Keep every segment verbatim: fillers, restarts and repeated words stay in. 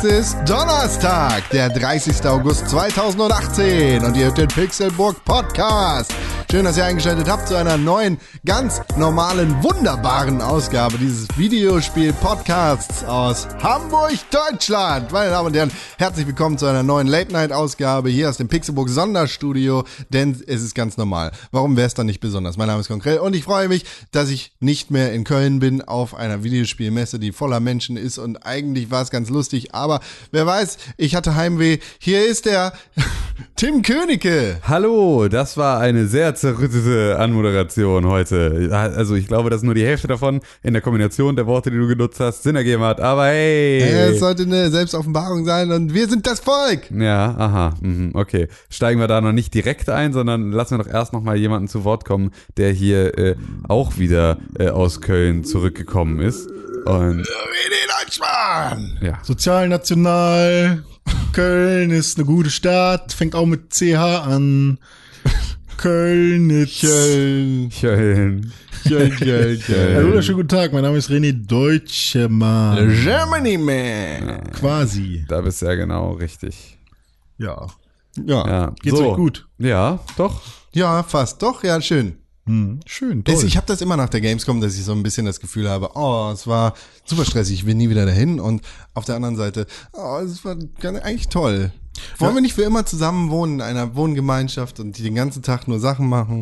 ist Donnerstag, der dreißigster August zweitausendachtzehn und ihr hört den Pixelburg Podcast. Schön, dass ihr eingeschaltet habt zu einer neuen, ganz normalen, wunderbaren Ausgabe dieses Videospiel-Podcasts aus Hamburg, Deutschland. Meine Damen und Herren, herzlich willkommen zu einer neuen Late-Night-Ausgabe hier aus dem Pixelburg Sonderstudio, denn es ist ganz normal. Warum wäre es dann nicht besonders? Mein Name ist Konkrell und ich freue mich, dass ich nicht mehr in Köln bin auf einer Videospielmesse, die voller Menschen ist und eigentlich war es ganz lustig, aber wer weiß, ich hatte Heimweh. Hier ist der Tim Königke. Hallo, das war eine sehr zerrüttete Anmoderation heute. Also ich glaube, dass nur die Hälfte davon in der Kombination der Worte, die du genutzt hast, Sinn ergeben hat. Aber hey! Es sollte eine Selbstoffenbarung sein und wir sind das Volk! Ja, aha, mhm, okay. Steigen wir da noch nicht direkt ein, sondern lassen wir doch erst noch mal jemanden zu Wort kommen, der hier äh, auch wieder äh, aus Köln zurückgekommen ist. Und René Deutschmann! Ja. Sozial, national, Köln ist eine gute Stadt, fängt auch mit C H an. Kölnitz. Köln. Köln. Köln, Köln, Köln. Ja, wunderschönen guten Tag, mein Name ist René Deutschmann. Germany Man. Quasi. Da bist du ja genau richtig. Ja. Ja. Ja, Geht's so. euch gut? Ja, doch. Ja, fast. Doch, ja, schön. Hm, schön, toll. Es, ich habe das immer nach der Gamescom, dass ich so ein bisschen das Gefühl habe, oh, es war super stressig, ich will nie wieder dahin. Und auf der anderen Seite, oh, es war eigentlich toll. Wollen Ja. wir nicht für immer zusammen wohnen in einer Wohngemeinschaft und die den ganzen Tag nur Sachen machen?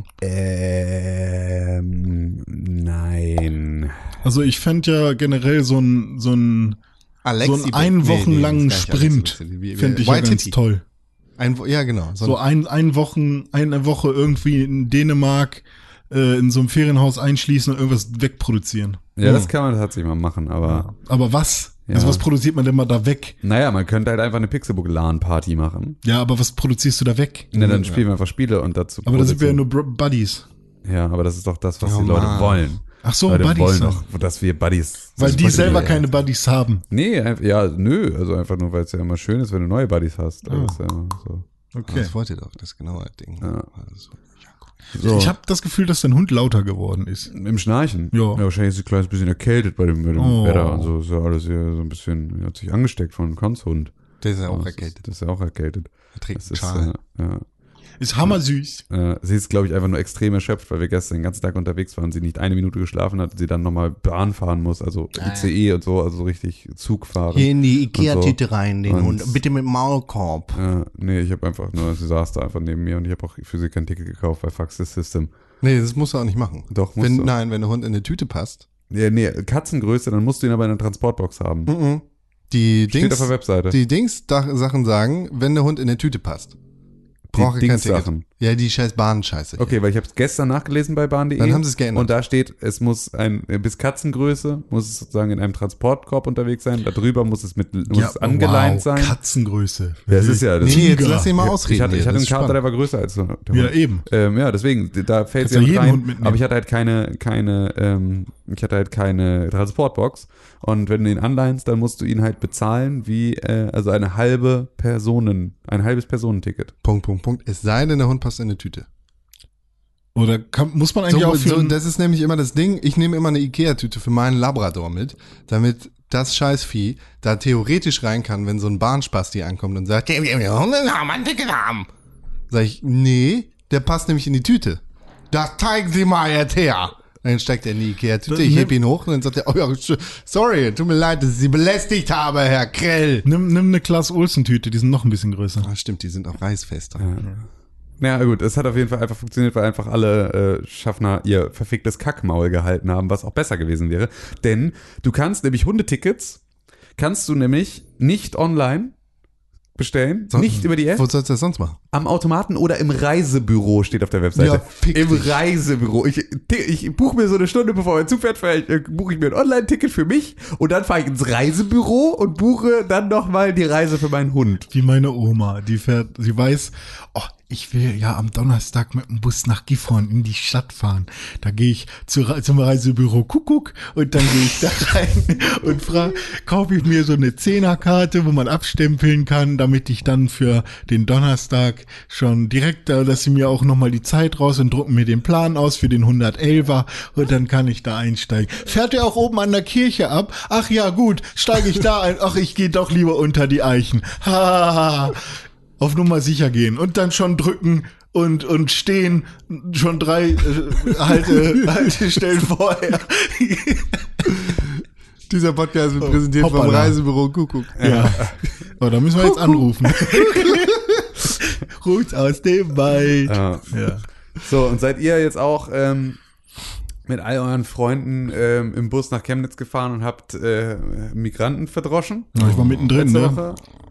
Ähm, nein. Also ich fände ja generell so ein so ein Alexi, so einen einen wochenlangen das ist gar nicht Sprint Alexi, wie- wie- fände ich ja White ganz Titty. toll. Ein, Wo- ja, genau. So, So ein, ein Wochen, eine Woche irgendwie in Dänemark äh, in so einem Ferienhaus einschließen und irgendwas wegproduzieren. Ja, das kann man tatsächlich mal machen, aber Aber was? Ja. Also was produziert man denn mal da weg? naja, man könnte halt einfach eine Pixelbook-LAN-Party machen. Ja, aber was produzierst du da weg? Na, dann spielen wir einfach Spiele und dazu Aber da sind wir ja produzieren- nur Bro- Buddies. Ja, aber das ist doch das, was Oh, die Leute Mann. wollen. Ach so, Leute Buddies. wollen dann. doch, dass wir Buddies Weil sind. die selber Ja. keine Buddies haben. Nee, einfach- ja, nö, also einfach nur, weil es ja immer schön ist, wenn du neue Buddies hast. Ah. Das ist ja so. Okay. Das wollt ihr doch, das genaue Ding. Ja. Also, So. Ich habe das Gefühl, dass dein Hund lauter geworden ist. Im Schnarchen? Ja. Wahrscheinlich ist sie ein kleines bisschen erkältet bei dem, bei dem Oh. Wetter und so. Ist ja alles hier so ein bisschen, hat sich angesteckt von einem Konzhund. der ist ja auch Das erkältet. Ist, das ist ja auch erkältet. Er trägt Das einen ist, Schal. äh, ja. Ist hammersüß. Äh, sie ist, glaube ich, einfach nur extrem erschöpft, weil wir gestern den ganzen Tag unterwegs waren. Sie nicht eine Minute geschlafen hat, sie dann nochmal Bahn fahren muss, also I C E und so, also so richtig Zug fahren. Hier in die und so. Ikea-Tüte rein, den Und- Hund. Bitte mit Maulkorb. Äh, nee, ich habe einfach nur, sie saß da einfach neben mir und ich habe auch für sie kein Ticket gekauft bei Fax the System. Nee, das musst du auch nicht machen. Doch, musst wenn, du. Nein, wenn der Hund in eine Tüte passt. Ja, nee, Katzengröße, dann musst du ihn aber in einer Transportbox haben. Mhm. Die Steht Dings, auf der Webseite. die Dings-Sachen sagen, wenn der Hund in eine Tüte passt. Brauche kein Ticket. Dings-Sachen. Ja, die scheiß Bahn-Scheiße. Okay, weil ich habe es gestern nachgelesen bei bahn punkt de. Dann haben sie es geändert. Und da steht, es muss ein, bis Katzengröße, muss es sozusagen in einem Transportkorb unterwegs sein. Darüber muss es mit, muss es angeleint wow, sein. Katzengröße. Ja, das ist ja, das Nee, ist, jetzt Tiger. lass ihn mal ausreden. ich hatte, ich hier, hatte das einen ist Kater, der spannend. war größer als der Ja, Hund. eben. Ähm, ja, deswegen, da fällt Kannst sie ja ja jeden rein. Hund mitnehmen. Aber ich hatte halt keine, keine, ähm, ich hatte halt keine Transportbox. Und wenn du ihn anleinst, dann musst du ihn halt bezahlen wie, äh, also eine halbe Personen, ein halbes Personenticket. Punkt, Punkt, Punkt. Es sei denn, der Hund passt in eine Tüte. Oder kann, muss man eigentlich So, auch für so, einen- das ist nämlich immer das Ding. Ich nehme immer eine Ikea-Tüte für meinen Labrador mit, damit das Scheißvieh da theoretisch rein kann, wenn so ein Bahnspasti ankommt und sagt, der Hunde haben ein Ticket haben. Sag ich, nee, der passt nämlich in die Tüte. Das zeigen Sie mal jetzt her. Dann steckt er in die Ikea-Tüte, ich heb ihn hoch und dann sagt er, oh ja, sorry, tut mir leid, dass ich Sie belästigt habe, Herr Krell. nimm, nimm eine Klaas-Olsen-Tüte, die sind noch ein bisschen größer. Ah, stimmt, die sind auch reißfester. Ja, gut, es hat auf jeden Fall einfach funktioniert, weil einfach alle äh, Schaffner ihr verficktes Kackmaul gehalten haben, was auch besser gewesen wäre. Denn du kannst nämlich Hundetickets, kannst du nämlich nicht online bestellen, So- nicht über die App, Wo sollst du das sonst machen? am Automaten oder im Reisebüro steht auf der Webseite. Ja, fick Im dich. Reisebüro. Ich, ich buche mir so eine Stunde, bevor mein Zug fährt, vielleicht, äh, buche ich mir ein Online-Ticket für mich und dann fahre ich ins Reisebüro und buche dann nochmal die Reise für meinen Hund. Wie meine Oma, die fährt, sie weiß, oh, ich will ja am Donnerstag mit dem Bus nach Gifhorn in die Stadt fahren. Da gehe ich zu, zum Reisebüro Kuckuck und dann gehe ich da rein und frage, kaufe ich mir so eine Zehnerkarte, wo man abstempeln kann, damit ich dann für den Donnerstag schon direkt, äh, dass sie mir auch nochmal die Zeit raus und drucken mir den Plan aus für den hundertelfer und dann kann ich da einsteigen. Fährt er auch oben an der Kirche ab? Ach ja, gut, steige ich da ein. Ach, ich gehe doch lieber unter die Eichen. Ha, ha, ha. Auf Nummer sicher gehen und dann schon drücken und und stehen schon drei äh, Halte, Haltestellen vorher. Dieser Podcast wird Oh, präsentiert vom hoppala. Reisebüro Kuckuck. Ja. Oh, da müssen wir jetzt anrufen. Ruht aus dem Wald. Ja. Ja. So, und seid ihr jetzt auch ähm, mit all euren Freunden ähm, im Bus nach Chemnitz gefahren und habt äh, Migranten verdroschen? Ja, ich war mittendrin, Letzte ne? Woche?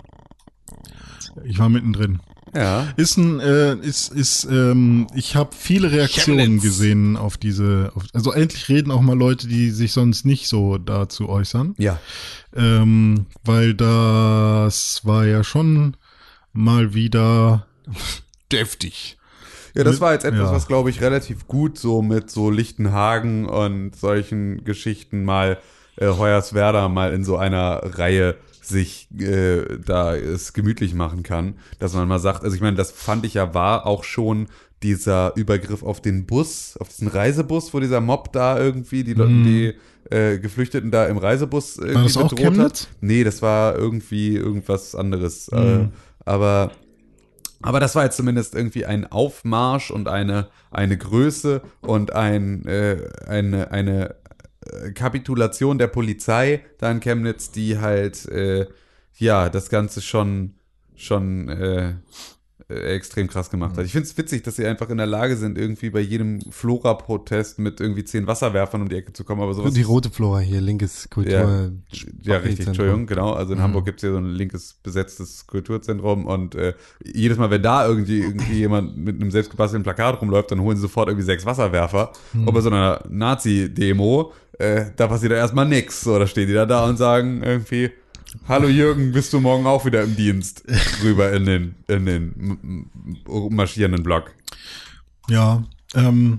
Ich war mittendrin. Ja. Ist ein, äh, ist, ist, ähm, ich habe viele Reaktionen Chemnitz. gesehen auf diese, auf, also endlich reden auch mal Leute, die sich sonst nicht so dazu äußern. Ja. Ähm, weil das war ja schon mal wieder Deftig. Ja, das war jetzt etwas, Ja. was, glaube ich, relativ gut so mit so Lichtenhagen und solchen Geschichten mal äh, Hoyerswerda mal in so einer Reihe sich äh, da es gemütlich machen kann, dass man mal sagt, also ich meine, das fand ich ja war auch schon dieser Übergriff auf den Bus, auf diesen Reisebus, wo dieser Mob da irgendwie die Leute, die äh, Geflüchteten da im Reisebus irgendwie das auch bedroht Chemnitz? hat. Nee, das war irgendwie irgendwas anderes. Äh, aber aber das war jetzt zumindest irgendwie ein Aufmarsch und eine, eine Größe und ein, äh, eine, eine äh, Kapitulation der Polizei da in Chemnitz, die halt, äh, ja, das Ganze schon, schon äh, äh, extrem krass gemacht hat. Ich finde es witzig, dass sie einfach in der Lage sind, irgendwie bei jedem Flora-Protest mit irgendwie zehn Wasserwerfern um die Ecke zu kommen, aber sowas. Die rote Flora hier, linkes Kultur. Ja, ja, richtig, Zentrum. Entschuldigung, genau. Also in Mhm. Hamburg gibt's hier so ein linkes besetztes Kulturzentrum und äh, jedes Mal, wenn da irgendwie, irgendwie jemand mit einem selbstgebastelten Plakat rumläuft, dann holen sie sofort irgendwie sechs Wasserwerfer. Und bei so einer Nazi-Demo, äh, da passiert da erstmal nix. So, da stehen die da da und sagen irgendwie, hallo Jürgen, bist du morgen auch wieder im Dienst? Rüber in den, in den m- m- marschierenden Block. Ja, ähm,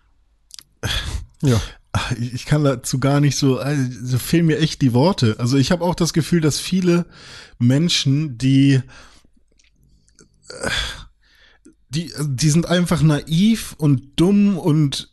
Ja. ich ich kann dazu gar nicht so, also fehlen mir echt die Worte. Also ich habe auch das Gefühl, dass viele Menschen, die, äh, die, die sind einfach naiv und dumm und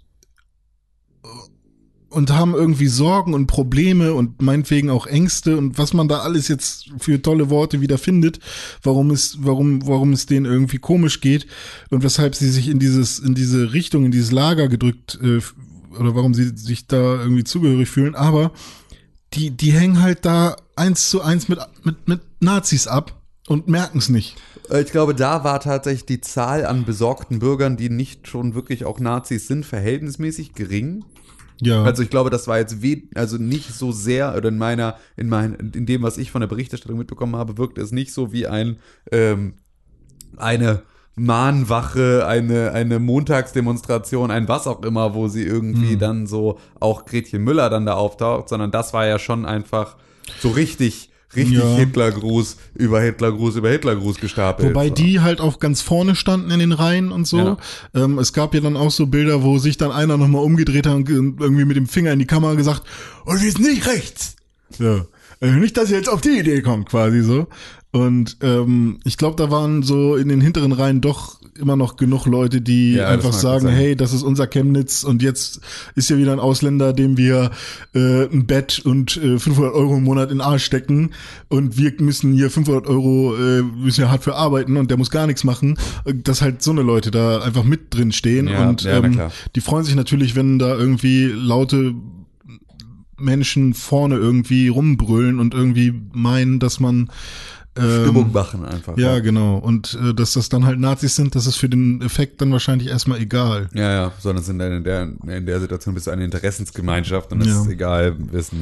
und haben irgendwie Sorgen und Probleme und meinetwegen auch Ängste und was man da alles jetzt für tolle Worte wieder findet, warum es, warum, warum es denen irgendwie komisch geht und weshalb sie sich in dieses, in diese Richtung, in dieses Lager gedrückt, äh, oder warum sie sich da irgendwie zugehörig fühlen, aber die, die hängen halt da eins zu eins mit, mit, mit Nazis ab und merken es nicht. Ich glaube, da war tatsächlich die Zahl an besorgten Bürgern, die nicht schon wirklich auch Nazis sind, verhältnismäßig gering. Ja. Also ich glaube, das war jetzt we also nicht so sehr, oder in meiner, in mein, in dem, was ich von der Berichterstattung mitbekommen habe, wirkt es nicht so wie ein ähm, eine Mahnwache, eine, eine Montagsdemonstration, ein was auch immer, wo sie irgendwie Mhm. dann so auch Gretchen Müller dann da auftaucht, sondern das war ja schon einfach so richtig, richtig Ja. Hitlergruß über Hitlergruß über Hitlergruß gestapelt. Wobei so. die halt auch ganz vorne standen in den Reihen und so. Ja. Ähm, es gab ja dann auch so Bilder, wo sich dann einer nochmal umgedreht hat und irgendwie mit dem Finger in die Kamera gesagt, und wir sind nicht rechts. Ja. Also nicht, dass ihr jetzt auf die Idee kommt, quasi so. Und ähm, ich glaube, da waren so in den hinteren Reihen doch immer noch genug Leute, die Ja, das einfach mag sagen, sein. hey, das ist unser Chemnitz und jetzt ist hier wieder ein Ausländer, dem wir äh, ein Bett und äh, fünfhundert Euro im Monat in den Arsch stecken und wir müssen hier fünfhundert Euro, äh, müssen ja hart für arbeiten und der muss gar nichts machen, dass halt so eine Leute da einfach mit drin stehen Ja, und ja, na ähm, klar. die freuen sich natürlich, wenn da irgendwie laute Menschen vorne irgendwie rumbrüllen und irgendwie meinen, dass man ähm, Stimmung machen einfach. ja, genau. Und äh, dass das dann halt Nazis sind, das ist für den Effekt dann wahrscheinlich erstmal egal. Ja, ja, sondern sind dann in der, in der Situation bist du eine Interessensgemeinschaft und es Ja. ist egal, wessen,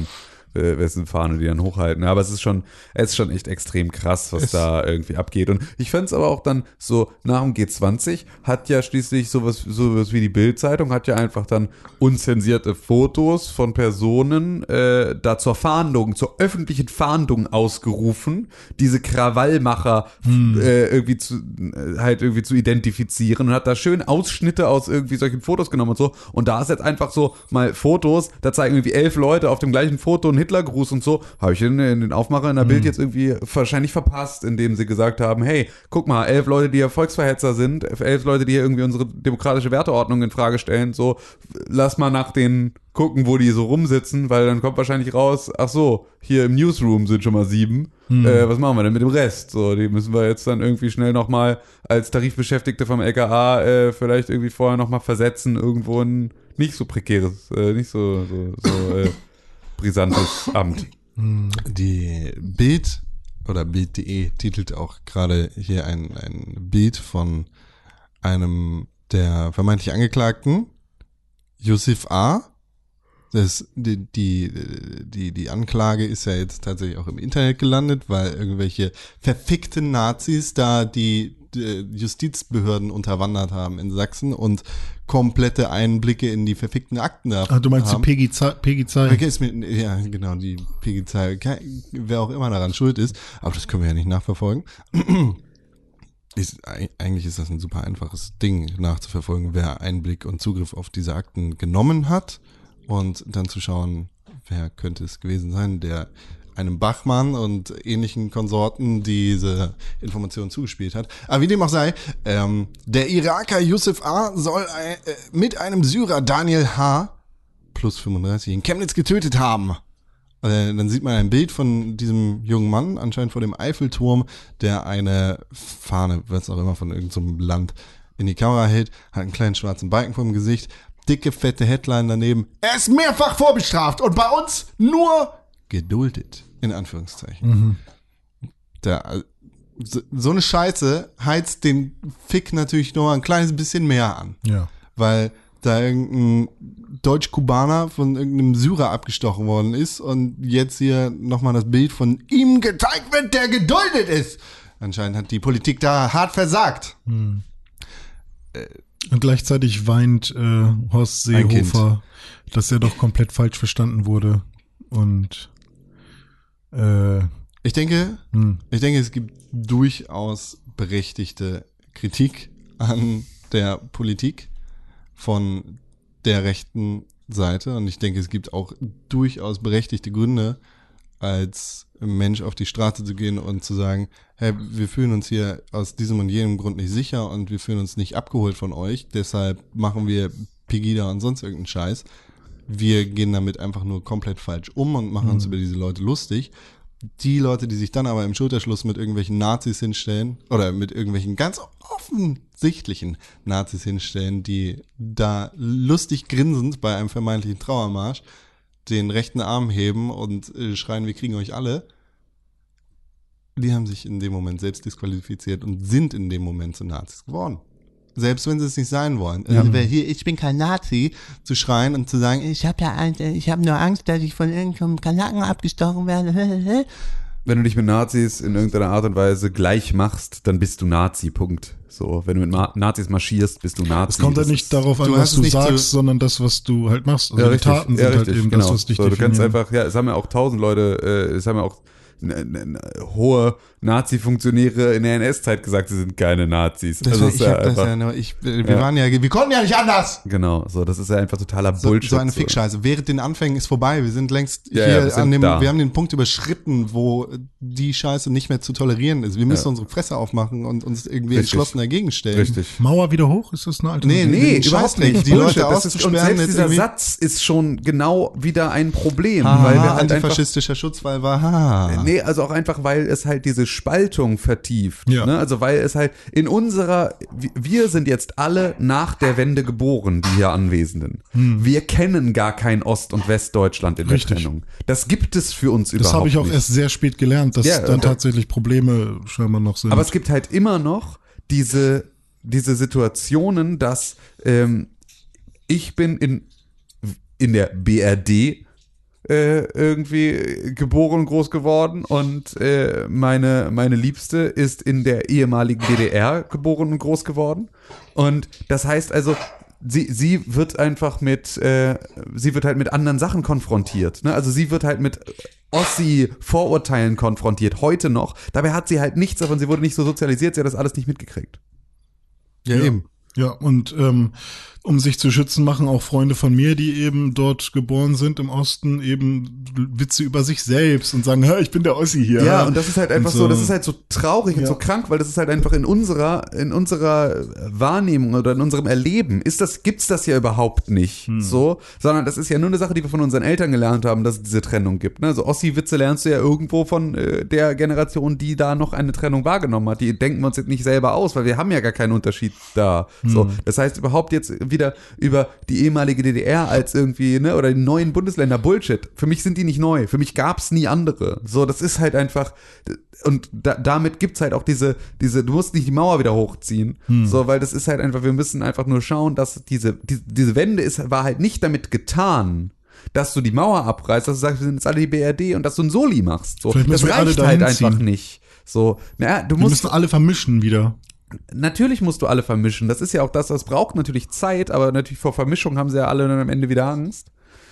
äh, wessen Fahne die dann hochhalten. Aber es ist schon, es ist schon echt extrem krass, was Es- da irgendwie abgeht. Und ich fand es aber auch dann so, nach dem G zwanzig hat ja schließlich sowas, sowas wie die Bild-Zeitung, hat ja einfach dann unzensierte Fotos von Personen äh, da zur Fahndung, zur öffentlichen Fahndung ausgerufen, diese Krawallmacher Hm. äh, irgendwie zu, äh, halt irgendwie zu identifizieren und hat da schön Ausschnitte aus irgendwie solchen Fotos genommen und so. Und da ist jetzt einfach so mal Fotos, da zeigen irgendwie elf Leute auf dem gleichen Foto einen Hitlergruß und so. Habe ich in, in den Aufmacher in der Bild jetzt irgendwie wahrscheinlich verpasst, indem sie gesagt haben, hey, guck mal, elf Leute, die hier Volksverhetzer sind, elf Leute, die hier irgendwie unsere demokratische Werteordnung in Frage stellen, so, lass mal nach den gucken, wo die so rumsitzen, weil dann kommt wahrscheinlich raus, ach so, hier im Newsroom sind schon mal sieben. Hm. Äh, was machen wir denn mit dem Rest? So, die müssen wir jetzt dann irgendwie schnell nochmal als Tarifbeschäftigte vom L K A äh, vielleicht irgendwie vorher nochmal versetzen, irgendwo ein nicht so prekäres, äh, nicht so, so, so äh, brisantes Amt. Die Bild oder Bild punkt de titelt auch gerade hier ein, ein Bild von einem der vermeintlich Angeklagten, Yusuf A. Das, die, die, die, die Anklage ist ja jetzt tatsächlich auch im Internet gelandet, weil irgendwelche verfickten Nazis da die, die Justizbehörden unterwandert haben in Sachsen und komplette Einblicke in die verfickten Akten da Ach, du meinst haben. die Peggy Zei- Peggy Zei- Okay, ist mir, ja, genau, die Peggy-Zahl, wer auch immer daran schuld ist, aber das können wir ja nicht nachverfolgen. Ist, eigentlich ist das ein super einfaches Ding, nachzuverfolgen, wer Einblick und Zugriff auf diese Akten genommen hat und dann zu schauen, wer könnte es gewesen sein, der einem Bachmann und ähnlichen Konsorten diese Informationen zugespielt hat. Aber wie dem auch sei, ähm, der Iraker Yusuf A. soll ein, äh, mit einem Syrer Daniel H. plus fünfunddreißig in Chemnitz getötet haben. Äh, dann sieht man ein Bild von diesem jungen Mann, anscheinend vor dem Eiffelturm, der eine Fahne, was auch immer, von irgendeinem Land in die Kamera hält, hat einen kleinen schwarzen Balken vor dem Gesicht, dicke, fette Headline daneben. Er ist mehrfach vorbestraft und bei uns nur geduldet, in Anführungszeichen. Mhm. Da, so, so eine Scheiße heizt den Fick natürlich noch ein kleines bisschen mehr an. Ja. Weil da irgendein Deutsch-Kubaner von irgendeinem Syrer abgestochen worden ist und jetzt hier nochmal das Bild von ihm gezeigt wird, der geduldet ist. Anscheinend hat die Politik da hart versagt. Und gleichzeitig weint äh, Horst Ein Kind. Seehofer, dass er doch komplett falsch verstanden wurde. Und äh, Ich denke, hm. ich denke, es gibt durchaus berechtigte Kritik an der Politik von der rechten Seite. Und ich denke, es gibt auch durchaus berechtigte Gründe, als Mensch auf die Straße zu gehen und zu sagen, hey, wir fühlen uns hier aus diesem und jenem Grund nicht sicher und wir fühlen uns nicht abgeholt von euch, deshalb machen wir Pegida und sonst irgendeinen Scheiß. Wir gehen damit einfach nur komplett falsch um und machen uns über diese Leute lustig. Die Leute, die sich dann aber im Schulterschluss mit irgendwelchen Nazis hinstellen oder mit irgendwelchen ganz offensichtlichen Nazis hinstellen, die da lustig grinsend bei einem vermeintlichen Trauermarsch den rechten Arm heben und äh, schreien, wir kriegen euch alle, die haben sich in dem Moment selbst disqualifiziert und sind in dem Moment zu Nazis geworden. Selbst wenn sie es nicht sein wollen. Ja. Also, wer hier, ich bin kein Nazi, zu schreien und zu sagen, ich habe ja Angst, ich habe nur Angst, dass ich von irgendeinem Kanaken abgestochen werde. Wenn du dich mit Nazis in irgendeiner Art und Weise gleich machst, dann bist du Nazi, Punkt. So, wenn du mit Ma- Nazis marschierst, bist du Nazi. es kommt halt Das nicht ist- darauf an, du was hast es du nicht sagst, zu- sondern das, was du halt machst. Also Ja, die richtig. Taten ja, sind richtig, halt eben genau. das, was dich so, du kannst definieren. einfach, ja, es haben ja auch tausend Leute, äh, es haben ja auch n- n- n- hohe Nazi-Funktionäre in der N S-Zeit gesagt, sie sind keine Nazis. Das Also war, es ich ist ja hab das einfach, ja nur, ich, wir Ja. waren ja, wir konnten ja nicht anders. genau, so, das ist ja einfach totaler So, Bullshit. so eine Fickscheiße. Während den Anfängen ist vorbei. Wir sind längst Ja, hier ja, wir sind an dem, da. wir haben den Punkt überschritten, wo die Scheiße nicht mehr zu tolerieren ist. Wir müssen Ja. unsere Fresse aufmachen und uns irgendwie Richtig. entschlossen dagegen stellen. Richtig. Mauer wieder hoch? Ist das eine alte Nee, Nee, den überhaupt Scheißdreck, nicht. die Bullshit. Leute Das ist, und auszusperren selbst jetzt dieser irgendwie. Satz ist schon genau wieder ein Problem, Haha, weil wir halt einfach antifaschistischer Schutzwall war. Haha. Nee, also auch einfach, weil es halt diese Spaltung vertieft. Ja. Ne? Also weil es halt in unserer, wir- wir sind jetzt alle nach der Wende geboren, die hier Anwesenden. Wir kennen gar kein Ost- und Westdeutschland in der Richtig. Trennung. Das gibt es für uns überhaupt Das habe ich auch nicht. erst sehr spät gelernt, dass Ja, dann und- tatsächlich Probleme scheinbar noch sind. Aber es gibt halt immer noch diese, diese Situationen, dass ähm, ich bin in, in der B R D äh, irgendwie geboren und groß geworden und äh, meine, meine Liebste ist in der ehemaligen D D R geboren und groß geworden. Und das heißt also, Sie, sie wird einfach mit, äh, sie wird halt mit anderen Sachen konfrontiert. Ne? Also sie wird halt mit Ossi-Vorurteilen konfrontiert, heute noch. Dabei hat sie halt nichts davon, sie wurde nicht so sozialisiert, sie hat das alles nicht mitgekriegt. Ja, ja. eben. Ja, und ähm, um sich zu schützen, machen auch Freunde von mir, die eben dort geboren sind im Osten, eben Witze über sich selbst und sagen, ich bin der Ossi hier. Ja, und das ist halt einfach so, so, das ist halt so traurig und ja. so krank, weil das ist halt einfach in unserer, in unserer Wahrnehmung oder in unserem Erleben, ist das, gibt's das ja überhaupt nicht, hm. so, sondern das ist ja nur eine Sache, die wir von unseren Eltern gelernt haben, dass es diese Trennung gibt. Ne? Also Ossi-Witze lernst du ja irgendwo von äh, der Generation, die da noch eine Trennung wahrgenommen hat. Die denken wir uns jetzt nicht selber aus, weil wir haben ja gar keinen Unterschied da. Hm. So, das heißt überhaupt jetzt wieder über die ehemalige D D R als irgendwie, ne, oder die neuen Bundesländer Bullshit. Für mich sind die nicht neu. Für mich gab's nie andere. So, das ist halt einfach, und da, damit gibt's halt auch diese, diese, du musst nicht die Mauer wieder hochziehen. Hm. So, weil das ist halt einfach, wir müssen einfach nur schauen, dass diese, die, diese Wende ist, war halt nicht damit getan, dass du die Mauer abreißt, dass du sagst, wir sind jetzt alle die B R D und dass du ein Soli machst. So, das reicht halt einfach nicht. So, na, du wir musst. müssen alle vermischen wieder. Natürlich musst du alle vermischen. Das ist ja auch das, das braucht natürlich Zeit, aber natürlich vor Vermischung haben sie ja alle dann am Ende wieder Angst.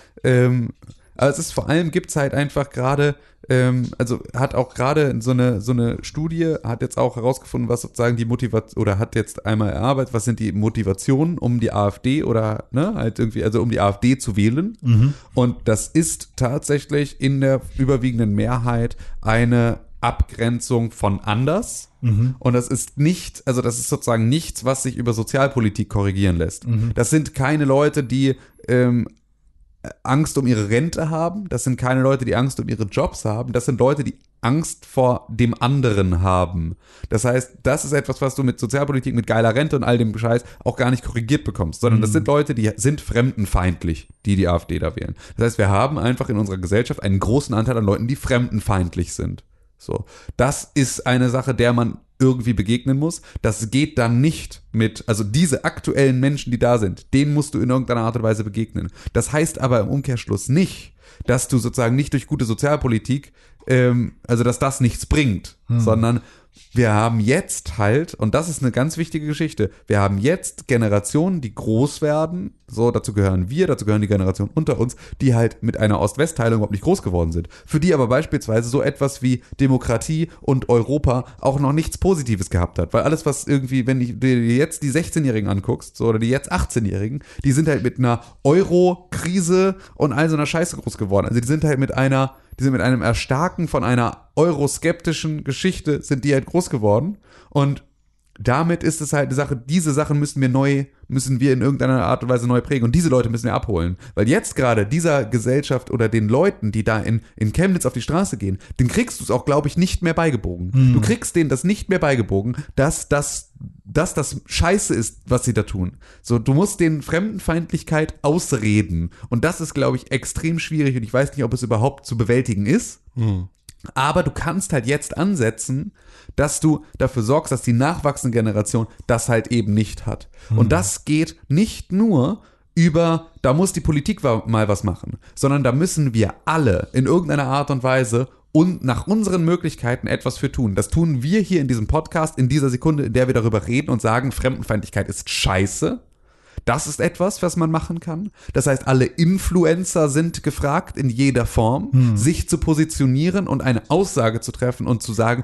Ähm, aber es ist vor allem, gibt es halt einfach gerade, ähm, also hat auch gerade so eine, so eine Studie, hat jetzt auch herausgefunden, was sozusagen die Motivation, oder hat jetzt einmal erarbeitet, was sind die Motivationen, um die AfD oder, ne, halt irgendwie, also um die AfD zu wählen. Mhm. Und das ist tatsächlich in der überwiegenden Mehrheit eine Abgrenzung von anders. Mhm. Und das ist nicht, also das ist sozusagen nichts, was sich über Sozialpolitik korrigieren lässt. Mhm. Das sind keine Leute, die ähm, Angst um ihre Rente haben. Das sind keine Leute, die Angst um ihre Jobs haben. Das sind Leute, die Angst vor dem anderen haben. Das heißt, das ist etwas, was du mit Sozialpolitik, mit geiler Rente und all dem Scheiß auch gar nicht korrigiert bekommst, sondern mhm. das sind Leute, die sind fremdenfeindlich, die die AfD da wählen. Das heißt, wir haben einfach in unserer Gesellschaft einen großen Anteil an Leuten, die fremdenfeindlich sind. So, das ist eine Sache, der man irgendwie begegnen muss. Das geht dann nicht mit, also diese aktuellen Menschen, die da sind, denen musst du in irgendeiner Art und Weise begegnen. Das heißt aber im Umkehrschluss nicht, dass du sozusagen nicht durch gute Sozialpolitik, ähm, also dass das nichts bringt, hm. sondern wir haben jetzt halt, und das ist eine ganz wichtige Geschichte, wir haben jetzt Generationen, die groß werden, so, dazu gehören wir, dazu gehören die Generationen unter uns, die halt mit einer Ost-West-Teilung überhaupt nicht groß geworden sind. Für die aber beispielsweise so etwas wie Demokratie und Europa auch noch nichts Positives gehabt hat. Weil alles, was irgendwie, wenn du dir jetzt die sechzehnjährigen anguckst, so, oder die jetzt achtzehnjährigen, die sind halt mit einer Euro-Krise und all so einer Scheiße groß geworden. Also die sind halt mit einer Die sind mit einem Erstarken von einer euroskeptischen Geschichte, sind die halt groß geworden. Und damit ist es halt eine Sache, diese Sachen müssen wir neu, müssen wir in irgendeiner Art und Weise neu prägen. Und diese Leute müssen wir abholen. Weil jetzt gerade dieser Gesellschaft oder den Leuten, die da in, in Chemnitz auf die Straße gehen, den kriegst du es auch, glaube ich, nicht mehr beigebogen. Mhm. Du kriegst denen das nicht mehr beigebogen, dass das, dass das Scheiße ist, was sie da tun. So, du musst denen Fremdenfeindlichkeit ausreden. Und das ist, glaube ich, extrem schwierig. Und ich weiß nicht, ob es überhaupt zu bewältigen ist. Mhm. Aber du kannst halt jetzt ansetzen, dass du dafür sorgst, dass die nachwachsende Generation das halt eben nicht hat. Mhm. Und das geht nicht nur über, da muss die Politik mal was machen, sondern da müssen wir alle in irgendeiner Art und Weise und nach unseren Möglichkeiten etwas für tun. Das tun wir hier in diesem Podcast, in dieser Sekunde, in der wir darüber reden und sagen, Fremdenfeindlichkeit ist scheiße. Das ist etwas, was man machen kann. Das heißt, alle Influencer sind gefragt, in jeder Form, hm. sich zu positionieren und eine Aussage zu treffen und zu sagen,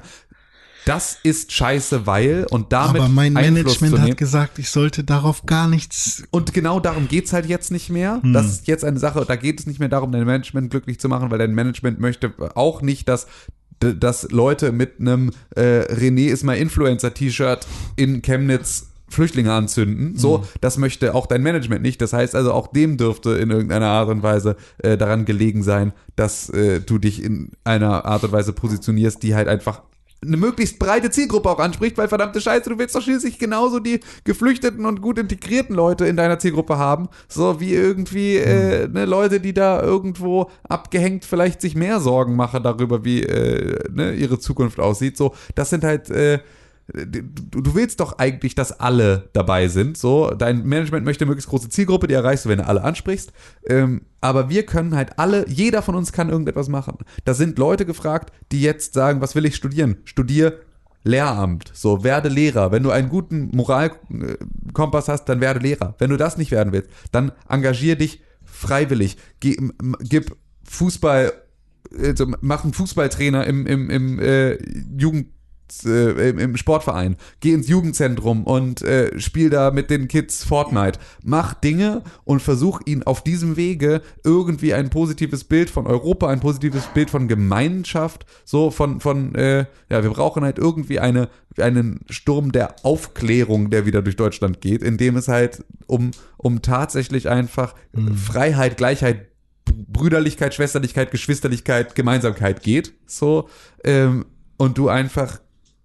das ist scheiße, weil, und damit Aber mein Einfluss Management zu nehmen. hat gesagt, ich sollte darauf gar nichts. Und genau darum geht's halt jetzt nicht mehr. Hm. Das ist jetzt eine Sache, da geht es nicht mehr darum, dein Management glücklich zu machen, weil dein Management möchte auch nicht, dass dass Leute mit einem äh, René ist mein Influencer-T-Shirt in Chemnitz Flüchtlinge anzünden. So, mhm. das möchte auch dein Management nicht. Das heißt also, auch dem dürfte in irgendeiner Art und Weise äh, daran gelegen sein, dass äh, du dich in einer Art und Weise positionierst, die halt einfach eine möglichst breite Zielgruppe auch anspricht, weil verdammte Scheiße, du willst doch schließlich genauso die geflüchteten und gut integrierten Leute in deiner Zielgruppe haben, so wie irgendwie äh, ne, Leute, die da irgendwo abgehängt vielleicht sich mehr Sorgen machen darüber, wie äh, ne, ihre Zukunft aussieht. So, das sind halt äh, du, du willst doch eigentlich, dass alle dabei sind. So, dein Management möchte eine möglichst große Zielgruppe, die erreichst du, wenn du alle ansprichst. Ähm, aber wir können halt alle, jeder von uns kann irgendetwas machen. Da sind Leute gefragt, die jetzt sagen, was will ich studieren? Studier Lehramt, so, werde Lehrer. Wenn du einen guten Moralkompass hast, dann werde Lehrer. Wenn du das nicht werden willst, dann engagier dich freiwillig. Gib, gib Fußball, also mach einen Fußballtrainer im, im, im äh, Jugend äh, im, im Sportverein. Geh ins Jugendzentrum und äh, spiel da mit den Kids Fortnite. Mach Dinge und versuch ihnen auf diesem Wege irgendwie ein positives Bild von Europa, ein positives Bild von Gemeinschaft, so von, von äh, ja, wir brauchen halt irgendwie eine, einen Sturm der Aufklärung, der wieder durch Deutschland geht, in dem es halt um, um tatsächlich einfach mhm. Freiheit, Gleichheit, Brüderlichkeit, Schwesterlichkeit, Geschwisterlichkeit, Gemeinsamkeit geht, so, ähm, und du einfach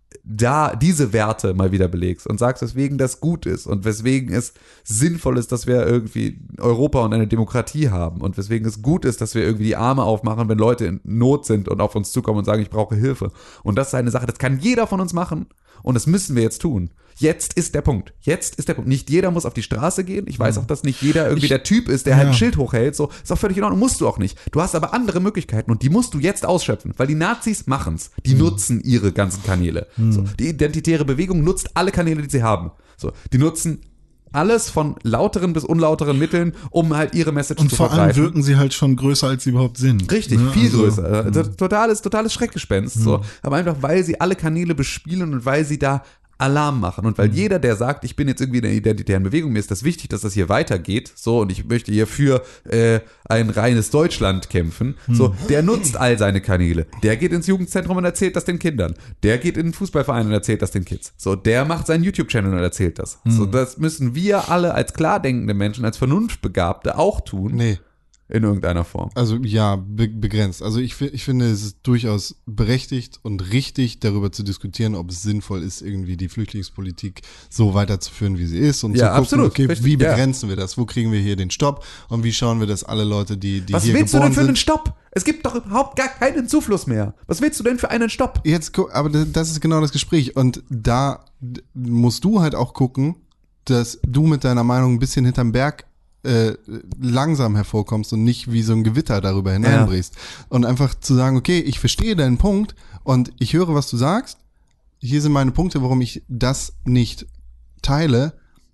da diese Werte mal wieder belegst und sagst, weswegen das gut ist und weswegen es sinnvoll ist, dass wir irgendwie Europa und eine Demokratie haben und weswegen es gut ist, dass wir irgendwie die Arme aufmachen, wenn Leute in Not sind und auf uns zukommen und sagen, ich brauche Hilfe. Und das ist eine Sache, das kann jeder von uns machen und das müssen wir jetzt tun. Jetzt ist der Punkt. Jetzt ist der Punkt. Nicht jeder muss auf die Straße gehen. Ich weiß auch, dass nicht jeder irgendwie ich, der Typ ist, der ja. halt ein Schild hochhält. So, ist auch völlig in Ordnung. Musst du auch nicht. Du hast aber andere Möglichkeiten und die musst du jetzt ausschöpfen, weil die Nazis machen's. Die mhm. nutzen ihre ganzen Kanäle. Mhm. So, die identitäre Bewegung nutzt alle Kanäle, die sie haben. So, die nutzen alles von lauteren bis unlauteren Mitteln, um halt ihre Message und zu verbreiten. Und vor allem wirken sie halt schon größer, als sie überhaupt sind. Richtig, ne? viel also, größer. Also, totales, totales Schreckgespenst. Mhm. So. Aber einfach, weil sie alle Kanäle bespielen und weil sie da Alarm machen. Und weil mhm. jeder, der sagt, ich bin jetzt irgendwie in der identitären Bewegung, mir ist das wichtig, dass das hier weitergeht, so, und ich möchte hier für äh, ein reines Deutschland kämpfen, mhm. so, der nutzt all seine Kanäle. Der geht ins Jugendzentrum und erzählt das den Kindern. Der geht in den Fußballverein und erzählt das den Kids. So, der macht seinen YouTube-Channel und erzählt das. Mhm. So, das müssen wir alle als klar denkende Menschen, als Vernunftbegabte auch tun. Nee. In irgendeiner Form. Also ja, be- begrenzt. Also ich, ich finde, es ist durchaus berechtigt und richtig, darüber zu diskutieren, ob es sinnvoll ist, irgendwie die Flüchtlingspolitik so weiterzuführen, wie sie ist und ja, zu gucken, absolut, okay, richtig, wie begrenzen ja. wir das? Wo kriegen wir hier den Stopp? Und wie schauen wir, dass alle Leute, die, die Was hier willst du geboren denn für einen sind, Stopp? Es gibt doch überhaupt gar keinen Zufluss mehr. Was willst du denn für einen Stopp? Jetzt, aber das ist genau das Gespräch. Und da musst du halt auch gucken, dass du mit deiner Meinung ein bisschen hinterm Berg Äh, langsam hervorkommst und nicht wie so ein Gewitter darüber hineinbrichst. Ja. Und einfach zu sagen, okay, ich verstehe deinen Punkt und ich höre, was du sagst. Hier sind meine Punkte, warum ich das nicht teile.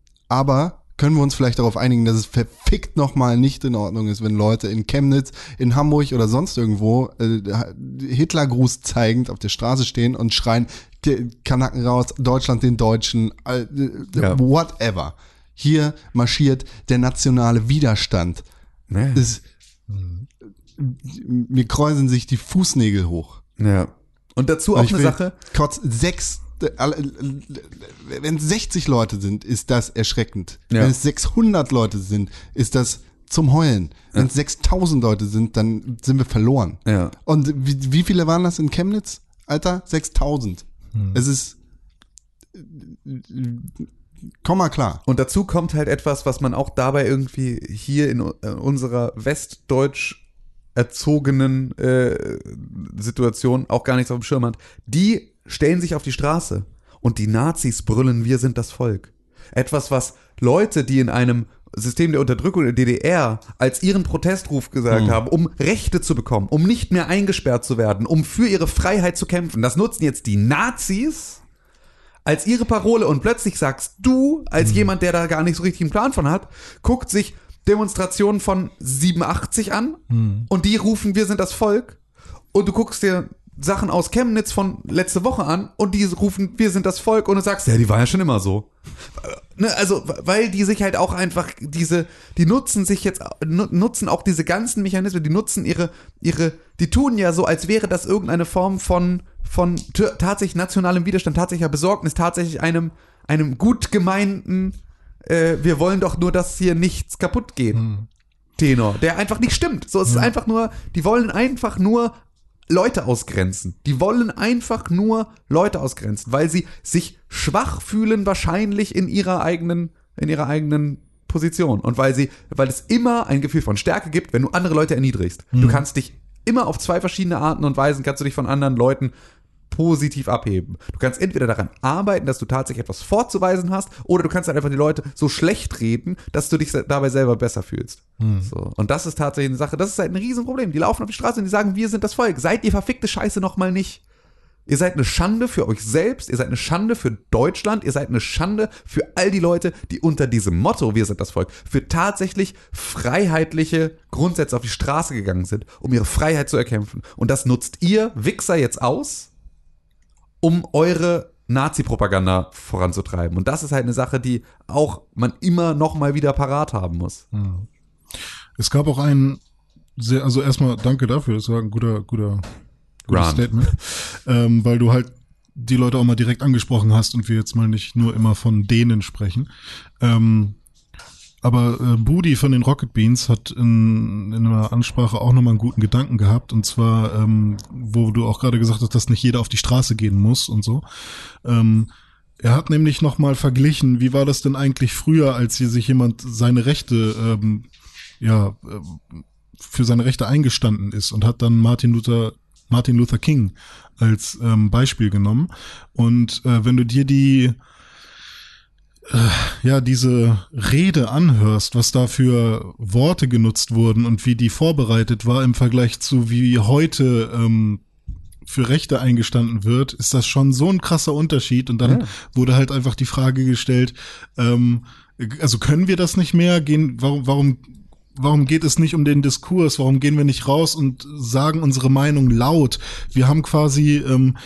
Aber können wir uns vielleicht darauf einigen, dass es verfickt nochmal nicht in Ordnung ist, wenn Leute in Chemnitz, in Hamburg oder sonst irgendwo äh, Hitlergruß zeigend auf der Straße stehen und schreien, Kanaken raus, Deutschland den Deutschen, äh, ja. whatever. Hier marschiert der nationale Widerstand. Ja. Es, mir kräuseln sich die Fußnägel hoch. Ja. Und dazu Und auch eine Sache. Kotz, sechs, wenn es sechzig Leute sind, ist das erschreckend. Ja. Wenn es sechshundert Leute sind, ist das zum Heulen. Wenn ja. es sechstausend Leute sind, dann sind wir verloren. Ja. Und wie, wie viele waren das in Chemnitz? Alter, sechstausend. Hm. Es ist komm mal klar. Und dazu kommt halt etwas, was man auch dabei irgendwie hier in unserer westdeutsch erzogenen äh, Situation auch gar nichts auf dem Schirm hat. Die stellen sich auf die Straße und die Nazis brüllen, wir sind das Volk. Etwas, was Leute, die in einem System der Unterdrückung der D D R als ihren Protestruf gesagt mhm. haben, um Rechte zu bekommen, um nicht mehr eingesperrt zu werden, um für ihre Freiheit zu kämpfen. Das nutzen jetzt die Nazis als ihre Parole und plötzlich sagst du, als mhm. jemand, der da gar nicht so richtig einen Plan von hat, guckt sich Demonstrationen von siebenundachtzig an mhm. und die rufen, wir sind das Volk, und du guckst dir Sachen aus Chemnitz von letzte Woche an und die rufen, wir sind das Volk, und du sagst, ja, die war ja schon immer so. Ne, also, weil die sich halt auch einfach diese, die nutzen sich jetzt, nutzen auch diese ganzen Mechanismen, die nutzen ihre, ihre, die tun ja so, als wäre das irgendeine Form von, von t- tatsächlich nationalem Widerstand, tatsächlicher Besorgnis, tatsächlich einem, einem gut gemeinten, äh, wir wollen doch nur, dass hier nichts kaputt geht. Hm. Tenor, der einfach nicht stimmt. So, es ist ja. einfach nur, die wollen einfach nur Leute ausgrenzen. Die wollen einfach nur Leute ausgrenzen, weil sie sich schwach fühlen, wahrscheinlich in ihrer eigenen, in ihrer eigenen Position. Und weil sie, weil es immer ein Gefühl von Stärke gibt, wenn du andere Leute erniedrigst. Mhm. Du kannst dich immer auf zwei verschiedene Arten und Weisen, kannst du dich von anderen Leuten positiv abheben. Du kannst entweder daran arbeiten, dass du tatsächlich etwas vorzuweisen hast, oder du kannst halt einfach die Leute so schlecht reden, dass du dich dabei selber besser fühlst. Hm. So. Und das ist tatsächlich eine Sache, das ist halt ein Riesenproblem. Die laufen auf die Straße und die sagen, wir sind das Volk. Seid ihr verfickte Scheiße nochmal nicht. Ihr seid eine Schande für euch selbst, ihr seid eine Schande für Deutschland, ihr seid eine Schande für all die Leute, die unter diesem Motto, wir sind das Volk, für tatsächlich freiheitliche Grundsätze auf die Straße gegangen sind, um ihre Freiheit zu erkämpfen. Und das nutzt ihr Wichser jetzt aus, um eure Nazi-Propaganda voranzutreiben. Und das ist halt eine Sache, die auch man immer noch mal wieder parat haben muss. Es gab auch einen sehr, also erstmal danke dafür, das war ein guter, guter Gutes Statement, ähm, weil du halt die Leute auch mal direkt angesprochen hast und wir jetzt mal nicht nur immer von denen sprechen. Ähm, aber äh, Budi von den Rocket Beans hat in, in einer Ansprache auch nochmal einen guten Gedanken gehabt, und zwar, ähm, wo du auch gerade gesagt hast, dass nicht jeder auf die Straße gehen muss und so. Ähm, er hat nämlich nochmal verglichen, wie war das denn eigentlich früher, als hier sich jemand seine Rechte, ähm, ja, äh, für seine Rechte eingestanden ist, und hat dann Martin Luther Martin Luther King als ähm, Beispiel genommen. Und äh, wenn du dir die äh, ja diese Rede anhörst, was da für Worte genutzt wurden und wie die vorbereitet war im Vergleich zu wie heute ähm, für Rechte eingestanden wird, ist das schon so ein krasser Unterschied. Und dann ja. wurde halt einfach die Frage gestellt, ähm, also können wir das nicht mehr? Gehen, warum, warum Warum geht es nicht um den Diskurs? Warum gehen wir nicht raus und sagen unsere Meinung laut? Wir haben quasi ähm,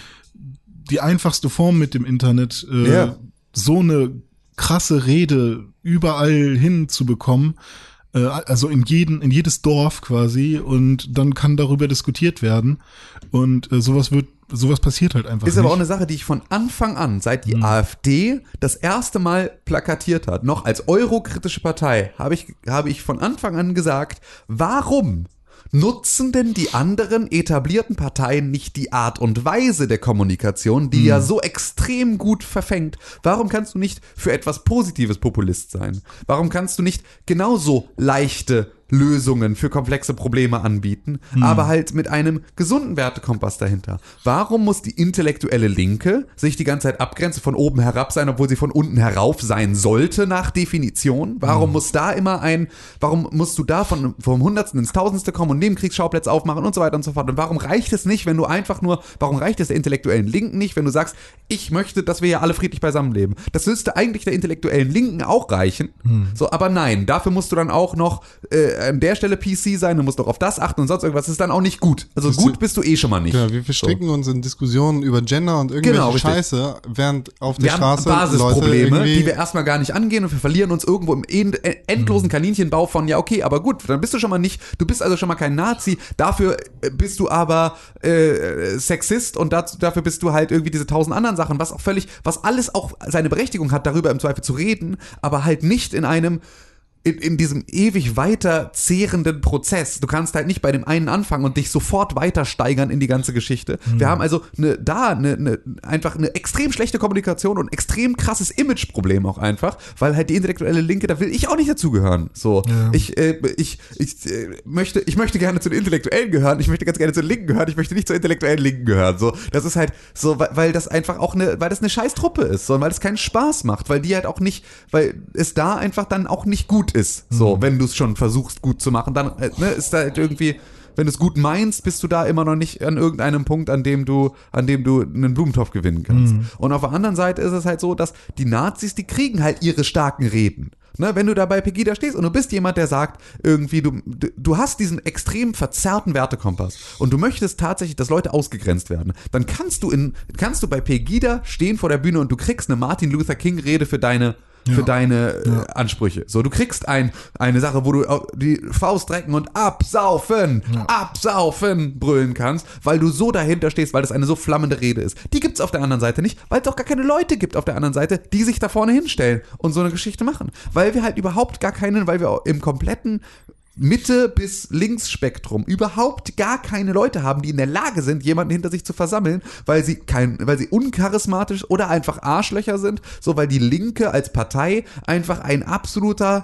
die einfachste Form mit dem Internet, äh, ja. so eine krasse Rede überall hinzubekommen, äh, also in jeden, in jedes Dorf quasi, und dann kann darüber diskutiert werden, und äh, sowas wird Sowas passiert halt einfach nicht. Ist nicht. aber auch eine Sache, die ich von Anfang an, seit die mhm. AfD das erste Mal plakatiert hat, noch als eurokritische Partei, habe ich, habe ich von Anfang an gesagt, warum nutzen denn die anderen etablierten Parteien nicht die Art und Weise der Kommunikation, die mhm. ja so extrem gut verfängt? Warum kannst du nicht für etwas Positives Populist sein? Warum kannst du nicht genauso leichte Lösungen für komplexe Probleme anbieten, hm. aber halt mit einem gesunden Wertekompass dahinter? Warum muss die intellektuelle Linke sich die ganze Zeit abgrenzen, von oben herab sein, obwohl sie von unten herauf sein sollte nach Definition? Warum hm. muss da immer ein, warum musst du da von, vom Hundertsten ins Tausendste kommen und Nebenkriegsschauplätze aufmachen und so weiter und so fort? Und warum reicht es nicht, wenn du einfach nur, warum reicht es der intellektuellen Linken nicht, wenn du sagst, ich möchte, dass wir ja alle friedlich beisammenleben? Das müsste eigentlich der intellektuellen Linken auch reichen. Hm. So, aber nein, dafür musst du dann auch noch äh, an der Stelle P C sein, du musst doch auf das achten und sonst irgendwas, das ist dann auch nicht gut. Also gut bist du eh schon mal nicht. Ja, wir verstricken so. uns in Diskussionen über Gender und irgendwelche genau, Scheiße, während auf der wir Straße haben Basisprobleme, Leute die wir erstmal gar nicht angehen, und wir verlieren uns irgendwo im endlosen Kaninchenbau von, ja okay, aber gut, dann bist du schon mal nicht, du bist also schon mal kein Nazi, dafür bist du aber äh, Sexist, und dazu, dafür bist du halt irgendwie diese tausend anderen Sachen, was auch völlig, was alles auch seine Berechtigung hat, darüber im Zweifel zu reden, aber halt nicht in einem In, in diesem ewig weiter zehrenden Prozess. Du kannst halt nicht bei dem einen anfangen und dich sofort weiter steigern in die ganze Geschichte. Mhm. Wir haben also eine, da eine, eine, einfach eine extrem schlechte Kommunikation und extrem krasses Imageproblem auch einfach, weil halt die intellektuelle Linke, da will ich auch nicht dazugehören. So, ja. ich, äh, ich, ich, äh, möchte, ich möchte gerne zu den Intellektuellen gehören, ich möchte ganz gerne zu den Linken gehören, ich möchte nicht zur intellektuellen Linken gehören. So, das ist halt so, weil, weil das einfach auch eine, weil das eine scheiß Truppe ist, so, weil das keinen Spaß macht, weil die halt auch nicht, weil es da einfach dann auch nicht gut ist. So, mhm. wenn du es schon versuchst gut zu machen, dann ne, ist da halt irgendwie, wenn du es gut meinst, bist du da immer noch nicht an irgendeinem Punkt, an dem du, an dem du einen Blumentopf gewinnen kannst. Mhm. Und auf der anderen Seite ist es halt so, dass die Nazis, die kriegen halt ihre starken Reden. Ne, wenn du da bei Pegida stehst und du bist jemand, der sagt, irgendwie, du, du hast diesen extrem verzerrten Wertekompass und du möchtest tatsächlich, dass Leute ausgegrenzt werden, dann kannst du in, kannst du bei Pegida stehen vor der Bühne und du kriegst eine Martin Luther King Rede für deine für ja. deine ja. äh, Ansprüche. So, du kriegst ein, eine Sache, wo du die Faust drecken und absaufen, ja. absaufen brüllen kannst, weil du so dahinter stehst, weil das eine so flammende Rede ist. Die gibt's auf der anderen Seite nicht, weil es auch gar keine Leute gibt auf der anderen Seite, die sich da vorne hinstellen und so eine Geschichte machen. Weil wir halt überhaupt gar keinen, weil wir im kompletten Mitte- bis Linksspektrum überhaupt gar keine Leute haben, die in der Lage sind, jemanden hinter sich zu versammeln, weil sie kein, weil sie uncharismatisch oder einfach Arschlöcher sind, so weil die Linke als Partei einfach ein absoluter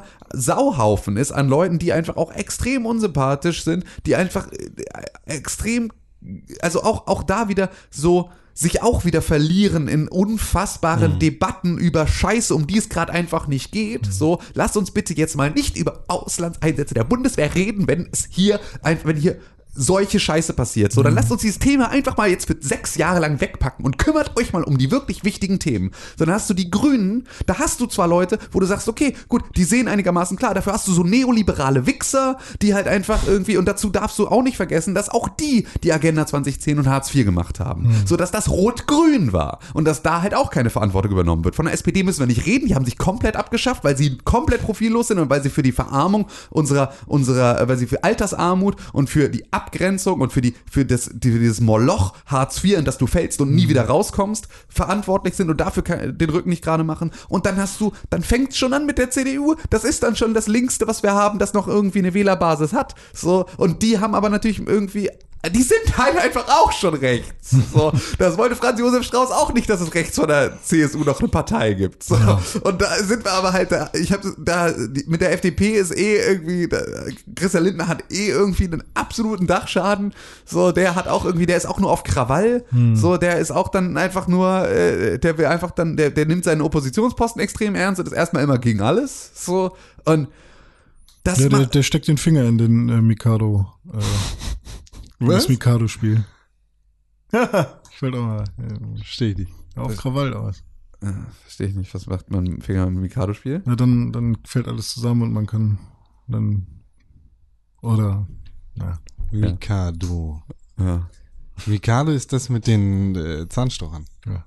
Sauhaufen ist an Leuten, die einfach auch extrem unsympathisch sind, die einfach extrem also auch, auch da wieder so sich auch wieder verlieren in unfassbaren mhm. Debatten über Scheiße, um die es gerade einfach nicht geht. Mhm. So, lasst uns bitte jetzt mal nicht über Auslandseinsätze der Bundeswehr reden, wenn es hier, wenn hier solche Scheiße passiert. So, dann lasst uns dieses Thema einfach mal jetzt für sechs Jahre lang wegpacken und kümmert euch mal um die wirklich wichtigen Themen. So, dann hast du die Grünen, da hast du zwar Leute, wo du sagst, okay, gut, die sehen einigermaßen klar, dafür hast du so neoliberale Wichser, die halt einfach irgendwie, und dazu darfst du auch nicht vergessen, dass auch die die Agenda zwanzig zehn und Hartz vier gemacht haben. Mhm. So, dass das rot-grün war und dass da halt auch keine Verantwortung übernommen wird. Von der S P D müssen wir nicht reden, die haben sich komplett abgeschafft, weil sie komplett profillos sind und weil sie für die Verarmung unserer, unserer, weil sie für Altersarmut und für die Abgrenzung und für die für das die, für dieses Moloch Hartz vier, in das du fällst und nie wieder rauskommst, verantwortlich sind und dafür den Rücken nicht gerade machen. Und dann hast du, dann fängt es schon an mit der C D U. Das ist dann schon das Linkste, was wir haben, das noch irgendwie eine Wählerbasis hat. So, und die haben aber natürlich irgendwie, die sind halt einfach auch schon rechts. So, das wollte Franz Josef Strauß auch nicht, dass es rechts von der C S U noch eine Partei gibt. So. Ja. Und da sind wir aber halt, da, ich habe da, die, mit der F D P ist eh irgendwie, da, Christian Lindner hat eh irgendwie einen absoluten Dachschaden. So, der hat auch irgendwie, der ist auch nur auf Krawall. Hm. So, der ist auch dann einfach nur, äh, der will einfach dann, der, der nimmt seinen Oppositionsposten extrem ernst und ist erstmal immer gegen alles. So, und das ja, der, der steckt den Finger in den äh, Mikado. Äh. Was? Das Mikado-Spiel. Ich wollte auch mal, ja, verstehe ich nicht. Auf Krawall aus. Ja, verstehe ich nicht. Was macht man mit dem Finger im Mikado-Spiel? Na, dann, dann fällt alles zusammen und man kann dann, oder, ja. Mikado. Ja. Mikado ist das mit den äh, Zahnstochern. Ja.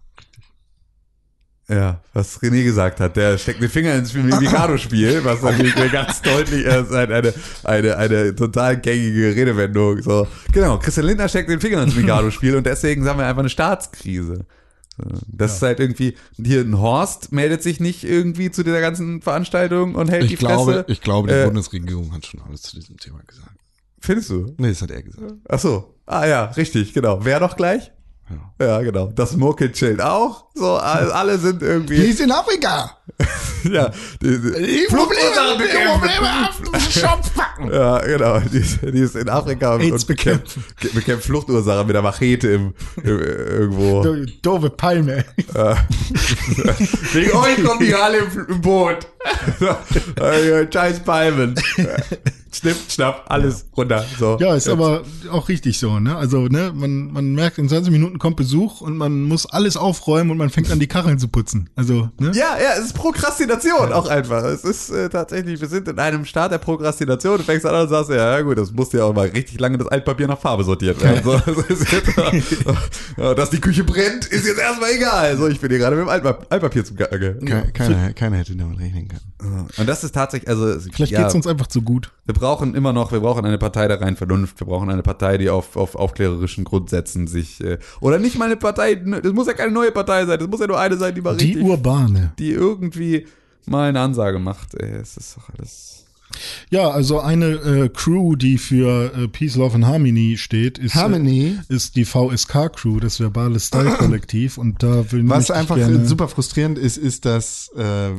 Ja, was René gesagt hat, der steckt den Finger ins Mikado-Spiel, was natürlich ganz deutlich ist, eine, eine, eine total gängige Redewendung. So, genau, Christian Lindner steckt den Finger ins Mikado-Spiel und deswegen haben wir einfach eine Staatskrise. Das ja. ist halt irgendwie, hier ein Horst meldet sich nicht irgendwie zu dieser ganzen Veranstaltung und hält ich die glaube, Fresse. Ich glaube, die äh, Bundesregierung hat schon alles zu diesem Thema gesagt. Findest du? Nee, das hat er gesagt. Ach so. Ah ja, richtig, genau. Wer doch gleich? Ja. Ja, genau. Das Murkel chillt auch. So, alle, alle sind irgendwie. Die ist in Afrika. Ja. Die, die, die Probleme, die Probleme stopfen. Ja, genau. Die ist, die ist in Afrika und, und bekämpft, bekämpft Fluchtursachen mit der Machete im, im irgendwo. Do, doofe Palme. Ja. Wegen euch kommen die alle im, im Boot. Scheiß Palmen. Schnipp, schnapp, alles runter. So. Ja, ist jetzt. Aber auch richtig so, ne? Also, ne, man, man merkt, in zwanzig Minuten kommt Besuch und man muss alles aufräumen und man fängt an, die Kacheln zu putzen. Also, ne? Ja, ja, es ist Prokrastination ja. auch einfach. Es ist äh, tatsächlich, wir sind in einem Start der Prokrastination. Du fängst an und sagst, ja, ja gut, das musste ja auch mal richtig lange das Altpapier nach Farbe sortiert werden. So, das ist jetzt, ja, dass die Küche brennt, ist jetzt erstmal egal. So, ich bin hier gerade mit dem Altpa- Altpapier zum Gange. Ke- keiner, keiner hätte damit rechnen können. Und das ist tatsächlich, also vielleicht ja, geht's uns einfach zu gut. Wir brauchen immer noch, wir brauchen eine Partei der reinen Vernunft, wir brauchen eine Partei, die auf, auf aufklärerischen Grundsätzen sich, äh, oder nicht mal eine Partei, das muss ja keine neue Partei sein, das muss ja nur eine sein, die mal die richtig, urbane, die irgendwie mal eine Ansage macht. Ey, es ist doch alles. Ja, also eine äh, Crew, die für äh, Peace, Love and Harmony steht, ist, Harmony? Äh, ist die V S K-Crew, das verbale Style-Kollektiv. Und da will Was ich einfach gerne super frustrierend ist, ist, dass, äh,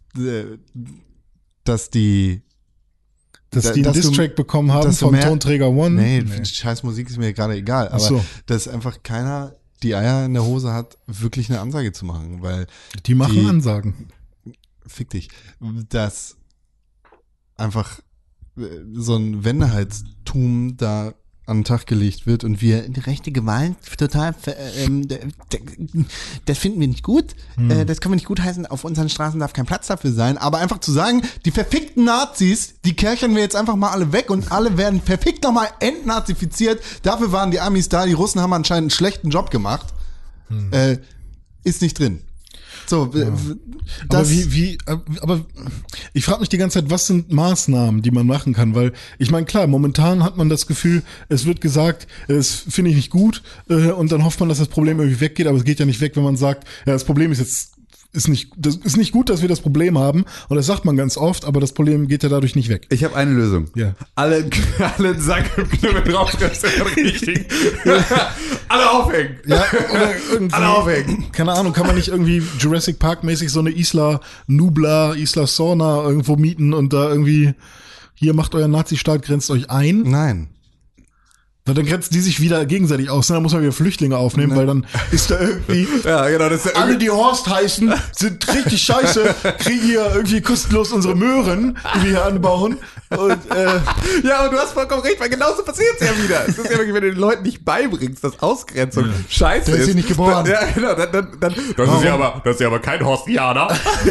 dass die dass die einen dass Distrack du, bekommen haben vom mehr, Tonträger One. Nee, nee. Scheiß Musik ist mir gerade egal. Aber so. dass einfach keiner die Eier in der Hose hat, wirklich eine Ansage zu machen. Weil die machen die, Ansagen. Fick dich. Dass einfach so ein Wendeheitstum da an den Tag gelegt wird und wir die rechte Gewalt total, ähm, das finden wir nicht gut, hm. äh, das können wir nicht gutheißen, auf unseren Straßen darf kein Platz dafür sein, aber einfach zu sagen, die verfickten Nazis, die kerchern wir jetzt einfach mal alle weg und alle werden verfickt nochmal entnazifiziert, dafür waren die Amis da, die Russen haben anscheinend einen schlechten Job gemacht, hm. äh, ist nicht drin. So, ja. das aber wie, wie, aber ich frage mich die ganze Zeit, was sind Maßnahmen, die man machen kann? Weil ich meine, klar, momentan hat man das Gefühl, es wird gesagt, das finde ich nicht gut, äh, und dann hofft man, dass das Problem irgendwie weggeht, aber es geht ja nicht weg, wenn man sagt, ja, das Problem ist jetzt ist nicht, das ist nicht gut, dass wir das Problem haben. Und das sagt man ganz oft, aber das Problem geht ja dadurch nicht weg. Ich habe eine Lösung. Ja. Alle, alle einen Sack im Knüppel drauf, das ist richtig. Alle aufhängen. Ja, oder irgendwie, alle aufhängen. Keine Ahnung, kann man nicht irgendwie Jurassic Park mäßig so eine Isla Nubla, Isla Sorna irgendwo mieten und da irgendwie, hier macht euer Nazi-Staat, grenzt euch ein? Nein. Weil dann grenzen die sich wieder gegenseitig aus. Und dann muss man wieder Flüchtlinge aufnehmen, weil dann ist da irgendwie. Ja, genau, das ist ja alle, die Horst heißen, sind richtig scheiße, kriegen hier irgendwie kostenlos unsere Möhren, die wir hier anbauen. Und, äh, ja, aber du hast vollkommen recht, weil genauso passiert es ja wieder. Es ist ja wirklich, wenn du den Leuten nicht beibringst, dass Ausgrenzung ja. scheiße Der ist ist. hier nicht geboren. Dann, ja, genau, dann, dann, dann, das, ist ja aber, das ist ja aber kein Horstianer.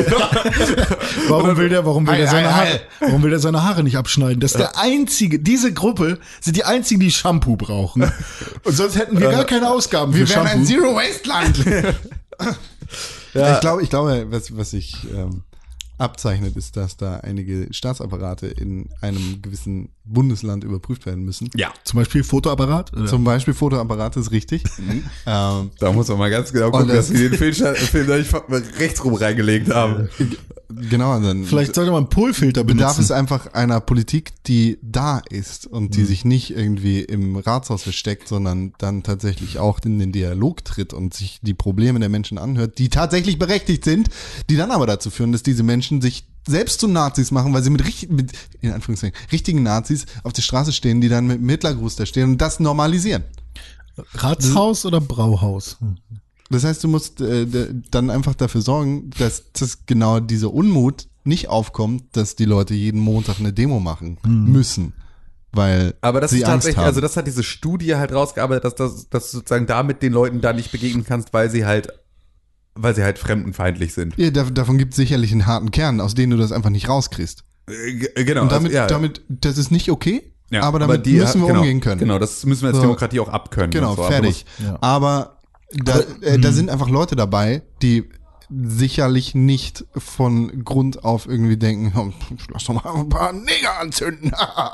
warum will der, warum will Ei, der seine ei, Haare, ei. warum will der seine Haare nicht abschneiden? Das ist der einzige, diese Gruppe sind die einzigen, die Shampoo brauchen. Und sonst hätten wir gar keine Ausgaben Wir für wären Shampoo. ein Zero-Waste-Land. Ja. Ich glaube, ich glaube, was, was sich ähm, abzeichnet, ist, dass da einige Staatsapparate in einem gewissen Bundesland überprüft werden müssen. Ja. Zum Beispiel Fotoapparat? Oder? Zum Beispiel Fotoapparat ist richtig. ähm, Da muss man mal ganz genau gucken, Und das- dass wir den Film, Film da nicht rechts rum reingelegt haben. genau, dann Vielleicht sollte man einen Polfilter bedarf benutzen. es einfach einer Politik, die da ist und die sich nicht irgendwie im Ratshaus versteckt, sondern dann tatsächlich auch in den Dialog tritt und sich die Probleme der Menschen anhört, die tatsächlich berechtigt sind, die dann aber dazu führen, dass diese Menschen sich selbst zu Nazis machen, weil sie mit, richtig, mit in Anführungszeichen, richtigen Nazis auf der Straße stehen, die dann mit dem Hitlergruß da stehen und das normalisieren. Ratshaus oder Brauhaus? Das heißt, du musst äh, d- dann einfach dafür sorgen, dass das genau dieser Unmut nicht aufkommt, dass die Leute jeden Montag eine Demo machen müssen, weil Aber das sie ist Angst tatsächlich, haben. also das hat diese Studie halt rausgearbeitet, dass, das, dass du sozusagen damit den Leuten da nicht begegnen kannst, weil sie halt, weil sie halt fremdenfeindlich sind. ja, da, davon gibt es sicherlich einen harten Kern, aus dem du das einfach nicht rauskriegst. Äh, g- Genau. Und damit, also, ja, damit, das ist nicht okay, ja, aber damit die- müssen wir genau, umgehen können. Genau, das müssen wir als So. Demokratie auch abkönnen. Genau, und so. Aber fertig. muss- Ja. Aber da, äh, da sind einfach Leute dabei, die sicherlich nicht von Grund auf irgendwie denken, "Hm, lass doch mal ein paar Neger anzünden,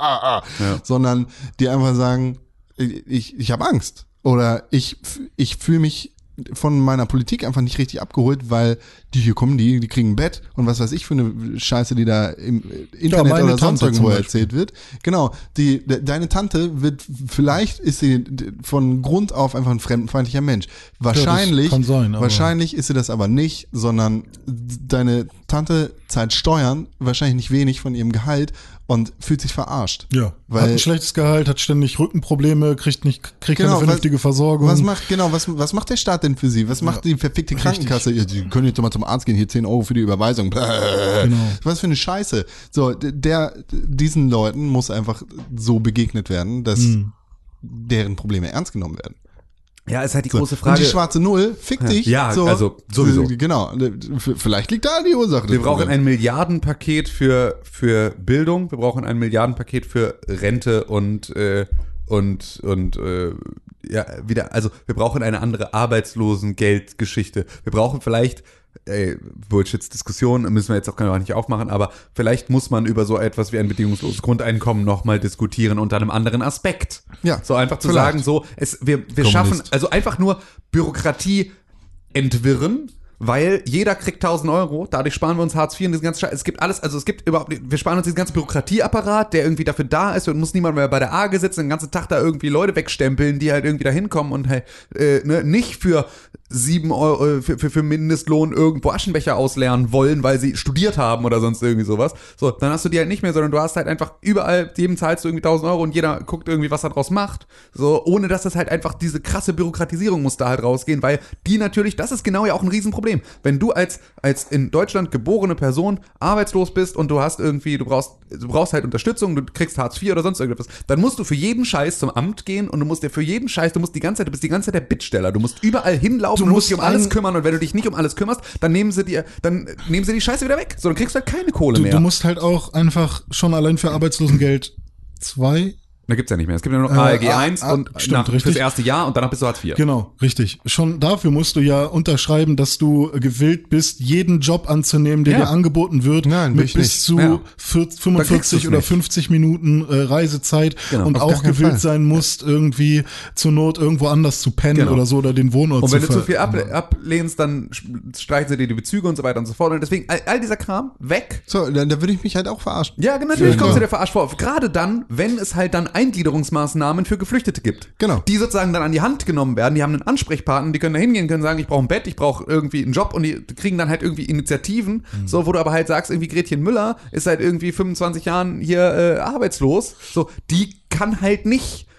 sondern die einfach sagen, ich, ich habe Angst oder ich, ich fühle mich von meiner Politik einfach nicht richtig abgeholt, weil die hier kommen, die, die kriegen ein Bett und was weiß ich für eine Scheiße, die da im Internet meine oder sonst Tante irgendwo zum Beispiel. erzählt wird. Genau, die, de, deine Tante wird, vielleicht ist sie d- von Grund auf einfach ein fremdenfeindlicher Mensch. Wahrscheinlich, kann sein, aber- wahrscheinlich ist sie das aber nicht, sondern deine Tante zahlt Steuern, wahrscheinlich nicht wenig von ihrem Gehalt und fühlt sich verarscht. Ja, Weil- hat ein schlechtes Gehalt, hat ständig Rückenprobleme, kriegt nicht, kriegt Genau, keine vernünftige was- Versorgung. Was macht, genau, was, was macht der Staat denn für sie? Was macht die verfickte Krankenkasse? Ja, Sie können jetzt doch mal zum Arzt gehen, hier zehn Euro für die Überweisung. Genau. Was für eine Scheiße. So, der, diesen Leuten muss einfach so begegnet werden, dass Hm. deren Probleme ernst genommen werden. Ja, ist halt die So. große Frage. Und die schwarze Null, fick dich. Ja, so. also sowieso. Genau. V- Vielleicht liegt da die Ursache. Wir des brauchen Problems. ein Milliardenpaket für, für Bildung, wir brauchen ein Milliardenpaket für Rente und, äh, und, und äh, ja, wieder, also wir brauchen eine andere Arbeitslosengeldgeschichte. Wir brauchen vielleicht, ey, Bullshit-Diskussion, müssen wir jetzt auch gar nicht aufmachen, aber vielleicht muss man über so etwas wie ein bedingungsloses Grundeinkommen nochmal diskutieren unter einem anderen Aspekt. Ja, So einfach zu vielleicht. sagen, so, es, wir, wir Kommunist. schaffen, also einfach nur Bürokratie entwirren, weil jeder kriegt tausend Euro, dadurch sparen wir uns Hartz vier und diesen ganzen Scheiß. Es gibt alles, also es gibt überhaupt, wir sparen uns diesen ganzen Bürokratieapparat, der irgendwie dafür da ist und muss niemand mehr bei der A G sitzen, den ganzen Tag da irgendwie Leute wegstempeln, die halt irgendwie da hinkommen und halt, äh, ne, nicht für sieben Euro, für, für, für Mindestlohn irgendwo Aschenbecher ausleeren wollen, weil sie studiert haben oder sonst irgendwie sowas. So, dann hast du die halt nicht mehr, sondern du hast halt einfach überall, jedem zahlst du irgendwie tausend Euro und jeder guckt irgendwie, was er draus macht. So, ohne dass das halt einfach diese krasse Bürokratisierung muss da halt rausgehen, weil die natürlich, das ist genau ja auch ein Riesenproblem. Wenn du als, als in Deutschland geborene Person arbeitslos bist und du hast irgendwie, du brauchst, du brauchst halt Unterstützung, du kriegst Hartz vier oder sonst irgendwas, dann musst du für jeden Scheiß zum Amt gehen und du musst dir für jeden Scheiß, du musst die ganze Zeit, du bist die ganze Zeit der Bittsteller, du musst überall hinlaufen, Du du, musst musst dich um alles ein- kümmern und wenn du dich nicht um alles kümmerst, dann nehmen sie dir, dann nehmen sie die Scheiße wieder weg. So, dann kriegst du halt keine Kohle Du, mehr. du musst halt auch einfach schon allein für Arbeitslosengeld zwei. Da gibt's ja nicht mehr. Es gibt ja nur noch Äh, A L G ah, eins ah, und stimmt, nach, fürs richtig. erste Jahr und danach bist du Hartz vier. Genau, richtig. Schon dafür musst du ja unterschreiben, dass du gewillt bist, jeden Job anzunehmen, der Ja. dir angeboten wird, Nein, bin mit ich bis nicht. zu Ja. vierzig, Da fünfundvierzig kriegst du's oder nicht. fünfzig Minuten äh, Reisezeit Genau. und Auf auch gar keinen gewillt Fall. sein musst, irgendwie zur Not irgendwo anders zu pennen Genau. oder so oder den Wohnort Und wenn zu du zu ver- viel ab, ablehnst, dann streichen sie dir die Bezüge und so weiter und so fort. Und deswegen, all, all dieser Kram, weg. So, da, da würde ich mich halt auch verarschen. Ja, natürlich Ja, kommst du klar. dir verarscht vor. Gerade dann, wenn es halt dann Eingliederungsmaßnahmen für Geflüchtete gibt. Genau. Die sozusagen dann an die Hand genommen werden. Die haben einen Ansprechpartner, die können da hingehen, können sagen, ich brauche ein Bett, ich brauche irgendwie einen Job und die kriegen dann halt irgendwie Initiativen, so, wo du aber halt sagst, irgendwie Gretchen Müller ist seit irgendwie fünfundzwanzig Jahren hier äh, arbeitslos. So, die kann halt nicht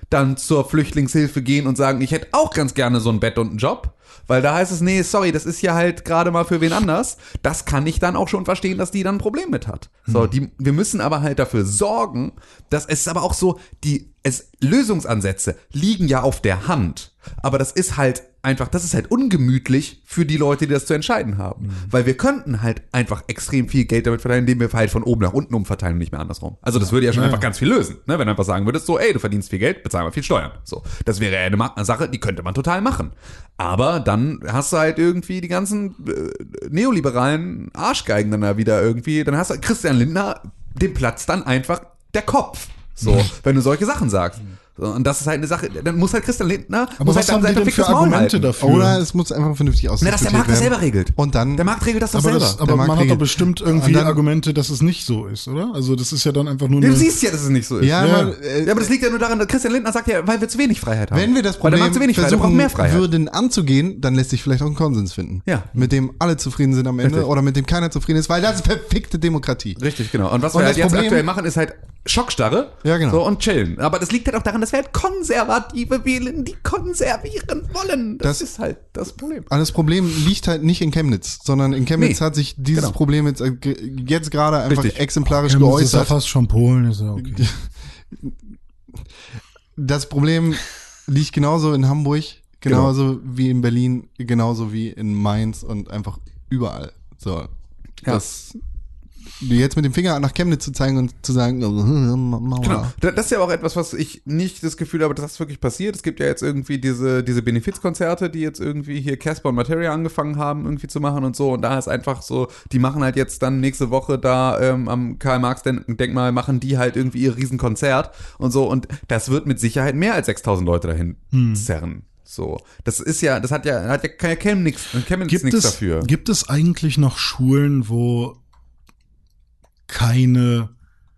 dann zur Flüchtlingshilfe gehen und sagen, ich hätte auch ganz gerne so ein Bett und einen Job. Weil da heißt es, nee, sorry, das ist ja halt gerade mal für wen anders. Das kann ich dann auch schon verstehen, dass die dann ein Problem mit hat. So, die, wir müssen aber halt dafür sorgen, dass es aber auch so, die, es, Lösungsansätze liegen ja auf der Hand. Aber das ist halt einfach, das ist halt ungemütlich für die Leute, die das zu entscheiden haben. Mhm. Weil wir könnten halt einfach extrem viel Geld damit verteilen, indem wir halt von oben nach unten umverteilen und nicht mehr andersrum. Also das würde ja schon ja. einfach ganz viel lösen, ne? Wenn du einfach sagen würdest, so, ey, du verdienst viel Geld, bezahl mal viel Steuern. So, das wäre ja eine, Ma- eine Sache, die könnte man total machen. Aber dann hast du halt irgendwie die ganzen äh, neoliberalen Arschgeigen dann da wieder irgendwie, dann hast du Christian Lindner, dem platzt dann einfach der Kopf. So, mhm. wenn du solche Sachen sagst. So, und das ist halt eine Sache, dann muss halt Christian Lindner aber muss was halt haben die denn für Argumente dafür? Oder es muss einfach vernünftig aussehen. Na, dass der Markt das selber regelt. Und dann, der Markt regelt das doch aber selber. Das, aber man hat regelt. doch bestimmt irgendwie dann, Argumente, dass es nicht so ist, oder? Also das ist ja dann einfach nur Du eine... siehst ja, dass es nicht so ist. Ja, Ja. Aber, äh, Ja, aber das liegt ja nur daran, dass Christian Lindner sagt ja, weil wir zu wenig Freiheit haben. wenn wir das weil Problem der Markt zu wenig Freiheit, der braucht versuchen mehr Freiheit. würden anzugehen, dann lässt sich vielleicht auch ein Konsens finden. Ja. Mit dem alle zufrieden sind am Ende Richtig. oder mit dem keiner zufrieden ist, weil das ist perfekte Demokratie. Richtig, genau. Und was Und wir das halt jetzt Problem- aktuell machen, ist halt Schockstarre. Ja, genau. So, und chillen. Aber das liegt halt auch daran, dass wir halt Konservative wählen, die konservieren wollen. Das, Das- ist halt das Problem. Aber das Problem liegt halt nicht in Chemnitz, sondern in Chemnitz Nee. hat sich dieses Genau. Problem jetzt, äh, ge- jetzt gerade einfach Richtig. exemplarisch Ja, das ist ja geäußert. fast schon Polen, ist ja okay. Das Problem liegt genauso in Hamburg, genauso wie in Berlin, genauso wie in Mainz und einfach überall. So, das jetzt mit dem Finger nach Chemnitz zu zeigen und zu sagen, Mauer. Genau. Da- Das ist ja auch etwas, was ich nicht das Gefühl habe, dass das wirklich passiert. Es gibt ja jetzt irgendwie diese, diese Benefizkonzerte, die jetzt irgendwie hier Casper und Materia angefangen haben, irgendwie zu machen und so. Und da ist einfach so, die machen halt jetzt dann nächste Woche da ähm, am Karl-Marx-Denkmal, machen die halt irgendwie ihr Riesenkonzert und so. Und das wird mit Sicherheit mehr als sechstausend Leute dahin Hm. zerren. So, das ist ja, das hat ja, hat ja kein Chemnitz Gibt nichts es, dafür. gibt es eigentlich noch Schulen, wo keine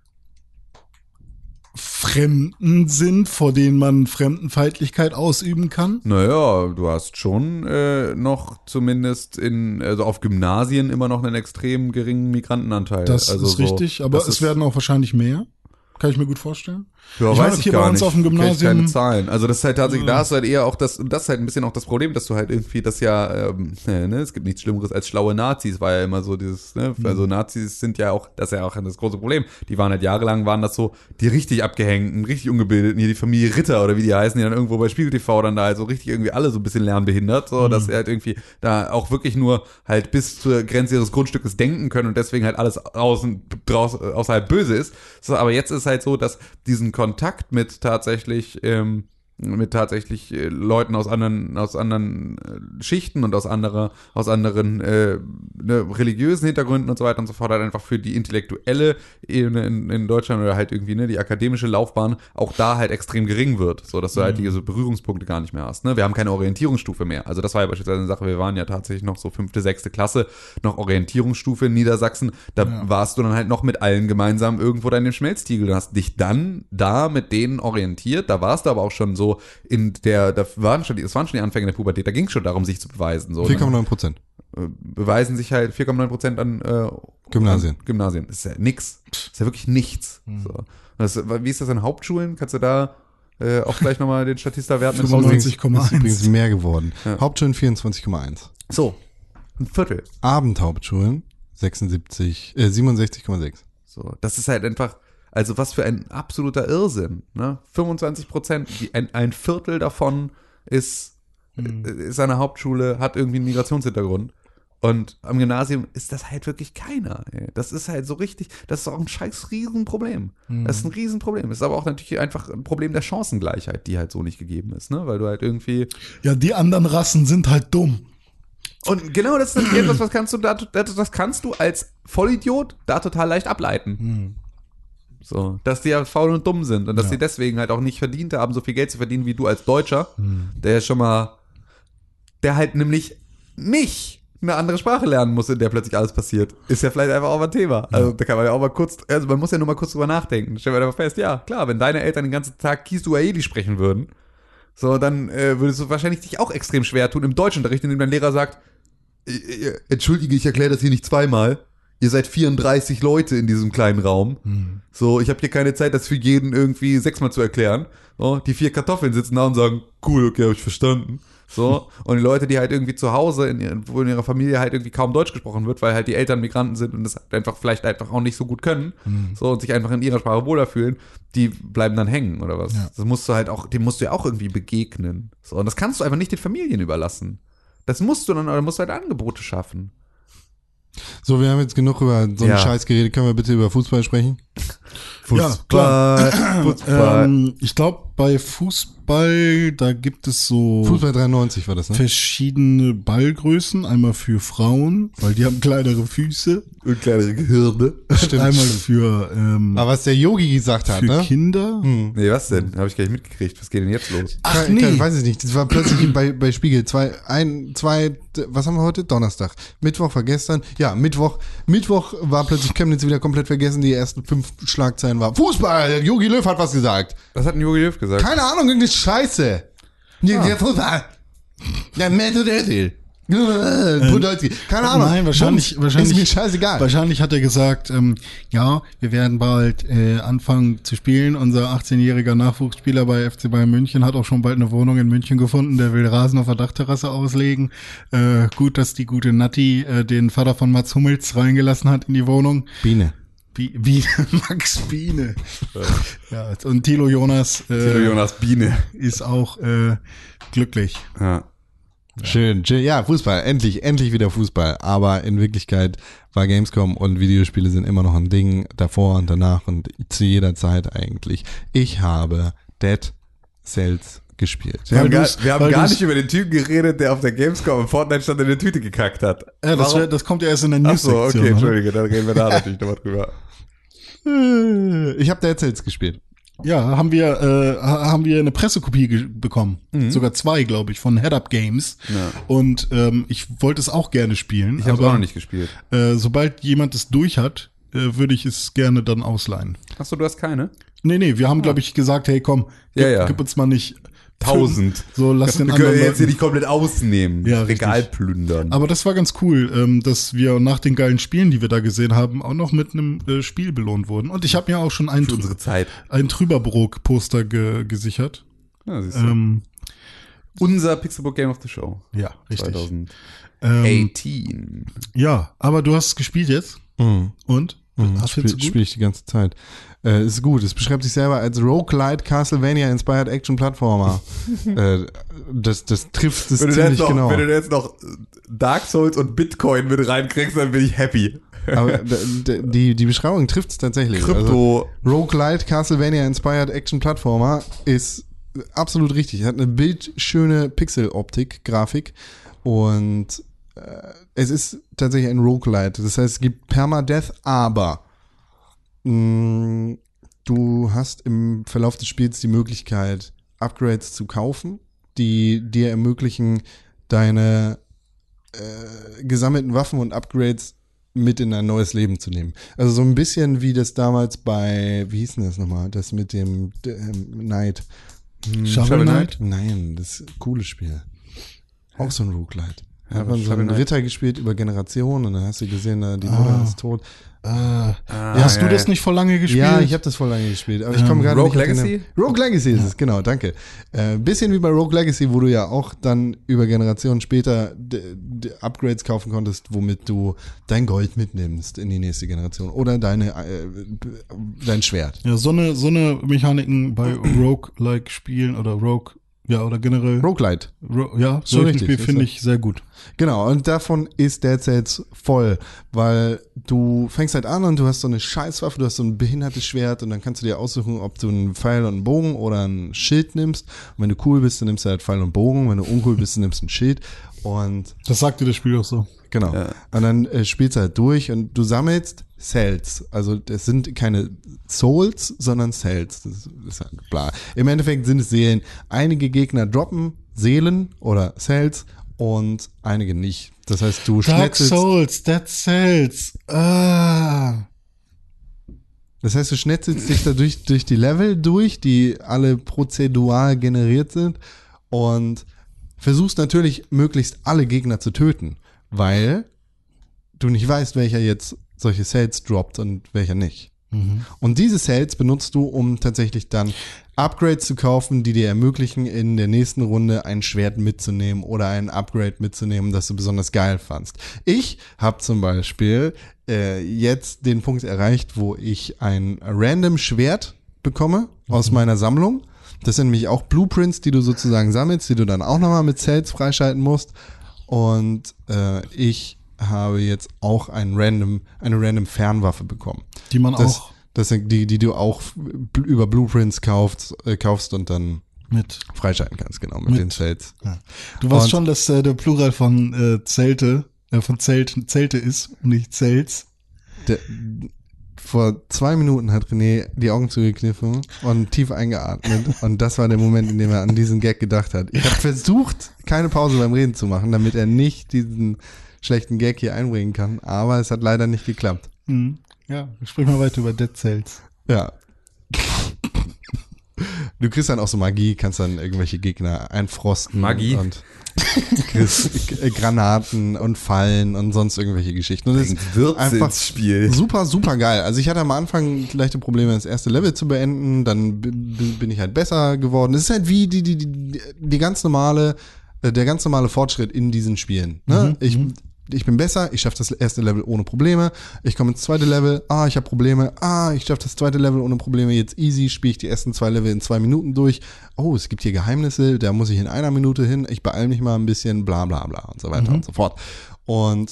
Fremden sind, vor denen man Fremdenfeindlichkeit ausüben kann? Naja, du hast schon äh, noch zumindest in, also auf Gymnasien immer noch einen extrem geringen Migrantenanteil. Das also ist so, richtig, aber das es ist, werden auch wahrscheinlich mehr. Kann ich mir gut vorstellen. Ja, ich weiß meine, ich hier gar bei uns nicht. auf dem Kenn ich Gymnasium- keine Zahlen. Also das ist halt tatsächlich, Ja. da hast du halt eher auch das, und das ist halt ein bisschen auch das Problem, dass du halt irgendwie das ja, ähm, ne, es gibt nichts Schlimmeres als schlaue Nazis, war ja immer so dieses, ne, also Nazis sind ja auch, das ist ja auch das große Problem. Die waren halt jahrelang, waren das so, die richtig abgehängten, richtig ungebildeten, hier die Familie Ritter oder wie die heißen, die dann irgendwo bei Spiegel T V dann da halt so richtig irgendwie alle so ein bisschen lernbehindert, so, dass sie halt irgendwie da auch wirklich nur halt bis zur Grenze ihres Grundstückes denken können und deswegen halt alles außen, draus, außerhalb böse ist. So, aber jetzt ist halt so, dass diesen Kontakt mit tatsächlich ähm, mit tatsächlich äh, Leuten aus anderen aus anderen äh, Schichten und aus anderer aus anderen äh, ne, religiösen Hintergründen und so weiter und so fort halt einfach für die intellektuelle Ebene in, in Deutschland oder halt irgendwie ne die akademische Laufbahn auch da halt extrem gering wird, so dass du halt diese Berührungspunkte gar nicht mehr hast. Ne? Wir haben keine Orientierungsstufe mehr. Also das war ja beispielsweise eine Sache. Wir waren ja tatsächlich noch so fünfte, sechste Klasse noch Orientierungsstufe in Niedersachsen. Da Ja. warst du dann halt noch mit allen gemeinsam irgendwo da in dem Schmelztiegel. Du hast dich dann da mit denen orientiert. Da warst du aber auch schon so in der, da waren schon die, das waren schon die Anfänge der Pubertät, da ging es schon darum, sich zu beweisen. So, vier Komma ne? neun Prozent. Äh, Beweisen sich halt vier Komma neun Prozent an äh, Gymnasien. An Gymnasien. Das ist ja nix. Das ist ja wirklich nichts. So. Das, wie ist das in Hauptschulen? Kannst du da äh, auch gleich nochmal den Statista-Wert mit fünfundneunzig Komma Das ist übrigens eins. mehr geworden. Ja. Hauptschulen vierundzwanzig Komma eins. So, ein Viertel. Abendhauptschulen sechsundsiebzig, äh, siebenundsechzig Komma sechs. So, das ist halt einfach, also was für ein absoluter Irrsinn. Ne? fünfundzwanzig Prozent, die, ein, ein Viertel davon ist, Hm. ist eine Hauptschule, hat irgendwie einen Migrationshintergrund. Und am Gymnasium ist das halt wirklich keiner. Ey. Das ist halt so richtig, das ist auch ein scheiß Riesenproblem. Hm. Das ist ein Riesenproblem. Das ist aber auch natürlich einfach ein Problem der Chancengleichheit, die halt so nicht gegeben ist, ne? Weil du halt irgendwie. Ja, die anderen Rassen sind halt dumm. Und genau das ist natürlich etwas, was kannst du da, das, das kannst du als Vollidiot da total leicht ableiten. Hm. So, dass die ja faul und dumm sind und dass Ja. die deswegen halt auch nicht verdient haben, so viel Geld zu verdienen wie du als Deutscher, Hm. der schon mal, der halt nämlich nicht eine andere Sprache lernen muss, in der plötzlich alles passiert. Ist ja vielleicht einfach auch mal ein Thema. Also da kann man ja auch mal kurz, also man muss ja nur mal kurz drüber nachdenken. Stell dir einfach fest, ja, klar, wenn deine Eltern den ganzen Tag Kiswahili sprechen würden, so, dann äh, würdest du wahrscheinlich dich auch extrem schwer tun im Deutschunterricht, indem dein Lehrer sagt, äh, äh, entschuldige, ich erkläre das hier nicht zweimal. ihr seid vierunddreißig Leute in diesem kleinen Raum. Hm. So, ich habe hier keine Zeit, das für jeden irgendwie sechsmal zu erklären. So, die vier Kartoffeln sitzen da und sagen, cool, okay, habe ich verstanden. So, und die Leute, die halt irgendwie zu Hause, in, ihren, wo in ihrer Familie halt irgendwie kaum Deutsch gesprochen wird, weil halt die Eltern Migranten sind und das halt einfach vielleicht einfach auch nicht so gut können, Hm. so, und sich einfach in ihrer Sprache wohler fühlen, die bleiben dann hängen, oder was? Ja. Das musst du halt auch, dem musst du ja auch irgendwie begegnen. So, und das kannst du einfach nicht den Familien überlassen. Das musst du dann, oder musst du halt Angebote schaffen. So, wir haben jetzt genug über so einen Ja. Scheiß geredet. Können wir bitte über Fußball sprechen? Ja, klar. Fußball. Ähm, ich glaube, bei Fußball, da gibt es so Fußball dreiundneunzig war das, ne? verschiedene Ballgrößen. Einmal für Frauen, weil die haben kleinere Füße. Und kleinere Gehirne. Stimmt. Einmal für, ähm, Aber was der Yogi gesagt hat, für ne? Kinder. Hm. Nee, was denn? Habe ich gar nicht mitgekriegt. Was geht denn jetzt los? Ach Kein- nee. kein- weiß ich nicht. Das war plötzlich bei, bei Spiegel. Zwei, ein, zwei, was haben wir heute? Donnerstag. Mittwoch war gestern. Ja, Mittwoch. Mittwoch war plötzlich Chemnitz wieder komplett vergessen. Die ersten fünf Schlagzeilen war Fußball. Jogi Löw hat was gesagt. Was hat denn Jogi Löw gesagt? Keine Ahnung, irgendeine Scheiße. Ja, der Fußball. Der Mental Özil. Podolski. Keine Ahnung. Nein, wahrscheinlich, Bums. wahrscheinlich. Ist mir scheißegal. Wahrscheinlich hat er gesagt, ähm, ja, wir werden bald äh, anfangen zu spielen. Unser achtzehnjähriger Nachwuchsspieler bei F C Bayern München hat auch schon bald eine Wohnung in München gefunden. Der will Rasen auf der Dachterrasse auslegen. Äh, gut, dass die gute Natti äh, den Vater von Mats Hummels reingelassen hat in die Wohnung. Biene. Bi Biene, Max Biene. Ja, und Thilo Jonas, äh, Tilo Jonas Biene. ist auch äh, glücklich. Ja. Schön, schön. Ja, Fußball. Endlich, endlich wieder Fußball. Aber in Wirklichkeit war Gamescom und Videospiele sind immer noch ein Ding davor und danach und zu jeder Zeit eigentlich. Ich habe Dead Cells gespielt. Wir haben, Weil gar, du's- wir haben weil gar du's- nicht über den Typen geredet, der auf der Gamescom im Fortnite stand und in der Tüte gekackt hat. Ja, das, Warum? wär, das kommt ja erst in der Ach so, News-Sektion. okay, oder? Entschuldige, dann reden wir da natürlich nochmal drüber. Ich habe Dead Cells gespielt. Ja, haben wir, äh, ha- haben wir eine Pressekopie ge- bekommen. Sogar zwei, glaube ich, von Head Up Games. Ja. Und ähm, ich wollte es auch gerne spielen. Ich habe aber auch noch nicht gespielt. Äh, sobald jemand es durch hat, äh, würde ich es gerne dann ausleihen. Achso, du hast keine? Nee, nee, wir haben, glaube ich, gesagt, hey, komm, gib, Ja, ja. gib uns mal nicht Tausend. So, lass den Wir anderen können jetzt hier Leuten. nicht komplett ausnehmen. Ja, richtig. Regal plündern. Aber das war ganz cool, ähm, dass wir nach den geilen Spielen, die wir da gesehen haben, auch noch mit einem äh, Spiel belohnt wurden. Und ich habe mir auch schon ein, Für unsere Zeit. ein Trüberbrook-Poster ge gesichert. Ja, siehst du. Ähm, Unser Pixelbook Game of the Show. ja, richtig. zwanzig Ähm, achtzehn. ja, aber du hast es gespielt jetzt. Mhm. Und? Mhm, Hast du jetzt Spiele so gut? spiel ich die ganze Zeit. Äh, ist gut. Es beschreibt sich selber als Roguelite Castlevania Inspired Action Plattformer. äh, das, das trifft es Wenn du, da ziemlich jetzt noch, genau. wenn du da jetzt noch Dark Souls und Bitcoin mit reinkriegst, dann bin ich happy. Aber d- d- die, die Beschreibung trifft es tatsächlich. Also, Krypto. Roguelite Castlevania Inspired Action Plattformer ist absolut richtig. Hat eine bildschöne Pixel-Optik, Grafik und äh, es ist tatsächlich ein Roguelite. Das heißt, es gibt Permadeath, aber mh, du hast im Verlauf des Spiels die Möglichkeit, Upgrades zu kaufen, die dir ermöglichen, deine äh, gesammelten Waffen und Upgrades mit in ein neues Leben zu nehmen. Also so ein bisschen wie das damals bei, wie hieß denn das nochmal, das mit dem ähm, Knight. Hm, Shovel Knight? Nein, das coole Spiel. Auch so ein Roguelite. Da Ja, hat man so Shovel einen Knight. Ritter gespielt über Generationen und dann hast du gesehen, na, die Mutter Ah. ist tot. Ah, Ah, hast ja, du das ja. nicht vor lange gespielt? Ja, ich habe das voll lange gespielt, aber ich Ähm, komme gerade Rogue nicht auf den Legacy? Namen. Rogue Legacy ist es, genau, danke. Äh, bisschen wie bei Rogue Legacy, wo du ja auch dann über Generationen später d- d- Upgrades kaufen konntest, womit du dein Gold mitnimmst in die nächste Generation oder deine äh, dein Schwert. Ja, so eine, so eine Mechaniken bei Rogue-like-Spielen oder Rogue, ja, oder generell. Roguelite. Ro ja, Schon solchen richtig, Spiel ist finde das. ich sehr gut. Genau, und davon ist Dead Cells voll, weil du fängst halt an und du hast so eine Scheißwaffe, du hast so ein behindertes Schwert und dann kannst du dir aussuchen, ob du einen Pfeil und einen Bogen oder ein Schild nimmst. Und wenn du cool bist, dann nimmst du halt Pfeil und Bogen, wenn du uncool bist, dann nimmst du ein Schild und Das sagt dir das Spiel auch so. genau. Ja. Und dann äh, spielst du halt durch und du sammelst Cells. Also das sind keine Souls, sondern Cells. Das ist halt bla. Im Endeffekt sind es Seelen. Einige Gegner droppen Seelen oder Cells und einige nicht. Das heißt, du Dark schnetzelst, Souls, Dead Cells. Ah. das heißt, du schnetzelst dich da durch, durch die Level durch, die alle prozedural generiert sind und versuchst natürlich möglichst alle Gegner zu töten, weil du nicht weißt, welcher jetzt solche Sales droppt und welcher nicht. Mhm. Und diese Sales benutzt du, um tatsächlich dann Upgrades zu kaufen, die dir ermöglichen, in der nächsten Runde ein Schwert mitzunehmen oder ein Upgrade mitzunehmen, das du besonders geil fandst. Ich habe zum Beispiel äh, jetzt den Punkt erreicht, wo ich ein random Schwert bekomme aus meiner Sammlung. Das sind nämlich auch Blueprints, die du sozusagen sammelst, die du dann auch nochmal mit Sales freischalten musst. Und äh, ich habe jetzt auch ein random, eine random Fernwaffe bekommen. Die man Das, auch das sind die, die du auch bl- über Blueprints kaufst, äh, kaufst und dann mit. freischalten kannst, genau, mit, Mit. den Sales. Ja. Du weißt Und- schon, dass äh, der Plural von äh, Zelte, äh, von Zelt, Zelte ist und nicht Zelts. Der, vor zwei Minuten hat René die Augen zugekniffen und tief eingeatmet und das war der Moment, in dem er an diesen Gag gedacht hat. Ich habe versucht, keine Pause beim Reden zu machen, damit er nicht diesen schlechten Gag hier einbringen kann, aber es hat leider nicht geklappt. Mhm. Ja, sprich mal weiter über Dead Cells. Ja. Du kriegst dann auch so Magie, kannst dann irgendwelche Gegner einfrosten. Magie? Und kriegst G- Granaten und Fallen und sonst irgendwelche Geschichten. Und das ist Würze einfach ins Spiel. super, super geil. Also ich hatte am Anfang leichte Probleme, das erste Level zu beenden, dann b- b- bin ich halt besser geworden. Es ist halt wie die, die, die, die ganz normale, äh, der ganz normale Fortschritt in diesen Spielen. Ne? Ich, ich bin besser, ich schaffe das erste Level ohne Probleme, ich komme ins zweite Level, ah, ich habe Probleme, ah, ich schaffe das zweite Level ohne Probleme, jetzt easy, spiele ich die ersten zwei Level in zwei Minuten durch, oh, es gibt hier Geheimnisse, da muss ich in einer Minute hin, ich beeile mich mal ein bisschen, bla bla bla und so weiter und so fort. Und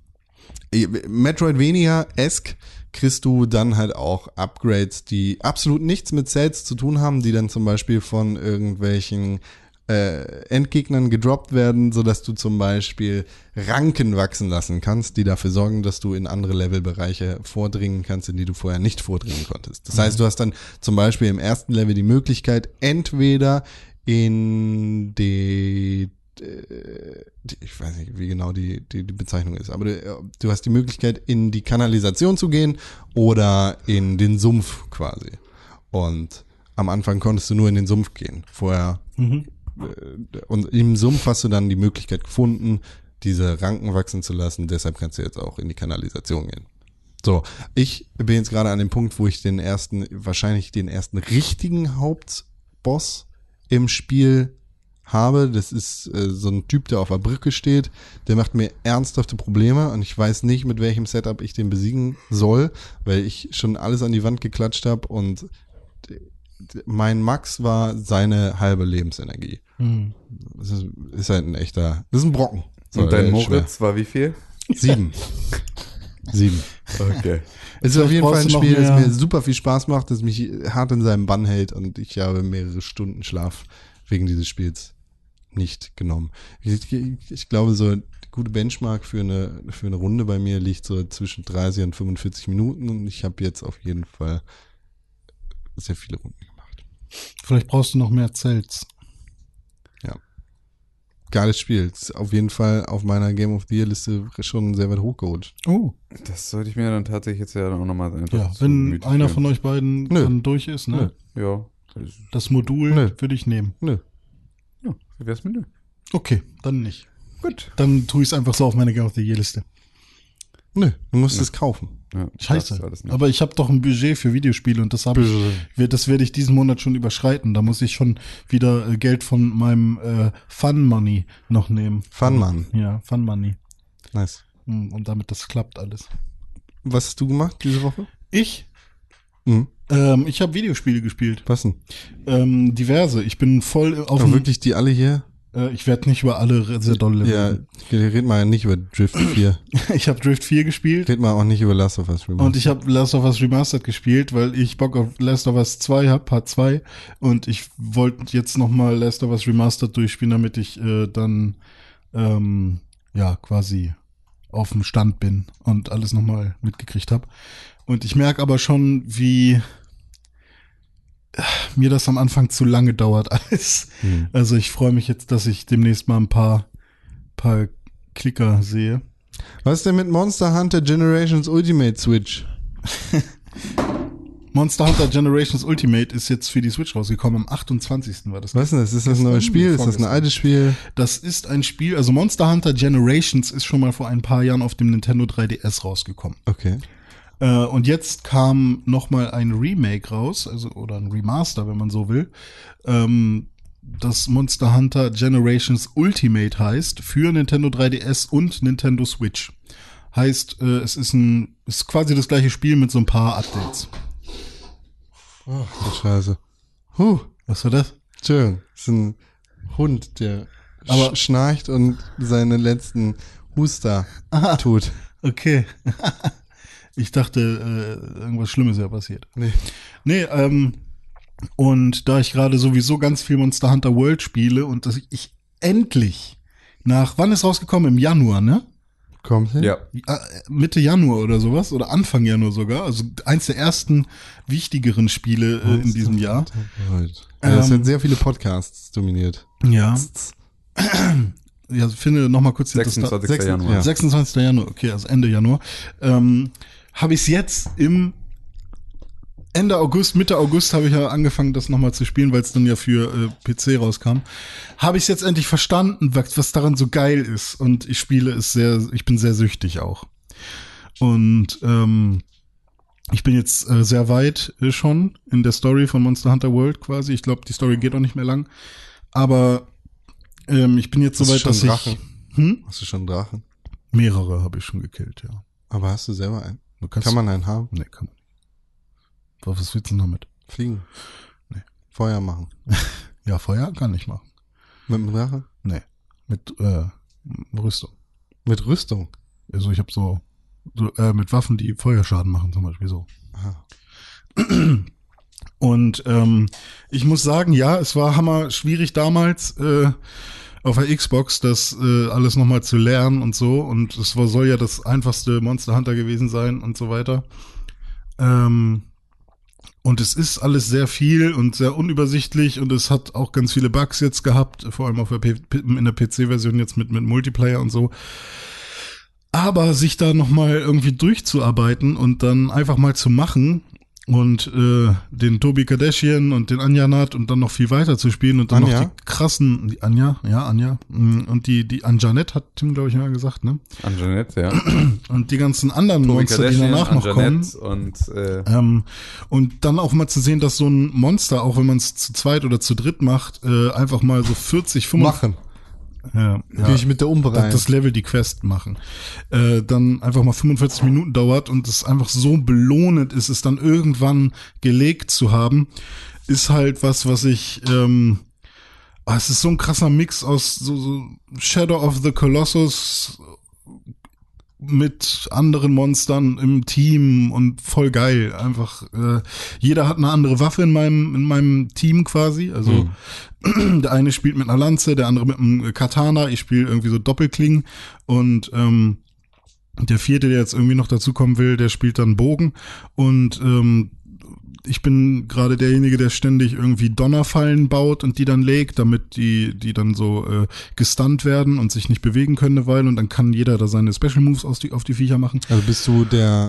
Metroidvania-esque kriegst du dann halt auch Upgrades, die absolut nichts mit Sales zu tun haben, die dann zum Beispiel von irgendwelchen äh, Endgegnern gedroppt werden, sodass du zum Beispiel Ranken wachsen lassen kannst, die dafür sorgen, dass du in andere Levelbereiche vordringen kannst, in die du vorher nicht vordringen konntest. Das heißt, du hast dann zum Beispiel im ersten Level die Möglichkeit, entweder in die Die, ich weiß nicht, wie genau die, die, die Bezeichnung ist, aber du, du hast die Möglichkeit, in die Kanalisation zu gehen oder in den Sumpf quasi. Und am Anfang konntest du nur in den Sumpf gehen. Vorher, Mhm. äh, und im Sumpf hast du dann die Möglichkeit gefunden, diese Ranken wachsen zu lassen. Deshalb kannst du jetzt auch in die Kanalisation gehen. So, ich bin jetzt gerade an dem Punkt, wo ich den ersten, wahrscheinlich den ersten richtigen Hauptboss im Spiel habe. Das ist äh, so ein Typ, der auf der Brücke steht. Der macht mir ernsthafte Probleme und ich weiß nicht, mit welchem Setup ich den besiegen soll, weil ich schon alles an die Wand geklatscht habe und d- d- mein Max war seine halbe Lebensenergie. Mhm. Das ist, ist halt ein echter, das ist ein Brocken. So, Und dein der ist schwer. Moritz war wie viel? Sieben. Sieben. Okay. Es ist auf jeden Fall ein brauchst du noch Spiel, das mehr- mir super viel Spaß macht, das mich hart in seinem Bann hält und ich habe mehrere Stunden Schlaf wegen dieses Spiels nicht genommen. Ich, ich, ich glaube, so die gute Benchmark für eine, für eine Runde bei mir liegt so zwischen dreißig und fünfundvierzig Minuten und ich habe jetzt auf jeden Fall sehr viele Runden gemacht. Vielleicht brauchst du noch mehr Zelts. Geiles Spiel. Ist auf jeden Fall auf meiner Game of the Year Liste schon sehr weit hochgerutscht. Oh. Das sollte ich mir dann tatsächlich jetzt ja auch nochmal einfach Ja, zu wenn Gemüte einer führen. von euch beiden Nö. dann durch ist, ne? Ja. Das Modul Nö. würde ich nehmen. Nö. Ja, wie wär's mit dir? Okay, dann nicht. Gut. Dann tue ich es einfach so auf meine Game of the Year Liste. Nö, du musst Ja. es kaufen. Ja, das ist Scheiße. alles nicht. Aber ich habe doch ein Budget für Videospiele und das habe ich, wir- das werde ich diesen Monat schon überschreiten. Da muss ich schon wieder äh, Geld von meinem äh, Fun Money noch nehmen. Fun Mann. Ja, Fun Money. Nice. Mm, Und damit das klappt alles. Was hast du gemacht diese Woche? Ich? Mhm. Ähm, ich habe Videospiele gespielt. Was denn? Ähm, diverse. Ich bin voll auf Auch dem, wirklich die alle hier? äh, ich werde nicht über alle sehr doll Ja, reden. red mal nicht über Drift vier. Ich habe Drift vier gespielt. Red mal auch nicht über Last of Us Remastered. Und ich habe Last of Us Remastered gespielt, weil ich Bock auf Last of Us zwei habe, Part zwei. Und ich wollte jetzt nochmal Last of Us Remastered durchspielen, damit ich äh, dann ähm, ja quasi auf dem Stand bin und alles nochmal mitgekriegt habe. Und ich merke aber schon, wie äh, mir das am Anfang zu lange dauert alles. Hm. Also ich freue mich jetzt, dass ich demnächst mal ein paar, paar Klicker sehe. Was ist denn mit Monster Hunter Generations Ultimate Switch? Monster Hunter Generations Ultimate ist jetzt für die Switch rausgekommen. Am achtundzwanzigsten war das. Was ist denn das? Ist das ein Gestern? neues Spiel? Ist das ein Vorgestern. altes Spiel? Das ist ein Spiel, also Monster Hunter Generations ist schon mal vor ein paar Jahren auf dem Nintendo drei D S rausgekommen. Okay. Äh, und jetzt kam noch mal ein Remake raus, also oder ein Remaster, wenn man so will, ähm, das Monster Hunter Generations Ultimate heißt, für Nintendo drei D S und Nintendo Switch. Heißt, äh, es ist ein ist quasi das gleiche Spiel mit so ein paar Updates. Oh, so scheiße. Huh, Was war das? schön. Das ist ein Hund, der Aber- sch schnarcht und seine letzten Huster tut. Okay. Ich dachte, äh, irgendwas Schlimmes wäre passiert. Nee. Nee, ähm, und da ich gerade sowieso ganz viel Monster Hunter World spiele und dass ich endlich nach, wann ist rausgekommen? Im Januar, ne? Kommt hin? Ja. Äh, Mitte Januar oder sowas oder Anfang Januar sogar. Also eins der ersten wichtigeren Spiele äh, in diesem Jahr. Right. Ja, das Ähm, hat sehr viele Podcasts dominiert. Ja. Ja, finde noch mal kurz den sechsundzwanzigster Sechs- Januar. Ja. sechsundzwanzigster Januar, okay, also Ende Januar. Ähm, habe ich es jetzt im Ende August, Mitte August habe ich ja angefangen, das nochmal zu spielen, weil es dann ja für äh, P C rauskam. Habe ich es jetzt endlich verstanden, was, was daran so geil ist. Und ich spiele es sehr, ich bin sehr süchtig auch. Und ähm, ich bin jetzt äh, sehr weit äh, schon in der Story von Monster Hunter World quasi. Ich glaube, die Story geht auch nicht mehr lang. Aber ähm, ich bin jetzt Hast so du weit, schon dass Drachen? ich hm? Hast du schon einen Drachen? Mehrere habe ich schon gekillt, ja. Aber hast du selber einen? Du kannst, Kann man einen haben? Nee, kann man nicht. Was willst du denn damit? Fliegen? Nee. Feuer machen? Ja, Feuer kann ich machen. Mit dem Drachen? Nee, mit äh, Rüstung. Mit Rüstung? Also ich habe so, so äh, mit Waffen, die Feuerschaden machen zum Beispiel so. Aha. Und ähm, ich muss sagen, ja, es war hammer schwierig damals äh, auf der Xbox, das äh, alles nochmal zu lernen und so. Und es war, soll ja das einfachste Monster Hunter gewesen sein und so weiter. Ähm, und es ist alles sehr viel und sehr unübersichtlich und es hat auch ganz viele Bugs jetzt gehabt, vor allem auf der P- in der P C-Version jetzt mit, mit Multiplayer und so. Aber sich da nochmal irgendwie durchzuarbeiten und dann einfach mal zu machen und äh, den Tobi Kardashian und den Anja Nath und dann noch viel weiter zu spielen und dann Anja? noch die krassen, die Anja, ja, Anja, mh, und die, die Anjanette hat Tim, glaube ich, mal gesagt, ne? Anjanette, ja. Und die ganzen anderen Tobi Monster, die Kardashian, danach noch kommen. Anjanette und äh, Ähm, und dann auch mal zu sehen, dass so ein Monster, auch wenn man es zu zweit oder zu dritt macht, äh, einfach mal so vierzig, fünfundfünfzig Machen. Ja, ja. Gehe ich mit der Umbe rein. das, das Level, die Quest machen, äh, dann einfach mal fünfundvierzig Minuten dauert und es einfach so belohnend ist, es dann irgendwann gelegt zu haben, ist halt was, was ich, ähm, ah, es ist so ein krasser Mix aus so, so Shadow of the Colossus mit anderen Monstern im Team und voll geil. Einfach, äh, jeder hat eine andere Waffe in meinem, in meinem Team quasi. Also der eine spielt mit einer Lanze, der andere mit einem Katana, ich spiele irgendwie so Doppelklingen und ähm, der vierte, der jetzt irgendwie noch dazukommen will, der spielt dann Bogen und ähm, ich bin gerade derjenige, der ständig irgendwie Donnerfallen baut und die dann legt, damit die die dann so äh, gestunt werden und sich nicht bewegen können eine Weile und dann kann jeder da seine Special Moves aus die, auf die Viecher machen. Also bist du der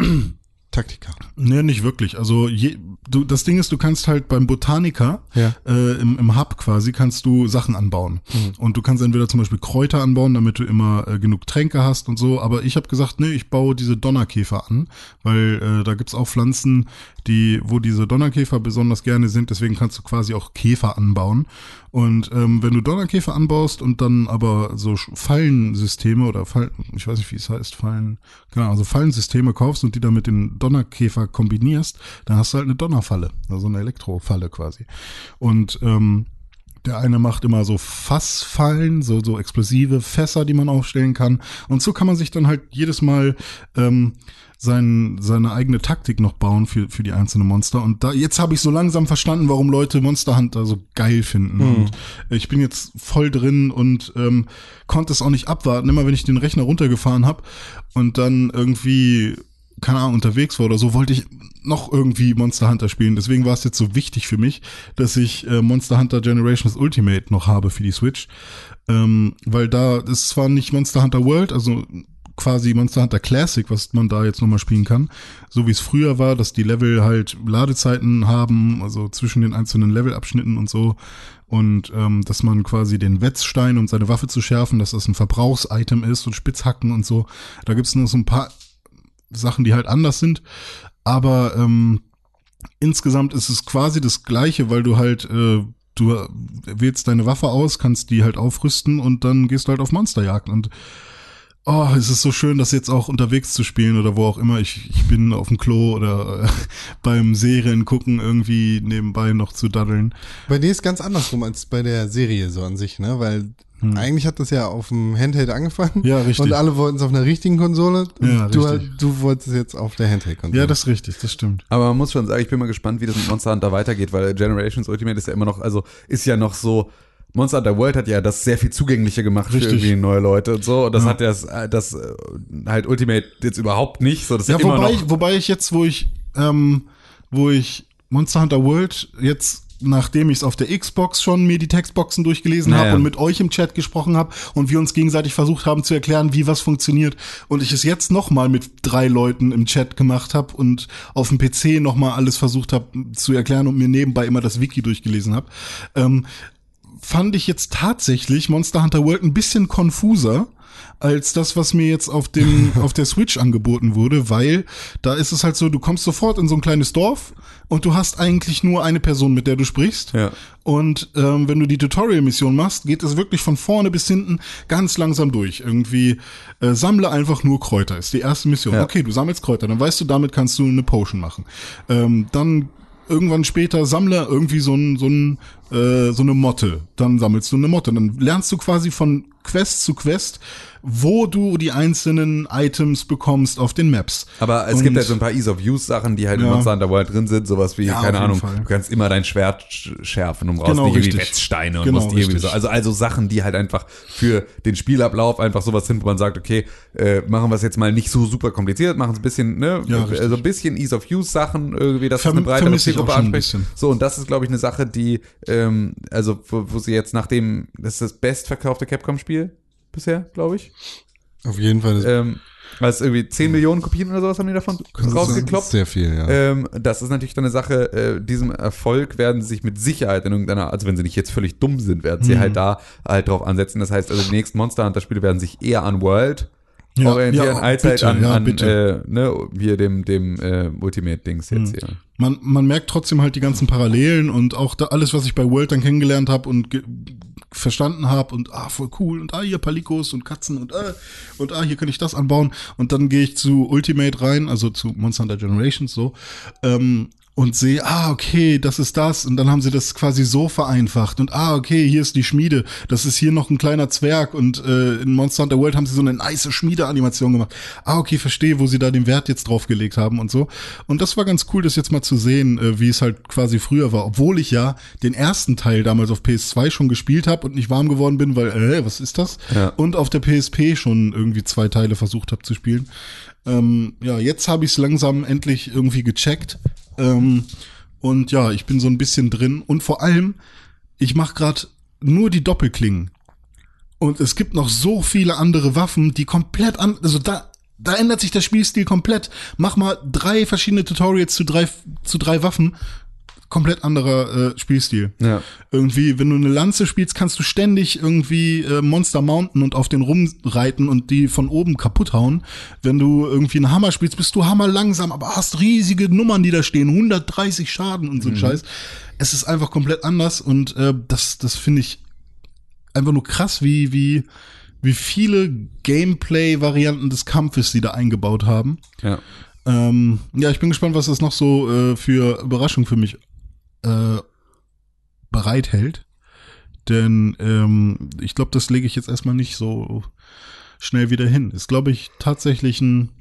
Taktiker. Nee, nicht wirklich. Also je, du, das Ding ist, du kannst halt beim Botaniker Ja. äh, im, im Hub quasi kannst du Sachen anbauen. Mhm. Und du kannst entweder zum Beispiel Kräuter anbauen, damit du immer äh, genug Tränke hast und so. Aber ich habe gesagt, nee, ich baue diese Donnerkäfer an, weil äh, da gibt's auch Pflanzen, die, wo diese Donnerkäfer besonders gerne sind. Deswegen kannst du quasi auch Käfer anbauen. Und ähm, wenn du Donnerkäfer anbaust und dann aber so Sch- Fallensysteme oder Fall, ich weiß nicht, wie es heißt, Fallen, genau, also Fallensysteme kaufst und die dann mit den Donnerkäfer kombinierst, dann hast du halt eine Donnerfalle, also eine Elektrofalle quasi. Und ähm, der eine macht immer so Fassfallen, so so explosive Fässer, die man aufstellen kann. Und so kann man sich dann halt jedes Mal ähm, sein, seine eigene Taktik noch bauen für für die einzelnen Monster. Und da jetzt habe ich so langsam verstanden, warum Leute Monster Hunter so geil finden. Mhm. Und ich bin jetzt voll drin und ähm, konnte es auch nicht abwarten. Immer wenn ich den Rechner runtergefahren habe und dann irgendwie keine Ahnung, unterwegs war oder so, wollte ich noch irgendwie Monster Hunter spielen. Deswegen war es jetzt so wichtig für mich, dass ich äh, Monster Hunter Generations Ultimate noch habe für die Switch. Ähm, weil da ist zwar nicht Monster Hunter World, also quasi Monster Hunter Classic, was man da jetzt nochmal spielen kann, so wie es früher war, dass die Level halt Ladezeiten haben, also zwischen den einzelnen Levelabschnitten und so. Und ähm, dass man quasi den Wetzstein und seine Waffe zu schärfen, dass das ein Verbrauchsitem ist und Spitzhacken und so. Da gibt's noch so ein paar Sachen, die halt anders sind. Aber ähm, insgesamt ist es quasi das Gleiche, weil du halt, äh, du wählst deine Waffe aus, kannst die halt aufrüsten und dann gehst du halt auf Monsterjagd. Und oh, es ist so schön, das jetzt auch unterwegs zu spielen oder wo auch immer. Ich, ich bin auf dem Klo oder äh, beim Serien gucken irgendwie nebenbei noch zu daddeln. Bei dir ist ganz andersrum als bei der Serie so an sich, ne? Weil hm. eigentlich hat das ja auf dem Handheld angefangen. Ja, richtig. Und alle wollten es auf einer richtigen Konsole. Und Ja, du, richtig. du wolltest es jetzt auf der Handheld-Konsole. Ja, das ist richtig, das stimmt. Aber man muss schon sagen, ich bin mal gespannt, wie das mit Monster Hunter weitergeht, weil Generations Ultimate ist ja immer noch, also ist ja noch so, Monster Hunter World hat ja das sehr viel zugänglicher gemacht Richtig. für irgendwie neue Leute und so. Und das Ja. hat das, das äh, halt Ultimate jetzt überhaupt nicht. So, das ist Ja, ja immer wobei, noch. ich, wobei ich jetzt, wo ich, ähm, wo ich Monster Hunter World jetzt, nachdem ich es auf der Xbox schon mir die Textboxen durchgelesen Naja. habe und mit euch im Chat gesprochen habe und wir uns gegenseitig versucht haben zu erklären, wie was funktioniert und ich es jetzt nochmal mit drei Leuten im Chat gemacht habe und auf dem P C nochmal alles versucht habe zu erklären und mir nebenbei immer das Wiki durchgelesen habe, ähm, fand ich jetzt tatsächlich Monster Hunter World ein bisschen konfuser als das, was mir jetzt auf dem auf der Switch angeboten wurde, weil da ist es halt so, du kommst sofort in so ein kleines Dorf und du hast eigentlich nur eine Person, mit der du sprichst. Ja. Und ähm, wenn du die Tutorial-Mission machst, geht es wirklich von vorne bis hinten ganz langsam durch. Irgendwie äh, sammle einfach nur Kräuter, ist die erste Mission. Ja. Okay, du sammelst Kräuter, dann weißt du, damit kannst du eine Potion machen. Ähm, dann irgendwann später sammle irgendwie so ein, so ein, äh, so eine Motte. Dann sammelst du eine Motte. Dann lernst du quasi von Quest zu Quest, wo du die einzelnen Items bekommst auf den Maps. Aber es Und- gibt halt so ein paar Ease-of-Use-Sachen, die halt in Ja. Monster Hunter World drin sind, sowas wie, Ja, auf keine jeden Ahnung, Fall. du kannst immer dein Schwert sch- schärfen und brauchst Genau, nicht irgendwie richtig. Wetzsteine und Genau, musst irgendwie richtig. so. Also, also Sachen, die halt einfach für den Spielablauf einfach sowas sind, wo man sagt, okay, äh, machen wir es jetzt mal nicht so super kompliziert, machen es ein bisschen, ne, Ja, äh, richtig. so ein bisschen Ease-of-Use-Sachen irgendwie, dass Verm- das eine breitere vermisse ich auch Zielgruppe schon ein anspricht. bisschen. So, und das ist, glaube ich, eine Sache, die, ähm, also, wo, wo sie jetzt nach dem, das ist das bestverkaufte Capcom-Spiel bisher, glaube ich. Auf jeden Fall. Das Ähm, weil es irgendwie zehn Millionen Kopien oder sowas haben die davon rausgekloppt. Sehr viel, ja. Ähm, das ist natürlich dann eine Sache, äh, diesem Erfolg werden sie sich mit Sicherheit in irgendeiner, also wenn sie nicht jetzt völlig dumm sind, werden sie Mhm. halt da halt drauf ansetzen. Das heißt, also die nächsten Monster Hunter Spiele werden sich eher an World Ja, orientieren, ja, als bitte, halt an, ja, an bitte. äh, ne, hier dem, dem äh, Ultimate-Dings jetzt Mhm. hier. Man, man merkt trotzdem halt die ganzen Parallelen und auch da alles, was ich bei World dann kennengelernt habe und ge- verstanden habe und ah, voll cool und ah, hier Palikos und Katzen und ah, und ah, hier kann ich das anbauen und dann gehe ich zu Ultimate rein, also zu Monster Hunter Generations so, ähm, und sehe, ah, okay, das ist das. Und dann haben sie das quasi so vereinfacht. Und ah, okay, hier ist die Schmiede. Das ist hier noch ein kleiner Zwerg. Und äh, in Monster Hunter World haben sie so eine nice Schmiedeanimation gemacht. Ah, okay, verstehe, wo sie da den Wert jetzt draufgelegt haben und so. Und das war ganz cool, das jetzt mal zu sehen, äh, wie es halt quasi früher war. Obwohl ich ja den ersten Teil damals auf P S zwei schon gespielt habe und nicht warm geworden bin, weil, äh, was ist das? Ja. Und auf der P S P schon irgendwie zwei Teile versucht habe zu spielen. Ähm, ja, jetzt habe ich es langsam endlich irgendwie gecheckt. Ähm, und ja, ich bin so ein bisschen drin. Und vor allem, ich mache gerade nur die Doppelklingen. Und es gibt noch so viele andere Waffen, die komplett an, also da, da ändert sich der Spielstil komplett. Mach mal drei verschiedene Tutorials zu drei, zu drei Waffen. Komplett anderer äh, Spielstil. Ja. Irgendwie, wenn du eine Lanze spielst, kannst du ständig irgendwie äh, Monster mounten und auf den rumreiten und die von oben kaputt hauen. Wenn du irgendwie einen Hammer spielst, bist du hammerlangsam, aber hast riesige Nummern, die da stehen, hundertdreißig Schaden und so ein Scheiß. Es ist einfach komplett anders und äh, das, das finde ich einfach nur krass, wie, wie, wie viele Gameplay-Varianten des Kampfes sie da eingebaut haben. Ja. Ähm, ja, ich bin gespannt, was das noch so äh, für Überraschung für mich äh, bereithält. Denn ähm, ich glaube, das lege ich jetzt erstmal nicht so schnell wieder hin. Ist, glaube ich, tatsächlich ein,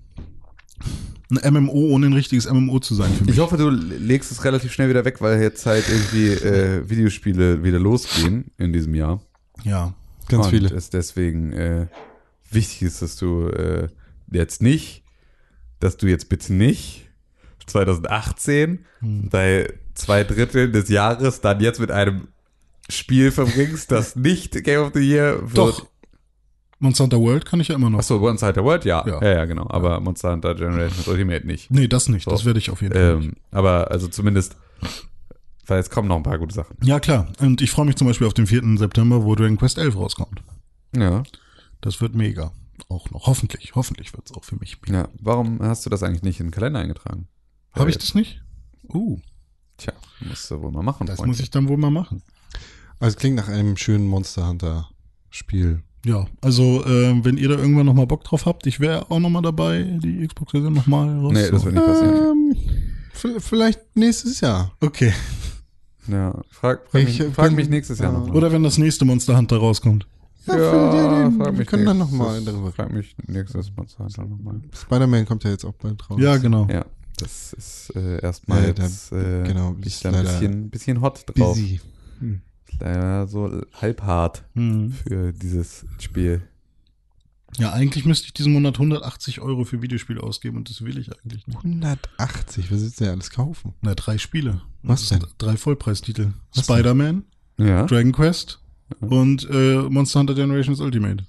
ein M M O, ohne ein richtiges M M O zu sein für mich. Ich hoffe, du legst es relativ schnell wieder weg, weil jetzt halt irgendwie äh, Videospiele wieder losgehen in diesem Jahr. Ja. Ganz und viele. es deswegen äh, wichtig ist, dass du äh, jetzt nicht, dass du jetzt bitte nicht zwanzig achtzehn Hm. bei zwei Drittel des Jahres dann jetzt mit einem Spiel verbringst, das nicht Game of the Year wird. Doch. Monster Hunter World kann ich ja immer noch. Achso, Monster Hunter World, ja. Ja. Ja, ja, genau. Aber Monster Hunter Generations Ultimate nicht. Nee, das nicht. So. Das werde ich auf jeden Fall nicht. Ähm, aber also zumindest, weil jetzt kommen noch ein paar gute Sachen. Ja, klar. Und ich freue mich zum Beispiel auf den vierten September, wo Dragon Quest elf rauskommt. Ja. Das wird mega. auch noch. Hoffentlich, hoffentlich wird's auch für mich. Ja, warum hast du das eigentlich nicht in den Kalender eingetragen? Habe ich das nicht? Uh, Tja, musst du wohl mal machen. das Freundchen. muss ich dann wohl mal machen. Also es klingt nach einem schönen Monster Hunter Spiel. Ja, also äh, wenn ihr da irgendwann nochmal Bock drauf habt, ich wäre auch nochmal dabei, die Xbox-Version nochmal raus. Nee, das wird nicht passieren. Ähm, v- vielleicht nächstes Jahr. Okay. Ja, frag, frag, Ich, mich, äh, frag bin- mich nächstes Jahr ja. nochmal. Oder wenn das nächste Monster Hunter rauskommt. Ja, für die, die, frag wir mich können dann nächstes- nochmal darüber reden. Frag mich nächstes Monster Hunter nochmal. Spider-Man kommt ja jetzt auch bald raus. Ja, genau. Ja, das ist äh, erstmal Ja, da- jetzt äh, genau, bin ist ich da ein leider bisschen, bisschen hot drauf. Busy. Hm. Ist leider so halb hart Hm. für dieses Spiel. Ja, eigentlich müsste ich diesen Monat hundertachtzig Euro für Videospiele ausgeben und das will ich eigentlich nicht. hundertachtzig, was willst du denn alles kaufen? Na, drei Spiele. Was Das sind denn? Drei Vollpreistitel. Was Spider-Man, Ja. Dragon Quest und äh, Monster Hunter Generations Ultimate.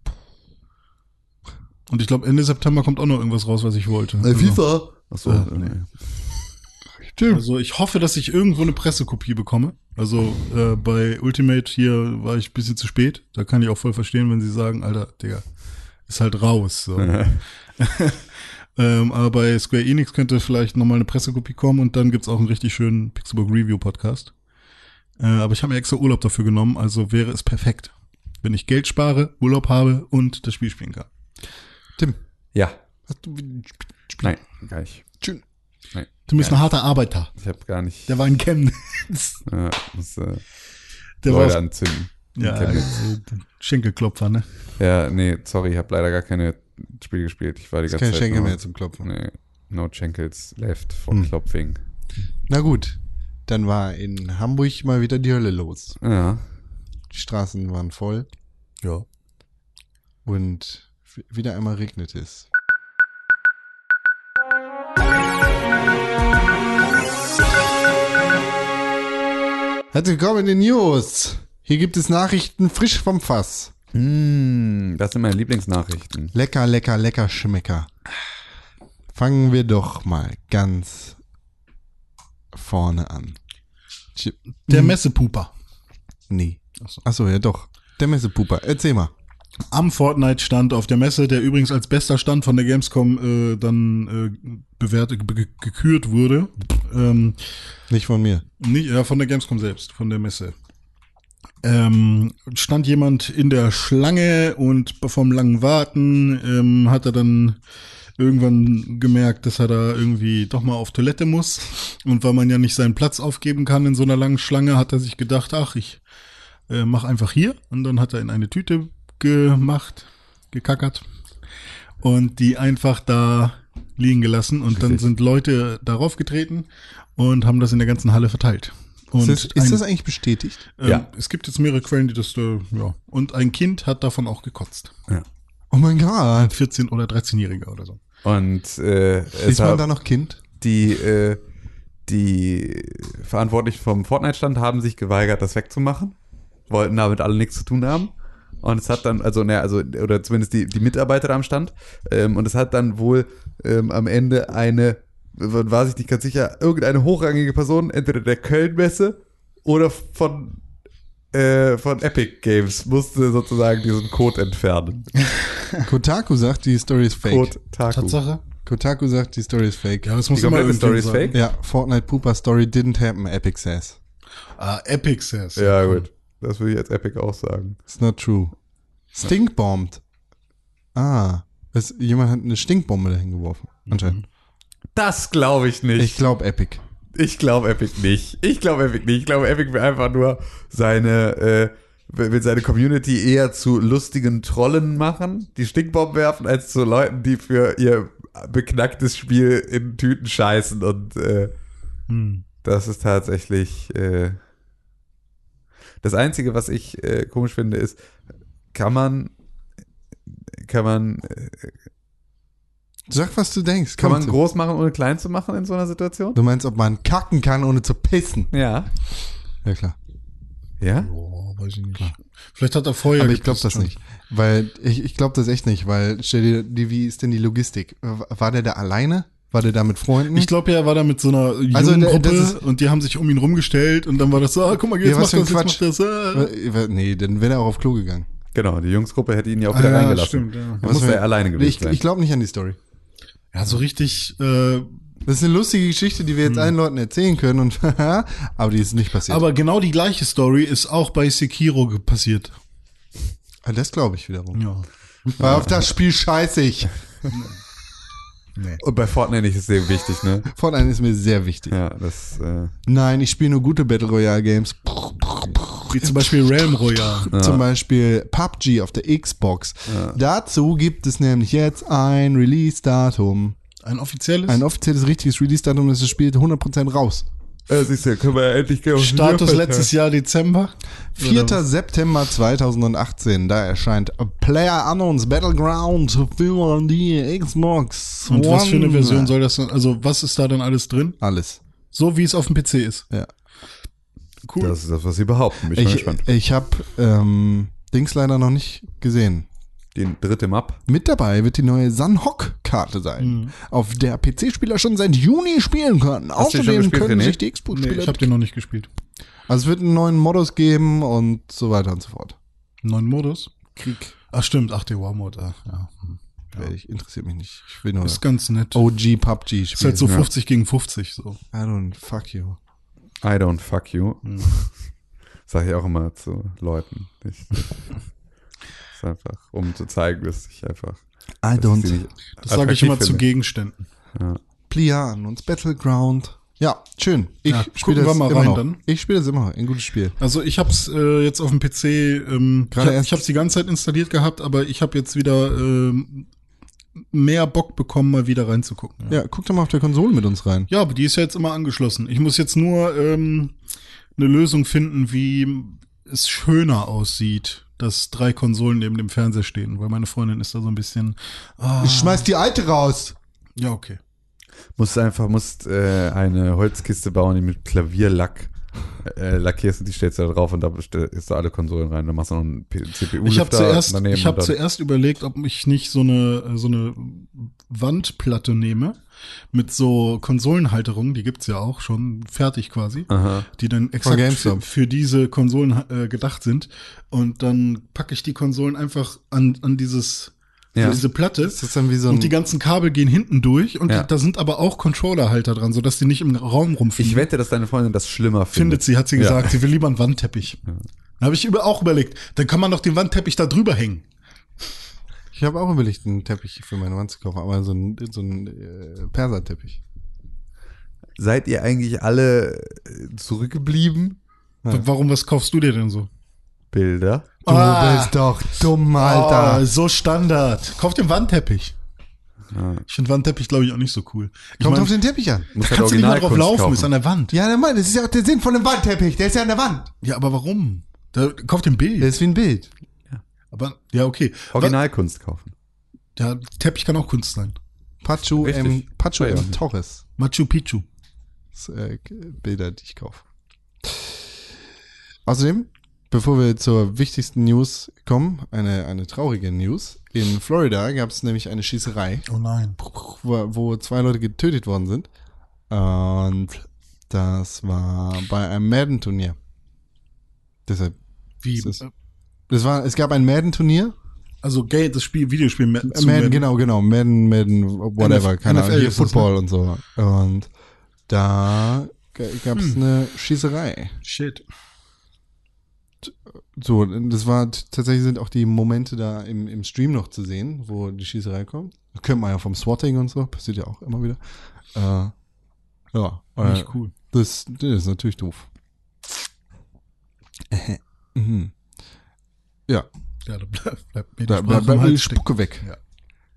Und ich glaube, Ende September kommt auch noch irgendwas raus, was ich wollte. Also, Achso, Ja. nee. Stimmt. also ich hoffe, dass ich irgendwo eine Pressekopie bekomme. Also äh, bei Ultimate hier war ich ein bisschen zu spät. Da kann ich auch voll verstehen, wenn sie sagen, Alter, Digga, ist halt raus. So. ähm, aber bei Square Enix könnte vielleicht nochmal eine Pressekopie kommen und dann gibt's auch einen richtig schönen Pixelbook Review Podcast. Äh, aber ich habe mir extra Urlaub dafür genommen, also wäre es perfekt, wenn ich Geld spare, Urlaub habe und das Spiel spielen kann. Tim, Ja, hast du ein Spiel? nein, gar nicht. Schön. Nein, Du bist ein harter Arbeiter. ich habe gar nicht. Der war in Chemnitz. Ja, muss äh, Der Leute war anzünden. ja, Ich hab jetzt- äh, Schenkelklopfer, ne? ja, nee, sorry, ich habe leider gar keine Spiele gespielt. Ich war die Ist ganze kein Zeit Schenkel nur, mehr zum Klopfen. Nee, no Schenkels left for Hm. Klopfing. Na gut, dann war in Hamburg mal wieder die Hölle los. Ja, Die Straßen waren voll Ja. und w- wieder einmal regnet es. Herzlich willkommen in den News. Hier gibt es Nachrichten frisch vom Fass. mm, das sind meine Lieblingsnachrichten. Lecker, lecker, lecker Schmecker. Fangen wir doch mal ganz vorne an. Ch- Der Hm, Messepuper. Nee. Achso. Achso, ja doch. Der Messepuper. Erzähl mal. Am Fortnite-Stand auf der Messe, der übrigens als bester Stand von der Gamescom äh, dann äh, bewertet, ge gekürt wurde. Ähm, Nicht von mir. nicht, ja, von der Gamescom selbst, von der Messe. Ähm, stand jemand in der Schlange und vom langen Warten ähm, hat er dann irgendwann gemerkt, dass er da irgendwie doch mal auf Toilette muss. Und weil man ja nicht seinen Platz aufgeben kann in so einer langen Schlange, hat er sich gedacht, ach, ich äh, mach einfach hier. Und dann hat er in eine Tüte gemacht, gekackert und die einfach da liegen gelassen. Und dann sind Leute darauf getreten und haben das in der ganzen Halle verteilt. Und Ist, das, ist ein- das eigentlich bestätigt? ähm, Ja. Es gibt jetzt mehrere Quellen, die das, äh, ja. Und ein Kind hat davon auch gekotzt. Oh mein Ein Gott. vierzehn- oder dreizehnjähriger oder so. Und äh, es Ist man hat da noch Kind? die, äh, die Verantwortlichen vom Fortnite-Stand haben sich geweigert, das wegzumachen. Wollten damit alle nichts zu tun haben. Und es hat dann, also, ne, also, oder zumindest die, die Mitarbeiter da am Stand. Ähm, und es hat dann wohl ähm, am Ende eine, war sich nicht ganz sicher, irgendeine hochrangige Person, entweder der Köln-Messe oder von, äh, von Epic Games, musste sozusagen diesen Code entfernen. Kotaku sagt, die Story ist fake. Code Taku. Tatsache? Kotaku sagt, die Story ist fake. Ja, das Die muss immer komplette Story irgendjemand ist sagen. fake? Ja, Fortnite Pooper Story didn't happen, Epic says. Ah, Epic says. Ja, gut. Das würde ich als Epic auch sagen. It's not true. Stinkbombed. Ah, es, jemand hat eine Stinkbombe dahin geworfen, anscheinend. Das glaube ich nicht. Ich glaube Epic. Ich glaube Epic nicht. Ich glaube Epic nicht. Ich glaube, Epic will einfach nur seine, äh, will seine Community eher zu lustigen Trollen machen, die Stinkbomben werfen, als zu Leuten, die für ihr beknacktes Spiel in Tüten scheißen. Und äh, Hm. das ist tatsächlich äh, das Einzige, was ich äh, komisch finde, ist, kann man, kann man, äh, Sag, was du denkst. kann Komm, man Tim. groß machen, ohne klein zu machen in so einer Situation? Du meinst, ob man kacken kann, ohne zu pissen? Ja. Ja, klar. Ja? Boah, weiß ich nicht. Vielleicht hat er vorher Aber ich glaube gepisst das schon. nicht. Weil, ich, ich glaube das echt nicht, weil, stell dir, die, wie ist denn die Logistik? War der da alleine? War der da mit Freunden? Ich glaube, er war da mit so einer jungen Also, der- Gruppe das ist- und die haben sich um ihn rumgestellt und dann war das so, ah, guck mal, jetzt Ja, was macht für das, ein jetzt macht das. Ah. Äh, Nee, dann wäre er auch auf Klo gegangen. Genau, die Jungsgruppe hätte ihn ja auch wieder Ah, ja, reingelassen. stimmt, ja. Da muss er alleine gewesen Ich, sein. ich glaube nicht an die Story. Ja, so richtig, äh, Das ist eine lustige Geschichte, die wir jetzt allen Leuten erzählen können, und aber die ist nicht passiert. aber genau die gleiche Story ist auch bei Sekiro ge- passiert. Ah, das glaube ich wiederum. Ja. Weil auf das Spiel scheiße ich. Und bei Fortnite ist es sehr wichtig, ne? Fortnite ist mir sehr wichtig. Ja, das, äh, Nein, ich spiele nur gute Battle Royale Games. Wie zum Beispiel Realm Royale. Zum Beispiel P U B G auf der Xbox. Dazu gibt es nämlich jetzt ein Release-Datum. Ein offizielles? Ein offizielles, richtiges Release-Datum, das spielt hundert Prozent raus. äh, siehst du, können wir ja endlich gehen. Status letztes Jahr Dezember. vierter September zweitausendachtzehn, da erscheint PlayerUnknown's Battleground für die Xbox Und was für eine One. Version soll das sein? Also was ist da dann alles drin? Alles. So wie es auf dem P C ist. Ja. Cool. Das ist das, was sie behaupten. Bin ich, mal Ich, gespannt. ich habe ähm, Dings leider noch nicht gesehen. Die dritte Map. Mit dabei wird die neue Sunhawk-Karte sein, auf der P C-Spieler schon seit Juni spielen können. Hast du die schon Außerdem gespielt, können René? sich die Nee, Xbox-Spieler... ich habe den noch nicht gespielt. also es wird einen neuen Modus geben und so weiter und so fort. Neuen Modus? Krieg Ach stimmt, ach, der War-Mode. ah, Ja. äh, ich, interessiert mich nicht. Ich will nur Ist ganz nett. O G P U B G Ist spielen. halt so fünfzig gegen fünfzig so. I don't fuck you. I don't fuck you. Sag ich auch immer zu Leuten. Ich, ist einfach, um zu zeigen, dass ich einfach. I dass ich sie don't nicht Das sage ich attraktiv immer zu finde. Gegenständen. Plian und Battleground. Ja, schön. Ich Ja, spiele gucken wir das mal immer rein noch. dann. Ich spiele das immer noch. Ein gutes Spiel. Also ich hab's äh, jetzt auf dem P C, ähm, ich, Gerade hab, erst- ich hab's die ganze Zeit installiert gehabt, aber ich habe jetzt wieder ähm, mehr Bock bekommen, mal wieder reinzugucken. Ja. Ja, guck doch mal auf der Konsole mit uns rein. ja, aber die ist ja jetzt immer angeschlossen. Ich muss jetzt nur ähm, eine Lösung finden, wie es schöner aussieht, dass drei Konsolen neben dem Fernseher stehen, weil meine Freundin ist da so ein bisschen, ah, Ich schmeiß die alte raus. ja, okay. Musst einfach musst, äh, eine Holzkiste bauen, die mit Klavierlack äh, lackierst und die stellst du da drauf und da ist da alle Konsolen rein. Dann machst du noch einen P- C P U Ich habe zuerst, daneben. ich hab und dann- zuerst überlegt, ob ich nicht so eine so eine Wandplatte nehme mit so Konsolenhalterungen, die gibt's ja auch schon fertig quasi, Aha. die dann exakt für, GameStop. für diese Konsolen äh, gedacht sind. Und dann packe ich die Konsolen einfach an an dieses Ja. an diese Platte. Ist das dann wie so ein... Und die ganzen Kabel gehen hinten durch und Ja. da sind aber auch Controllerhalter dran, sodass die nicht im Raum rumfliegen. Ich wette, dass deine Freundin das schlimmer findet. Findet sie, hat sie Ja. gesagt, sie will lieber einen Wandteppich. Da habe ich über auch überlegt, dann kann man doch den Wandteppich da drüber hängen. Ich habe auch überlegt, einen Teppich für meine Wand zu kaufen, aber so ein, so ein äh, Perserteppich. Seid ihr eigentlich alle äh, zurückgeblieben? W- Warum, was kaufst du dir denn so? Bilder. Du Ah. bist doch dumm, Alter. Oh, so Standard. Kauf den Wandteppich. Ja. Ich finde Wandteppich, glaube ich, auch nicht so cool. Ich Kommt mein, auf den Teppich an. Muss da halt kannst du nicht mal drauf Originalkunst laufen, ist kaufen. an der Wand. Ja, der Mann, das ist ja auch der Sinn von einem Wandteppich. Der ist ja an der Wand. Ja, aber warum? Da, kauf den Bild. Der ist wie ein Bild. Aber, ja, okay. Originalkunst kaufen. Ja, Teppich kann auch Kunst sein. Pachu, Richtig. M, Pachu Ja, ja. M. Torres. Machu Picchu. Das, äh, Bilder, die ich kaufe. Außerdem, bevor wir zur wichtigsten News kommen, eine, eine traurige News. In Florida gab es nämlich eine Schießerei, Oh nein. wo, wo zwei Leute getötet worden sind. Und das war bei einem Madden-Turnier. Deshalb, Wie? Das ist- das war, es gab ein Madden-Turnier. Also Geld, das Spiel, Videospiel. Madden, Äh, Madden, genau, genau. Madden, Madden, whatever. N F- Keine N F L Ahnung. Hier ist das, Football und so. Und da gab es eine Schießerei. Shit. So, das war t- tatsächlich sind auch die Momente da im, im Stream noch zu sehen, wo die Schießerei kommt. Das kennt man ja vom Swatting und so, passiert ja auch immer wieder. Äh, ja, äh, Nicht cool. das, das ist natürlich doof. mhm. Ja, Ja, da bleibt, bleibt mir die da Sprache bleibt im bleib die Hals stecken. Spucke weg. Ja.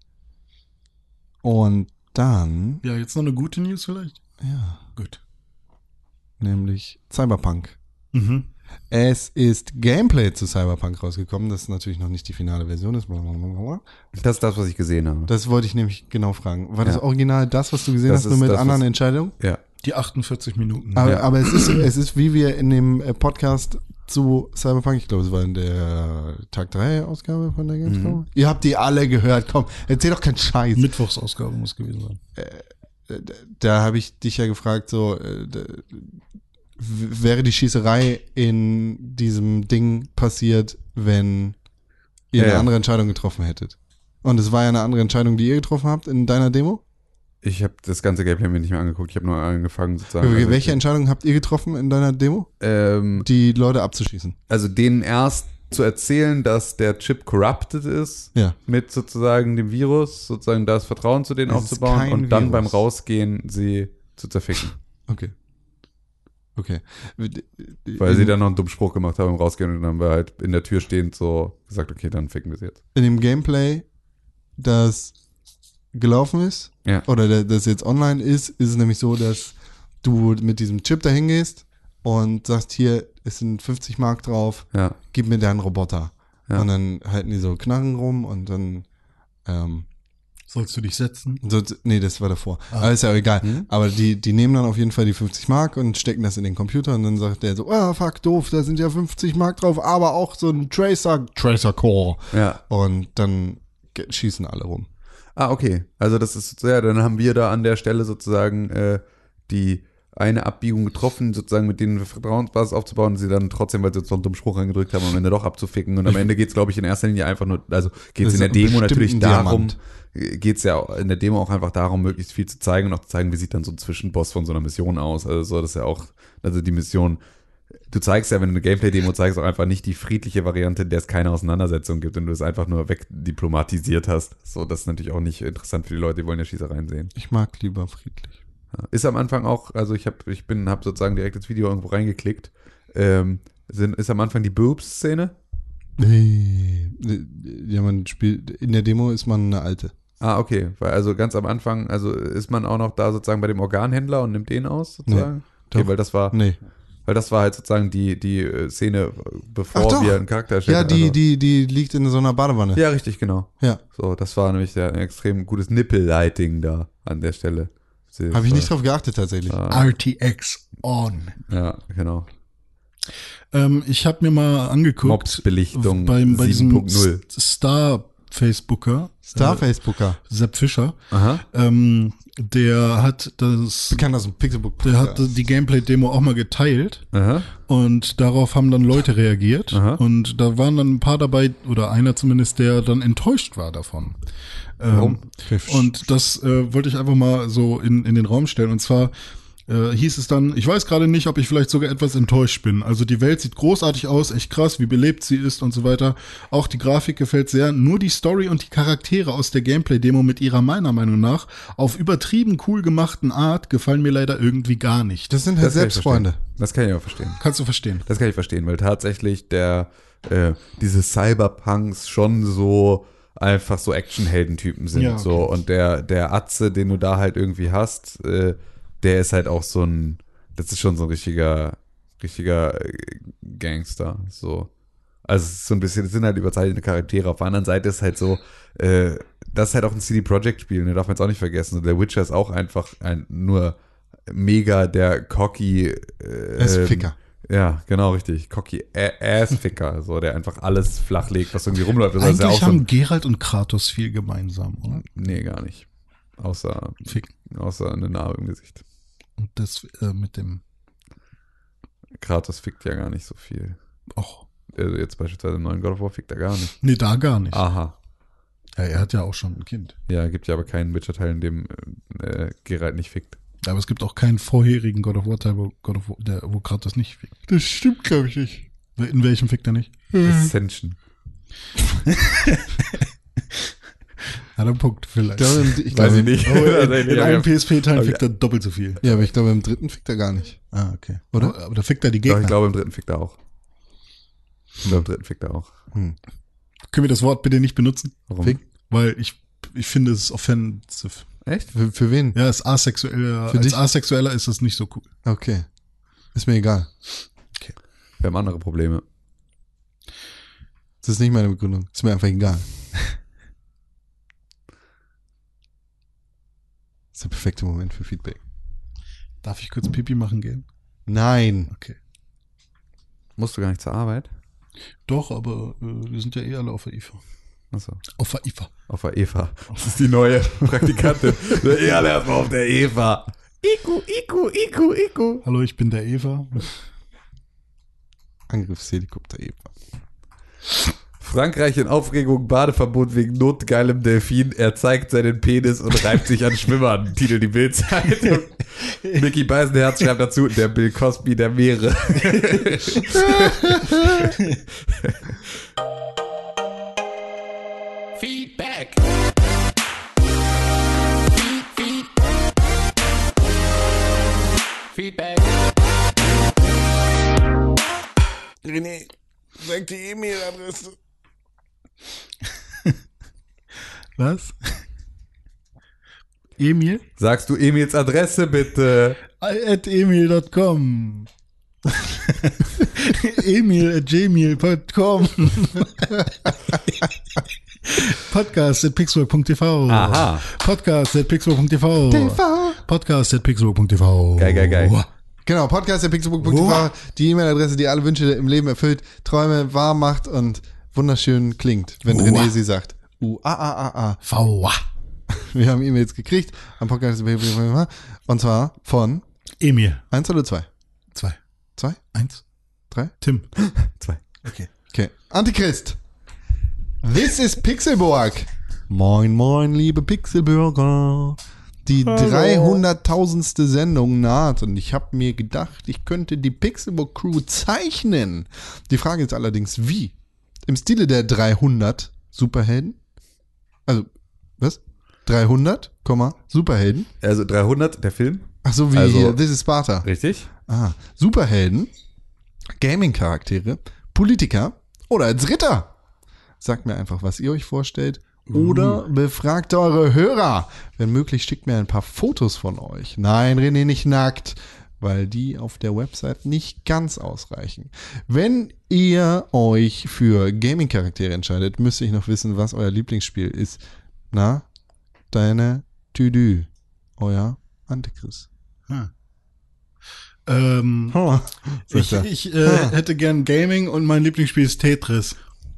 Und dann, Ja, jetzt noch eine gute News vielleicht? ja, Gut. nämlich Cyberpunk. Mhm. Es ist Gameplay zu Cyberpunk rausgekommen, das ist natürlich noch nicht die finale Version ist. Blablabla. Das ist das, was ich gesehen habe. Das wollte ich nämlich genau fragen. War das Ja. Original das, was du gesehen Das hast, nur ist mit das, anderen was- Entscheidungen? Ja. Die achtundvierzig Minuten. Aber, Ja. aber es ist, es ist, wie wir in dem äh, Podcast zu Cyberpunk, ich glaube, es war in der Tag drei Ausgabe von der Gamescom. Mhm. Ihr habt die alle gehört, komm, erzähl doch keinen Scheiß. Mittwochsausgabe muss gewesen sein. Äh, Da habe ich dich ja gefragt, so, äh, d- w- wäre die Schießerei in diesem Ding passiert, wenn ihr Ja, eine ja. andere Entscheidung getroffen hättet. Und es war ja eine andere Entscheidung, die ihr getroffen habt in deiner Demo. Ich habe das ganze Gameplay mir nicht mehr angeguckt. Ich habe nur angefangen sozusagen. Welche also, Entscheidung habt ihr getroffen in deiner Demo? ähm, Die Leute abzuschießen. also denen erst zu erzählen, dass der Chip corrupted ist Ja. mit sozusagen dem Virus, sozusagen das Vertrauen zu denen Es ist aufzubauen kein und dann Virus. beim Rausgehen sie zu zerficken. Okay. Okay. Weil sie dann noch einen dummen Spruch gemacht haben im Rausgehen und dann haben wir halt in der Tür stehend so gesagt, okay, dann ficken wir sie jetzt. In dem Gameplay, das gelaufen ist, Ja. oder der- das jetzt online ist, ist es nämlich so, dass du mit diesem Chip dahin gehst und sagst, hier, es sind fünfzig Mark drauf, Ja. gib mir deinen Roboter. Ja. Und dann halten die so Knarren rum und dann, ähm, Sollst du dich setzen? so, nee, das war davor. Ah. Aber ist ja auch egal. Hm? Aber die, die nehmen dann auf jeden Fall die fünfzig Mark und stecken das in den Computer und dann sagt der so, ah, fuck, doof, da sind ja fünfzig Mark drauf, aber auch so ein Tracer, Tracer Core. Ja. Und dann ge- schießen alle rum. Ah, okay. Also das ist, ja, dann haben wir da an der Stelle sozusagen äh, die eine Abbiegung getroffen, sozusagen mit denen Vertrauensbasis aufzubauen und sie dann trotzdem, weil sie jetzt noch einen dummen Spruch reingedrückt haben, am Ende doch abzuficken. Und am Ende geht es, glaube ich, in erster Linie einfach nur, also geht Das es in ist der ein Demo natürlich bestimmten darum, Diamant. geht es ja in der Demo auch einfach darum, möglichst viel zu zeigen und auch zu zeigen, wie sieht dann so ein Zwischenboss von so einer Mission aus. Also so, das ist ja auch, also die Mission, du zeigst ja, wenn du eine Gameplay-Demo zeigst, auch einfach nicht die friedliche Variante, in der es keine Auseinandersetzung gibt und du es einfach nur wegdiplomatisiert hast. So, das ist natürlich auch nicht interessant für die Leute, die wollen ja Schießereien sehen. Ich mag lieber friedlich. Ja. Ist am Anfang auch, also ich habe, ich bin, habe sozusagen direkt ins Video irgendwo reingeklickt. Ähm, sind, ist am Anfang die Boobs-Szene? Nee. Ja, man spielt, in der Demo ist man eine Alte. Ah, okay. Weil also ganz am Anfang, also ist man auch noch da sozusagen bei dem Organhändler und nimmt den aus sozusagen? doch. Okay, weil das war, Nee. weil das war halt sozusagen die, die äh, Szene, bevor Ach doch. wir einen Charakter erstellt Ja, haben. die, also, die, die liegt in so einer Badewanne. ja, richtig, genau. Ja. So, das war nämlich der, ein extrem gutes Nippel-Lighting da an der Stelle. Sie- Habe ich war- nicht drauf geachtet tatsächlich. Ah, R T X on. ja, genau. Ähm, ich habe mir mal angeguckt. Mobsbelichtung beim, bei diesem sieben Punkt null. Star-Facebooker, Star-Facebooker. äh, Sepp Fischer, Aha. ähm, der hat das, Bekannt aus dem Pixelbook. der hat die Gameplay-Demo auch mal geteilt. Aha. Und darauf haben dann Leute reagiert. Aha. Und da waren dann ein paar dabei, oder einer zumindest, der dann enttäuscht war davon. Warum? Ähm, und das äh, wollte ich einfach mal so in, in den Raum stellen. Und zwar äh, hieß es dann, ich weiß gerade nicht, ob ich vielleicht sogar etwas enttäuscht bin. Also die Welt sieht großartig aus, echt krass, wie belebt sie ist und so weiter. Auch die Grafik gefällt sehr. Nur die Story und die Charaktere aus der Gameplay-Demo mit ihrer meiner Meinung nach auf übertrieben cool gemachten Art gefallen mir leider irgendwie gar nicht. Das sind halt Das kann ich Selbstfreunde. verstehen. Das kann ich auch verstehen. Kannst du verstehen? Das kann ich verstehen, weil tatsächlich der, äh, diese Cyberpunks schon so einfach so Actionheldentypen sind. Ja, okay. So. Und der, der Atze, den du da halt irgendwie hast, äh, der ist halt auch so ein, das ist schon so ein richtiger, richtiger äh, Gangster. So. Also es ist so ein bisschen, es sind halt überzeichnete Charaktere. Auf der anderen Seite ist halt so, äh, das ist halt auch ein C D Projekt Spiel, ne, darf man jetzt auch nicht vergessen. Der Witcher ist auch einfach ein nur mega der cocky äh, Er ist Ficker. Ja, genau, richtig. Cocky A- Ass-Ficker, so, der einfach alles flachlegt, was irgendwie rumläuft. Das ist ja Eigentlich auch so haben ein, Geralt und Kratos viel gemeinsam, oder? nee, gar nicht. Außer, Fick. außer eine Narbe im Gesicht. Und das äh, mit dem, Kratos fickt ja gar nicht so viel. och, Also jetzt beispielsweise im neuen God of War fickt er gar nicht. nee, da gar nicht. Aha. Ja, er hat ja auch schon ein Kind. Ja, gibt ja aber keinen Witcher-Teil, in dem äh, Geralt nicht fickt. Aber es gibt auch keinen vorherigen God of War Teil, wo, God of War, der, wo Kratos nicht fickt. Das stimmt, glaube ich nicht. In welchem fickt er nicht? Ascension. Hat er einen Punkt, vielleicht. Ich glaube, im, ich Weiß glaube, ich nicht. Oh, in, Tatsächlich, in aber einem ja. P S P-Teil aber fickt er doppelt so viel. Ja, aber ich glaube, im dritten fickt er gar nicht. Ah, okay. Oder? Aber, aber da fickt er die Doch, Gegner. ich glaube, im dritten fickt er auch. Ich glaube, im dritten fickt er auch. Hm. Können wir das Wort bitte nicht benutzen? Warum? Fick? Weil ich, ich finde es offensive. Echt? Für, für wen? Ja, es ist asexueller. Für Als dich? Asexueller ist es nicht so cool. Okay. Ist mir egal. Wir haben andere Probleme. Das ist nicht meine Begründung. Ist mir einfach egal. Das ist der perfekte Moment für Feedback. Darf ich kurz Pipi machen gehen? Nein. Okay. Musst du gar nicht zur Arbeit? Doch, aber äh, wir sind ja eh alle auf der I F A. Achso. Auf der I F A. Auf der Eva. Das ist die neue Praktikantin. Ja, erstmal auf der Eva. Iku, Iku, Iku, Iku. Hallo, ich bin der Eva. Angriffshelikopter Eva. Frankreich in Aufregung, Badeverbot wegen notgeilem Delfin. Er zeigt seinen Penis und reibt sich an Schwimmern. Titel die Bild-Zeitung. Mickey Beisenherz schreibt dazu, der Bill Cosby der Meere. Feedback. Feedback. René, sag die E-Mail-Adresse. Was? Emil? Sagst du Emils Adresse bitte? At emil dot com. Emil at gmail dot com. Podcast at pixelburg punkt t v. Aha. Podcast at pixelburg punkt t v. Podcast at pixelburg punkt t v. Geil, geil, geil. Genau, podcast at pixelburg punkt t v. Die E-Mail-Adresse, die alle Wünsche im Leben erfüllt, Träume wahr macht und wunderschön klingt, wenn Uah. René sie sagt. U A A A A. V. Wir haben E-Mails gekriegt am Podcast und zwar von Emil. eins oder zwei? Zwei. Zwei? Eins. Drei? Tim. Zwei. Okay. Okay. Antichrist. This is Pixelburg. Moin, moin, liebe Pixelbürger. Die dreihunderttausendste Sendung naht und ich habe mir gedacht, ich könnte die Pixelburg Crew zeichnen. Die Frage ist allerdings, wie? Im Stile der dreihundert Superhelden? Also, was? dreihundert, Superhelden? Also dreihundert, der Film. Ach so, wie Also- hier, This is Sparta. Richtig? Ah, Superhelden, Gaming-Charaktere, Politiker oder als Ritter. Sagt mir einfach, was ihr euch vorstellt. Oder befragt eure Hörer. Wenn möglich, schickt mir ein paar Fotos von euch. Nein, René, nicht nackt, weil die auf der Website nicht ganz ausreichen. Wenn ihr euch für Gaming-Charaktere entscheidet, müsste ich noch wissen, was euer Lieblingsspiel ist. Na, deine Tüdü. Euer Antichrist. Ah. Ähm, Oh, ich ich äh, hätte gern Gaming und mein Lieblingsspiel ist Tetris.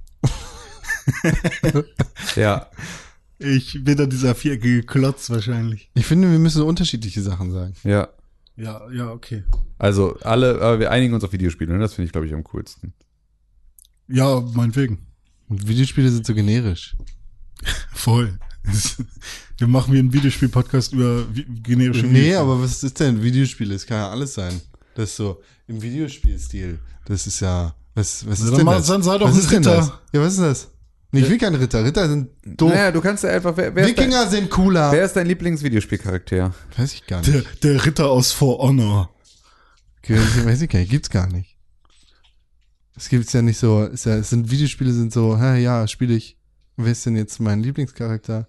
Ja. Ich bin da dieser viereckige Klotz wahrscheinlich. Ich finde, wir müssen so unterschiedliche Sachen sagen. Ja. Ja, ja, okay. Also alle, aber wir einigen uns auf Videospiele, ne? Das finde ich, glaube ich, am coolsten. Ja, meinetwegen. Und Videospiele sind so generisch. Voll. Wir machen hier einen Videospiel-Podcast über vi- generische Nee, Videospiele. aber was ist denn Videospiele? Das kann ja alles sein. Das ist so im Videospielstil. Das ist ja, was, was Na, ist dann denn mach- das? dann sei doch was ein ist denn Ritter. das? Ja, was ist das? Nee, ich will kein Ritter. Ritter sind doof. Naja, du kannst ja einfach, wer, wer, ist dein, Wikinger sind cooler. wer ist dein Lieblingsvideospielcharakter? Weiß ich gar nicht. Der, der Ritter aus For Honor. Okay, weiß ich gar nicht. Gibt's gar nicht. Es gibt's ja nicht so, ist ja, es sind Videospiele sind so, hä, ja, spiele ich. Wer ist denn jetzt mein Lieblingscharakter?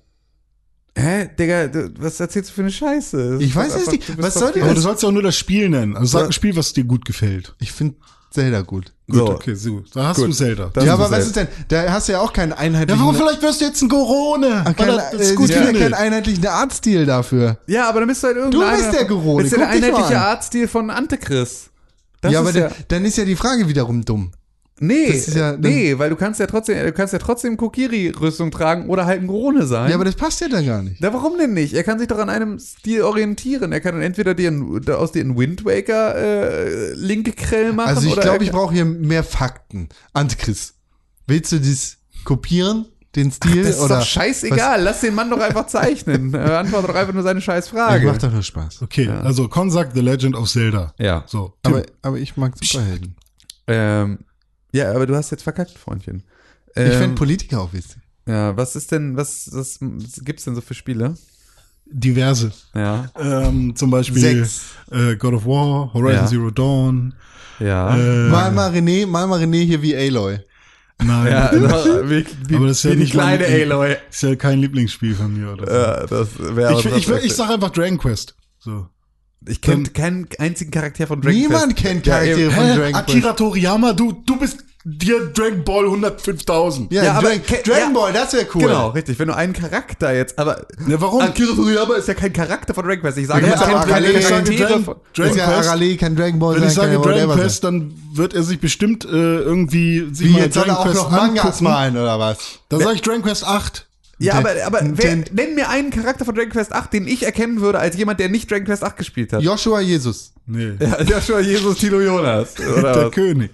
Hä, Digga, du, was erzählst du für eine Scheiße? Das Ich ist weiß doch es einfach- nicht. du bist Was doch- soll die- Aber du sollst ja auch nur das Spiel nennen. Also sag Ja. ein Spiel, was dir gut gefällt. Ich finde Zelda gut. Gut, So. okay, so. Da hast Gut. du Zelda. Das ja, ist aber was es ist denn? Da hast du ja auch keinen Ja, einheitlichen. warum vielleicht wirst du jetzt ein Gorone? Ah, kein, Weil er das äh, gut es gibt ja findet. keinen einheitlichen Artstil dafür. Ja, aber dann bist du halt irgendeiner. bist der Gorone, Bist ja der guck dich mal einheitliche an. Artstil von Antichrist. Das ja, aber ist dann, dann ist ja die Frage wiederum dumm. Nee, das ist ja- nee, weil du kannst ja trotzdem, du kannst ja trotzdem Kokiri-Rüstung tragen oder halt ein Gorone sein. Ja, aber das passt ja dann gar nicht. Na, warum denn nicht? Er kann sich doch an einem Stil orientieren. Er kann dann entweder dir einen, aus dir einen Wind Waker äh, linke Krell machen. Also ich oder glaube, er ich brauche hier mehr Fakten. Antichrist, willst du das kopieren, den Stil? Das ist oder doch scheißegal. Lass den Mann doch einfach zeichnen. Er antwortet doch einfach nur seine scheiß Was? Frage. Ja, macht doch nur Spaß. Okay, also Con sagt The Legend of Zelda. Ja. So, Tim. Aber, aber ich mag Superhelden. Ähm, ja, aber du hast jetzt verkackt, Freundchen. Ich Ähm, fände Politiker auch witzig. Ja, was ist denn, was, was, was gibt's denn so für Spiele? diverse. Ja, Ähm, zum Beispiel Sechs. äh, God of War, Horizon Ja. Zero Dawn. ja. Äh, Mal mal René, mal mal René hier wie Aloy. Nein, ja, wie, wie, aber das ist ja wie die nicht kleine mein- Aloy. ist ja kein Lieblingsspiel von mir oder so. Ja, das wäre ich, ich, ich, ich sag einfach Dragon Quest. So. Ich kenne keinen einzigen Charakter von Dragon Niemand Quest. kennt Ja, Charaktere eben. von Hä? Dragon Akira Quest. Toriyama, du, du bist dir Dragon Ball hundertfünftausend. Ja, Ja, aber Dragon, ke- Dragon ja. Ball, das wäre cool. Genau, richtig. Wenn du einen Charakter jetzt, aber Ja, warum? Akira Toriyama ist ja kein Charakter von Dragon Quest. Ich sage, Ja, man aber kennt keine Arale- ich sage Charaktere Dragon- von... Das Dragon ist ja Quest. Arale, kann Dragon Ball Wenn sein, ich sage kann ja Dragon whatever Quest, dann wird er sich bestimmt äh, irgendwie sich sein. Wie, mal jetzt soll er Dragon auch Quest noch Mangas angucken. malen, oder was? Dann sage ich Dragon Quest acht. Ja, aber, Den- aber wer, den- nenn mir einen Charakter von Dragon Quest acht, den ich erkennen würde als jemand, der nicht Dragon Quest acht gespielt hat. Joshua Jesus. Nee. Ja, Joshua Jesus Tilo Jonas. Oder Der was? König.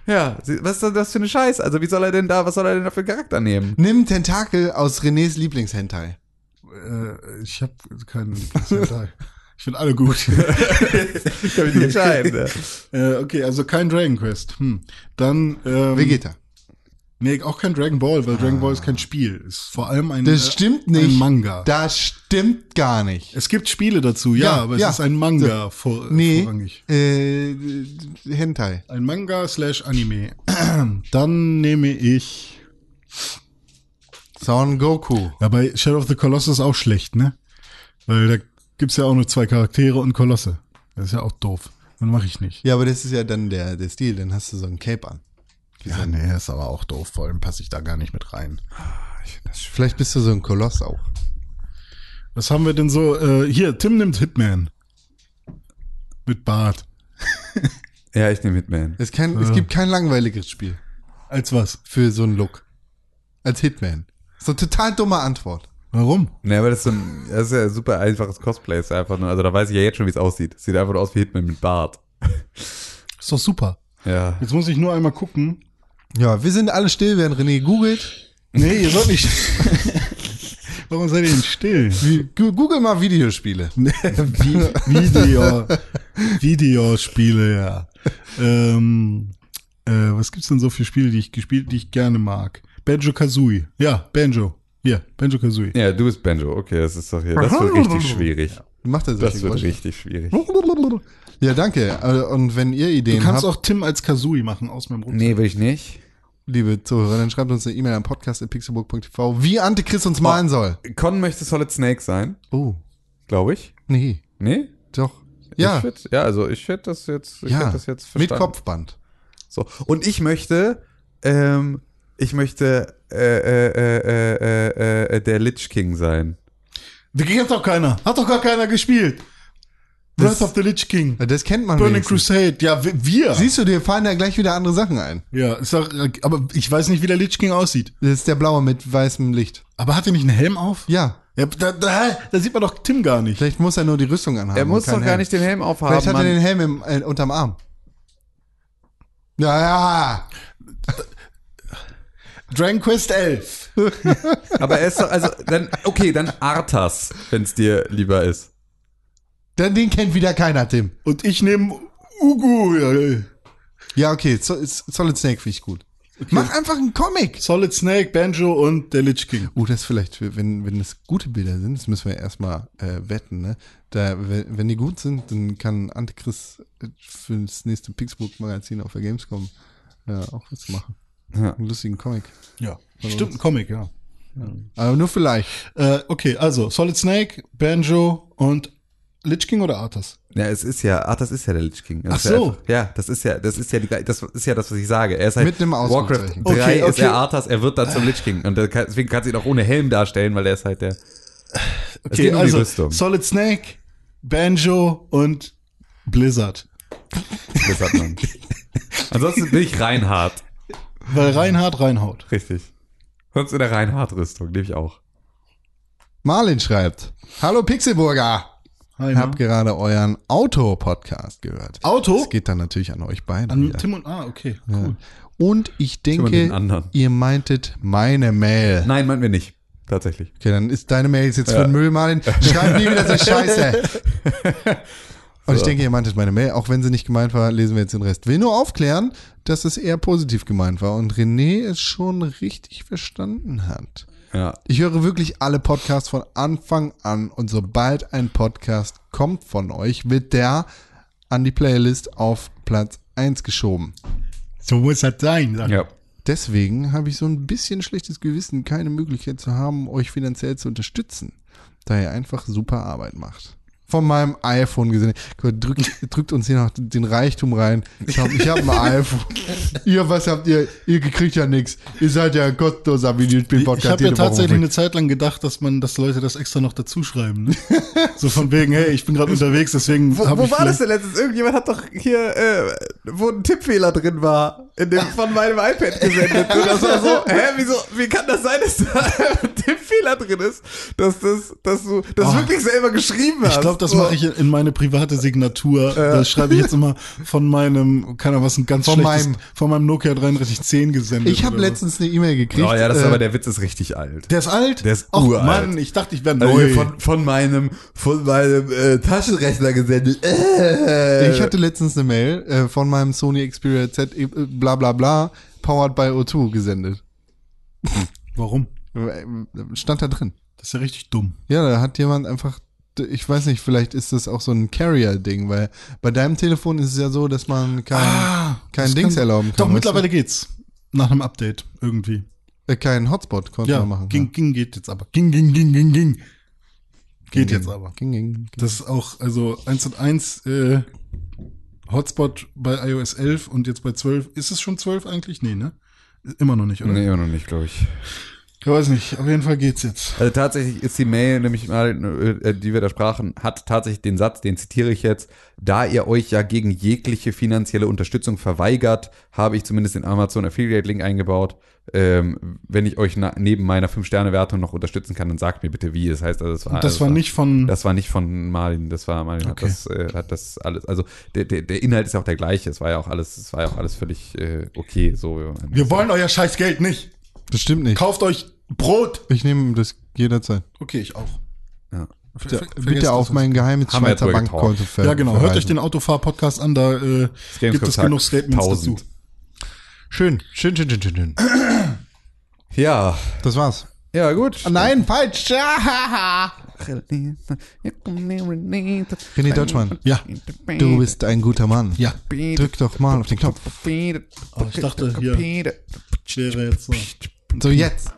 Ja, was ist das für eine Scheiße? Also wie soll er denn da, was soll er denn da für einen Charakter nehmen? Nimm Tentakel aus Renés Lieblingshentai. Äh, ich habe keinen Hentai. Ich finde alle gut. Kann ich nicht entscheiden. äh, okay, also kein Dragon Quest. Hm. Dann ähm, Vegeta. Nee, auch kein Dragon Ball, weil Dragon Ball ist kein Spiel. Ist vor allem ein, Das äh, stimmt ein nicht. Manga. Das stimmt gar nicht. Es gibt Spiele dazu, ja, Ja, aber ja. es ist ein Manga vor, Nee, vorrangig. äh, Hentai. Ein Manga slash Anime. Dann nehme ich. Son Goku. Ja, bei Shadow of the Colossus auch schlecht, ne? Weil da gibt's ja auch nur zwei Charaktere und Kolosse. Das ist ja auch doof. Dann mache ich nicht. Ja, aber das ist ja dann der, der Stil, dann hast du so ein Cape an. Ja, nee, ist aber auch doof. Vor allem passe ich da gar nicht mit rein. Vielleicht bist du so ein Koloss auch. Was haben wir denn so? Äh, hier, Tim nimmt Hitman. Mit Bart. Ja, ich nehme Hitman. Es, kann, es gibt kein langweiligeres Spiel Als was? für so einen Look. Als Hitman. So eine total dumme Antwort. Warum? Ne, aber das ist, so ein, das ist ja ein super einfaches Cosplay. Ist einfach nur, also da weiß ich ja jetzt schon, wie es aussieht. Sieht einfach nur aus wie Hitman mit Bart. Ist doch super. Ja. Jetzt muss ich nur einmal gucken. Ja, wir sind alle still, während René googelt. Nee, ihr sollt nicht. Warum seid ihr denn still? Wie, gu- Google mal Videospiele. Vi- Video, Videospiele, ja. Ähm, äh, was gibt's denn so für Spiele, die ich gespielt, die ich gerne mag? Banjo-Kazooie. Ja, Banjo. Hier, Banjo-Kazooie. Ja, du bist Banjo. Okay, das ist doch hier. Das wird richtig schwierig. Macht er solche Das wird Geräusche? richtig schwierig. Ja, danke. Äh, Und wenn ihr Du Ideen kannst habt, auch Tim als Kazooie machen aus meinem Rucksack. Nee, will ich nicht. liebe Zuhörer, dann schreibt uns eine E-Mail an podcast at pixelburg punkt t v, wie Antichrist uns malen soll. Con möchte Solid Snake sein, Oh, glaube ich. nee, Nee? doch. Ja, Ich würd, ja, also ich hätte das jetzt, ich ja, hätte das jetzt mit verstanden. Kopfband. So. Und ich möchte, ähm, ich möchte äh, äh, äh, äh, äh, der Lich King sein. Die kennt doch keiner. Hat doch gar keiner gespielt. Das- Breath of the Lich King. Ja, das kennt man Burning wenigstens. Crusade. Ja, wir- wir. Siehst du, dir fallen da gleich wieder andere Sachen ein. Ja, ist doch, aber ich weiß nicht, wie der Lich King aussieht. Das ist der blaue mit weißem Licht. Aber hat er nicht einen Helm auf? Ja, Ja, da, da, da sieht man doch Tim gar nicht. vielleicht muss er nur die Rüstung anhaben. Er muss und keinen doch gar Helm. nicht den Helm aufhaben. Vielleicht hat er Mann. den Helm im, äh, unterm Arm. Ja, ja. Dragon Quest elf. Aber er ist doch, also, dann, okay, dann Arthas, wenn es dir lieber ist. Dann den kennt wieder keiner, Tim. Und ich nehme Ugu. Ja. Ja, okay, so, Solid Snake finde ich gut. Mach einfach einen Comic. Solid Snake, Banjo und der Lich King. Oh, das vielleicht, für- wenn, wenn das gute Bilder sind, das müssen wir erstmal äh, wetten, ne? Da, wenn, wenn die gut sind, dann kann Antichrist äh, für das nächste Pixelburg-Magazin auf der Gamescom ja, auch was machen. Ja. Einen lustigen Comic. Ja, stimmt, ein Comic, ja. Aber nur vielleicht. Äh, okay, also Solid Snake, Banjo und Lich King oder Arthas? Ja, es ist ja, Arthas ist ja der Lich King. Das Ach ist ja so. einfach- Ja, das ist ja, das ist ja die, das ist ja das, was ich sage. Er ist halt Mit einem Warcraft Ausrufezeichen. drei Okay, ist okay. er Arthas, er wird dann zum Lich King. Und der kann, deswegen kannst du ihn auch ohne Helm darstellen, weil er ist halt der. Es geht um die also Rüstung. Solid Snake, Banjo und Blizzard. Das hat man. Ansonsten bin ich Reinhardt. Weil Reinhard reinhaut. Richtig. Sonst in der Reinhardt-Rüstung, nehme ich auch. Marlin schreibt, hallo Pixelburger. Hi, Ich habe gerade euren Auto-Podcast gehört. Auto? Das geht dann natürlich an euch beide. An wieder. Tim und ah, okay, cool. Und ich und den denke, anderen. ihr meintet meine Mail. Nein, meinen wir nicht. Tatsächlich. Okay, dann ist deine Mail jetzt für den Müll, Marlin. Schreib nie wieder so Scheiße. Und ich denke, ihr meintet meine Mail. Auch wenn sie nicht gemeint war, lesen wir jetzt den Rest. Will nur aufklären, dass es eher positiv gemeint war und René es schon richtig verstanden hat. Ja. Ich höre wirklich alle Podcasts von Anfang an und sobald ein Podcast kommt von euch, wird der an die Playlist auf Platz eins geschoben. So muss das sein. Sag. Ja. Deswegen habe ich so ein bisschen schlechtes Gewissen, keine Möglichkeit zu haben, euch finanziell zu unterstützen, da ihr einfach super Arbeit macht. Von meinem iPhone gesehen. Drückt, drückt uns hier noch den Reichtum rein. Ich habe ich hab ein iPhone. Ihr, was habt ihr? Ihr kriegt ja nichts. Ihr seid ja ein kostenloser Videospiel-Podcast. Ich habe ja jede Woche. tatsächlich eine Zeit lang gedacht, dass man, dass Leute das extra noch dazu schreiben. Ne? So von wegen, hey, ich bin gerade unterwegs, deswegen Wo, habe wo ich war das vielleicht- denn letztens? Irgendjemand hat doch hier, äh, wo ein Tippfehler drin war, in dem, von meinem iPad gesendet. Und das war so, hä, wieso, wie kann das sein, dass da ein Tippfehler drin drin ist, dass das, dass du das Oh. wirklich selber geschrieben hast. Ich glaube, das So. mache ich in meine private Signatur. Das schreibe ich jetzt immer von meinem, keine Ahnung was, ein ganz Von schlechtes, meinem- von meinem Nokia dreiunddreißig zehn gesendet. Ich habe oder was. letztens eine E-Mail gekriegt. Oh ja, das ist äh, aber der Witz ist richtig alt. Der ist alt? Der ist Och, uralt. Mann, ich dachte, ich wäre Also neu. hier von, von meinem, von meinem äh, Taschenrechner gesendet. Äh. Ich hatte letztens eine Mail äh, von meinem Sony Xperia Z äh, bla bla bla powered by O zwei gesendet. Warum? Äh, Stand da drin. Das ist ja richtig dumm. Ja, da hat jemand einfach, ich weiß nicht, vielleicht ist das auch so ein Carrier-Ding, weil bei deinem Telefon ist es ja so, dass man kein, kein das Dings kann- erlauben kann. Doch, weißt mittlerweile geht's. Nach einem Update irgendwie. du? Äh, kein Hotspot konnte Ja, man machen. ging, ging, geht jetzt aber. Ging, ging, ging, ging, ging. Geht Ging, jetzt ging. aber. Ging, ging, ging. Das ist auch, also eins und eins äh, Hotspot bei iOS elf und jetzt bei zwölf. Ist es schon zwölf eigentlich? Nee, ne? Immer noch nicht, oder? Nee, immer noch nicht, glaube ich. Ich weiß nicht. Auf jeden Fall geht's jetzt. Also tatsächlich ist die Mail, nämlich mal, äh, die wir da sprachen, hat tatsächlich den Satz, den zitiere ich jetzt: Da ihr euch ja gegen jegliche finanzielle Unterstützung verweigert, habe ich zumindest den Amazon Affiliate Link eingebaut. Ähm, wenn ich euch na, neben meiner fünf Sterne Wertung noch unterstützen kann, dann sagt mir bitte wie. Das heißt, also das war, Und das also war nicht von. Das war nicht von Marlin, das war Marlin Okay. hat das, äh, hat das alles, also der, der, der Inhalt ist ja auch der gleiche, es war ja auch alles, es war ja auch alles völlig äh, okay. So. Wir wollen euer scheiß Geld nicht. Das stimmt nicht. Kauft euch Brot. Ich nehme das jederzeit. Okay, ich auch. Ja. Ver- Bitte, ver- vergesst bitte auf das mein geheimes Haben wir ja Schweizer drüber Bankkonto ver Ja, genau. Hört euch verweisen. den Autofahr-Podcast an, da äh, gibt es Gamescom-Tag genug Statements tausend. dazu. Schön, schön, schön, schön, schön, schön. Ja, Das war's. ja gut. Nein, falsch. René Deutschmann. Ja. Du bist ein guter Mann. Ja. Drück doch mal auf den Knopf. Oh, ich dachte, hier wäre jetzt so. So, jetzt.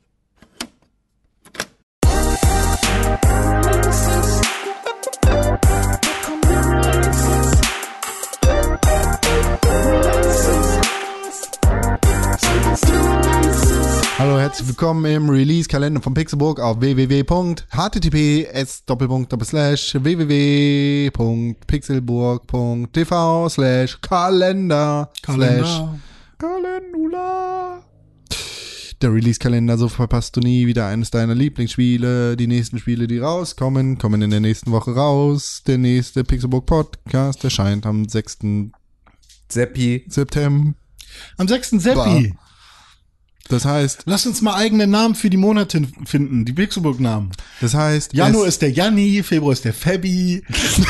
Hallo, herzlich willkommen im Release-Kalender von Pixelburg auf w w w punkt h t t p s w w w punkt pixelburg punkt t v slash Kalender slash Kalendula. Der Release-Kalender, so verpasst du nie wieder eines deiner Lieblingsspiele. Die nächsten Spiele, die rauskommen, kommen in der nächsten Woche raus. Der nächste Pixelburg Podcast erscheint am sechsten Seppi. September. Am sechsten Seppi. Das heißt, Lass uns mal eigene Namen für die Monate finden, die Pixelburg-Namen. das heißt, Januar es, ist der Janni, Februar ist der Fabi.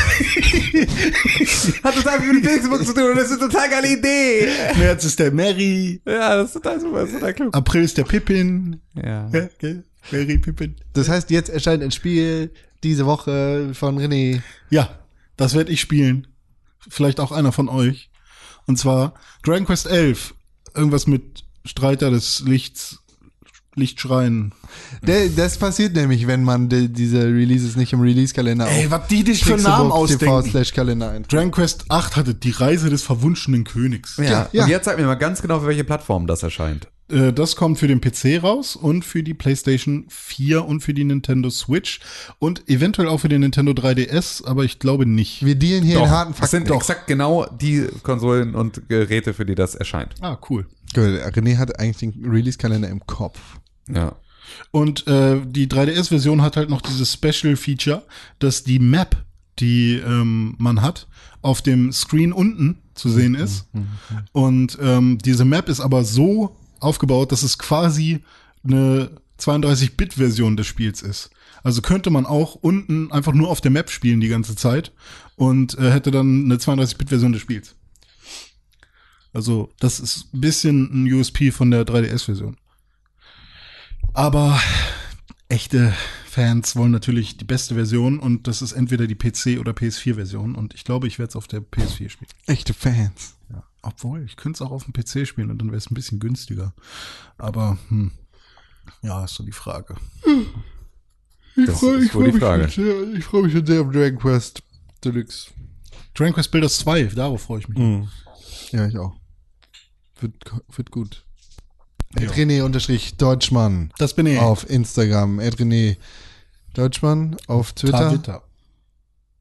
Hat total viel mit Facebook zu tun und das ist eine total geile Idee. März ist der Mary. Ja, das ist total super, das ist total klug. April ist der Pippin. Ja. Ja, gell? Mary Pippin. das heißt, jetzt erscheint ein Spiel diese Woche von René. Ja, das werde ich spielen. Vielleicht auch einer von euch. Und zwar Dragon Quest elf. Irgendwas mit Streiter des Lichts, Lichtschreien. Der, das passiert nämlich, wenn man de, diese Releases nicht im Release-Kalender Ey, auf was die dich für Namen Pixelburg T V ausdenken. slash Kalender ein. Dragon Quest acht hatte die Reise des verwunschenen Königs. Ja, ja. und jetzt sag mir mal ganz genau, für welche Plattform das erscheint. Äh, Das kommt für den P C raus und für die PlayStation vier und für die Nintendo Switch und eventuell auch für den Nintendo drei D S, aber ich glaube nicht. Wir dealen hier in harten das sind Fakten. exakt genau die Konsolen und Geräte, für die das erscheint. Ah, cool. Gut, René hat eigentlich den Release-Kalender im Kopf. Ja. Und äh, die drei D S-Version hat halt noch dieses Special-Feature, dass die Map, die ähm, man hat, auf dem Screen unten zu sehen ist. Und ähm, diese Map ist aber so aufgebaut, dass es quasi eine zweiunddreißig-Bit-Version des Spiels ist. Also könnte man auch unten einfach nur auf der Map spielen die ganze Zeit und äh, hätte dann eine zweiunddreißig-Bit-Version des Spiels. Also das ist ein bisschen ein U S P von der drei D S-Version. Aber echte Fans wollen natürlich die beste Version und das ist entweder die P C- oder P S vier-Version und ich glaube, ich werde es auf der P S vier spielen. Echte Fans. Ja. Obwohl, ich könnte es auch auf dem P C spielen und dann wäre es ein bisschen günstiger. Aber, hm, ja, ist so die Frage. Ich Das freu- ist ich wohl freu die mich Frage. schon sehr- Ich freue mich schon sehr auf Dragon Quest Deluxe. Dragon Quest Builders zwei, darauf freue ich mich. Ja, ich auch. Wird, wird gut. Ja. Ed René unterstrich Deutschmann Das bin ich. auf Instagram. Ed René Deutschmann auf Twitter. Twitter.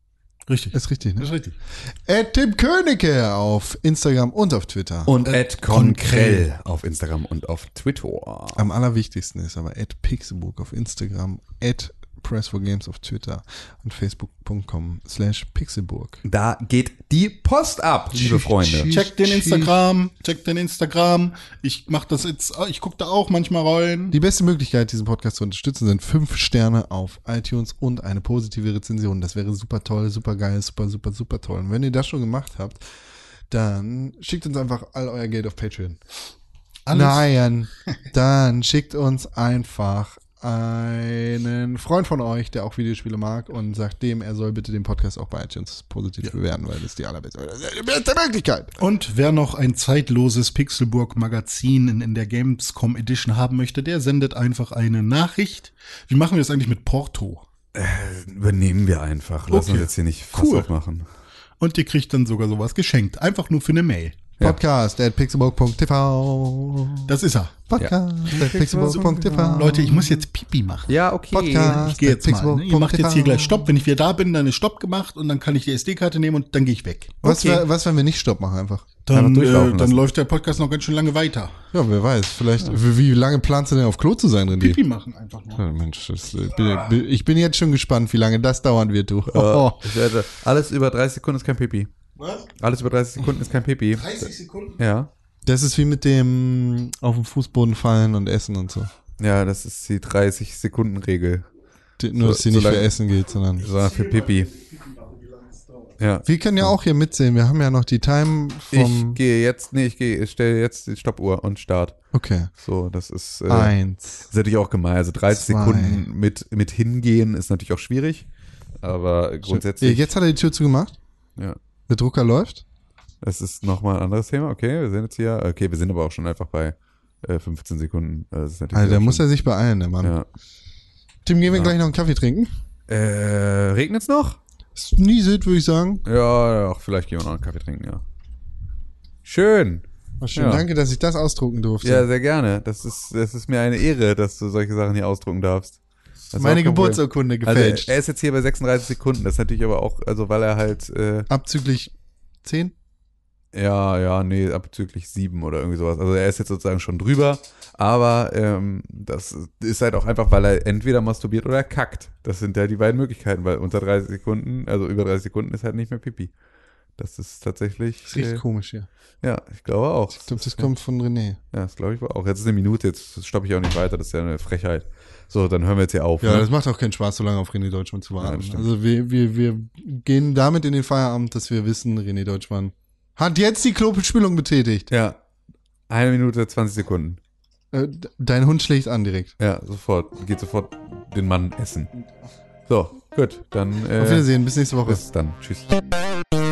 Richtig. Ist richtig, ne? ist richtig. At Tim Königke auf Instagram und auf Twitter. Und at Konkrell auf Instagram und auf Twitter. Am allerwichtigsten ist aber at Pixelburg auf Instagram, at Press for Games auf Twitter und facebook.com slash Pixelburg. Da geht die Post ab, liebe Freunde. Check den Instagram, check den Instagram. Ich mach das jetzt, ich gucke da auch manchmal rein. Die beste Möglichkeit, diesen Podcast zu unterstützen, sind fünf Sterne auf iTunes und eine positive Rezension. Das wäre super toll, super geil, super, super, super toll. Und wenn ihr das schon gemacht habt, dann schickt uns einfach all euer Geld auf Patreon. Alles. Nein, dann schickt uns einfach einen Freund von euch, der auch Videospiele mag und sagt dem, er soll bitte den Podcast auch bei iTunes positiv ja. bewerten, weil das ist die allerbeste die beste Möglichkeit. Und wer noch ein zeitloses Pixelburg-Magazin in, in der Gamescom Edition haben möchte, der sendet einfach eine Nachricht. Wie machen wir das eigentlich mit Porto? Äh, übernehmen wir einfach. Lass Okay. uns jetzt hier nicht Fass Cool. aufmachen. Und ihr kriegt dann sogar sowas geschenkt. Einfach nur für eine Mail. Ja. Podcast at pixelburg punkt t v. Das ist er. Podcast at pixelburg punkt t v. Leute, ich muss jetzt Pipi machen. Ja, okay. Podcast Ich gehe jetzt mal. Ne? Ihr macht jetzt hier Pixelburg.tv. gleich Stopp. Wenn ich wieder da bin, dann ist Stopp gemacht und dann kann ich die S D-Karte nehmen und dann gehe ich weg. Was, Okay. wär, was, wenn wir nicht Stopp machen einfach? Dann, Einfach durchlaufen äh, dann lassen. läuft der Podcast noch ganz schön lange weiter. Ja, wer weiß. Vielleicht, wie, wie lange planst du denn auf Klo zu sein, René? Pipi machen einfach nur. Ja, Mensch, das, äh, bin, ich bin jetzt schon gespannt, wie lange das dauern wird, du. Äh, Oh. ich werde, alles über dreißig Sekunden ist kein Pipi. Was? Alles über dreißig Sekunden ist kein Pipi. dreißig Sekunden? Ja. Das ist wie mit dem auf den Fußboden fallen und essen und so. Ja, das ist die dreißig Sekunden Regel. Die, nur, So- dass die nicht solange- für Essen geht, sondern. Sondern für Pipi. Ja. Wir können ja auch hier mitsehen. Wir haben ja noch die Time Ich vom. gehe jetzt, nee, ich gehe, ich stelle jetzt die Stoppuhr und Start. Okay. So, das ist, äh, Eins. ist natürlich auch gemein. Also dreißig Zwei. Sekunden mit, mit hingehen ist natürlich auch schwierig. Aber grundsätzlich, Jetzt hat er die Tür zugemacht. ja. Der Drucker läuft. Das ist nochmal ein anderes Thema. Okay, wir sind jetzt hier, okay, wir sind aber auch schon einfach bei äh, fünfzehn Sekunden. Also das ist natürlich Also, da auch muss schon, er sich beeilen, der Mann. ja. Tim, gehen wir Ja. gleich noch einen Kaffee trinken? Äh, regnet's noch? Es nieselt, würde ich sagen. Ja, auch vielleicht gehen wir noch einen Kaffee trinken, ja. Schön. War schön. Ja. Danke, dass ich das ausdrucken durfte. Ja, sehr gerne. Das ist, das ist mir eine Ehre, dass du solche Sachen hier ausdrucken darfst. Das ist Meine auch kein Problem. Geburtsurkunde Also gefälscht. er ist jetzt hier bei sechsunddreißig Sekunden. Das ist natürlich aber auch, also weil er halt, äh, Abzüglich zehn? ja, ja, nee, abzüglich sieben oder irgendwie sowas. Also er ist jetzt sozusagen schon drüber, aber ähm, das ist halt auch einfach, weil er entweder masturbiert oder kackt. Das sind ja die beiden Möglichkeiten, weil unter dreißig Sekunden, also über dreißig Sekunden ist halt nicht mehr Pipi. Das ist tatsächlich, Das riecht äh, komisch hier. ja, ich glaube auch. Ich glaube, das kommt von René. Ja, das glaube ich auch. Jetzt ist eine Minute, jetzt stoppe ich auch nicht weiter, das ist ja eine Frechheit. So, dann hören wir jetzt hier auf. Ja, ne? das macht auch keinen Spaß, so lange auf René Deutschmann zu Ja, warten. das stimmt. Also wir, wir, wir gehen damit in den Feierabend, dass wir wissen, René Deutschmann hat jetzt die Klopelspülung betätigt. Ja, eine Minute, zwanzig Sekunden. Äh, d- dein Hund schlägt an direkt. Ja, sofort. Geht sofort den Mann essen. So, gut, dann. Äh, Auf Wiedersehen, bis nächste Woche. Bis dann. Tschüss.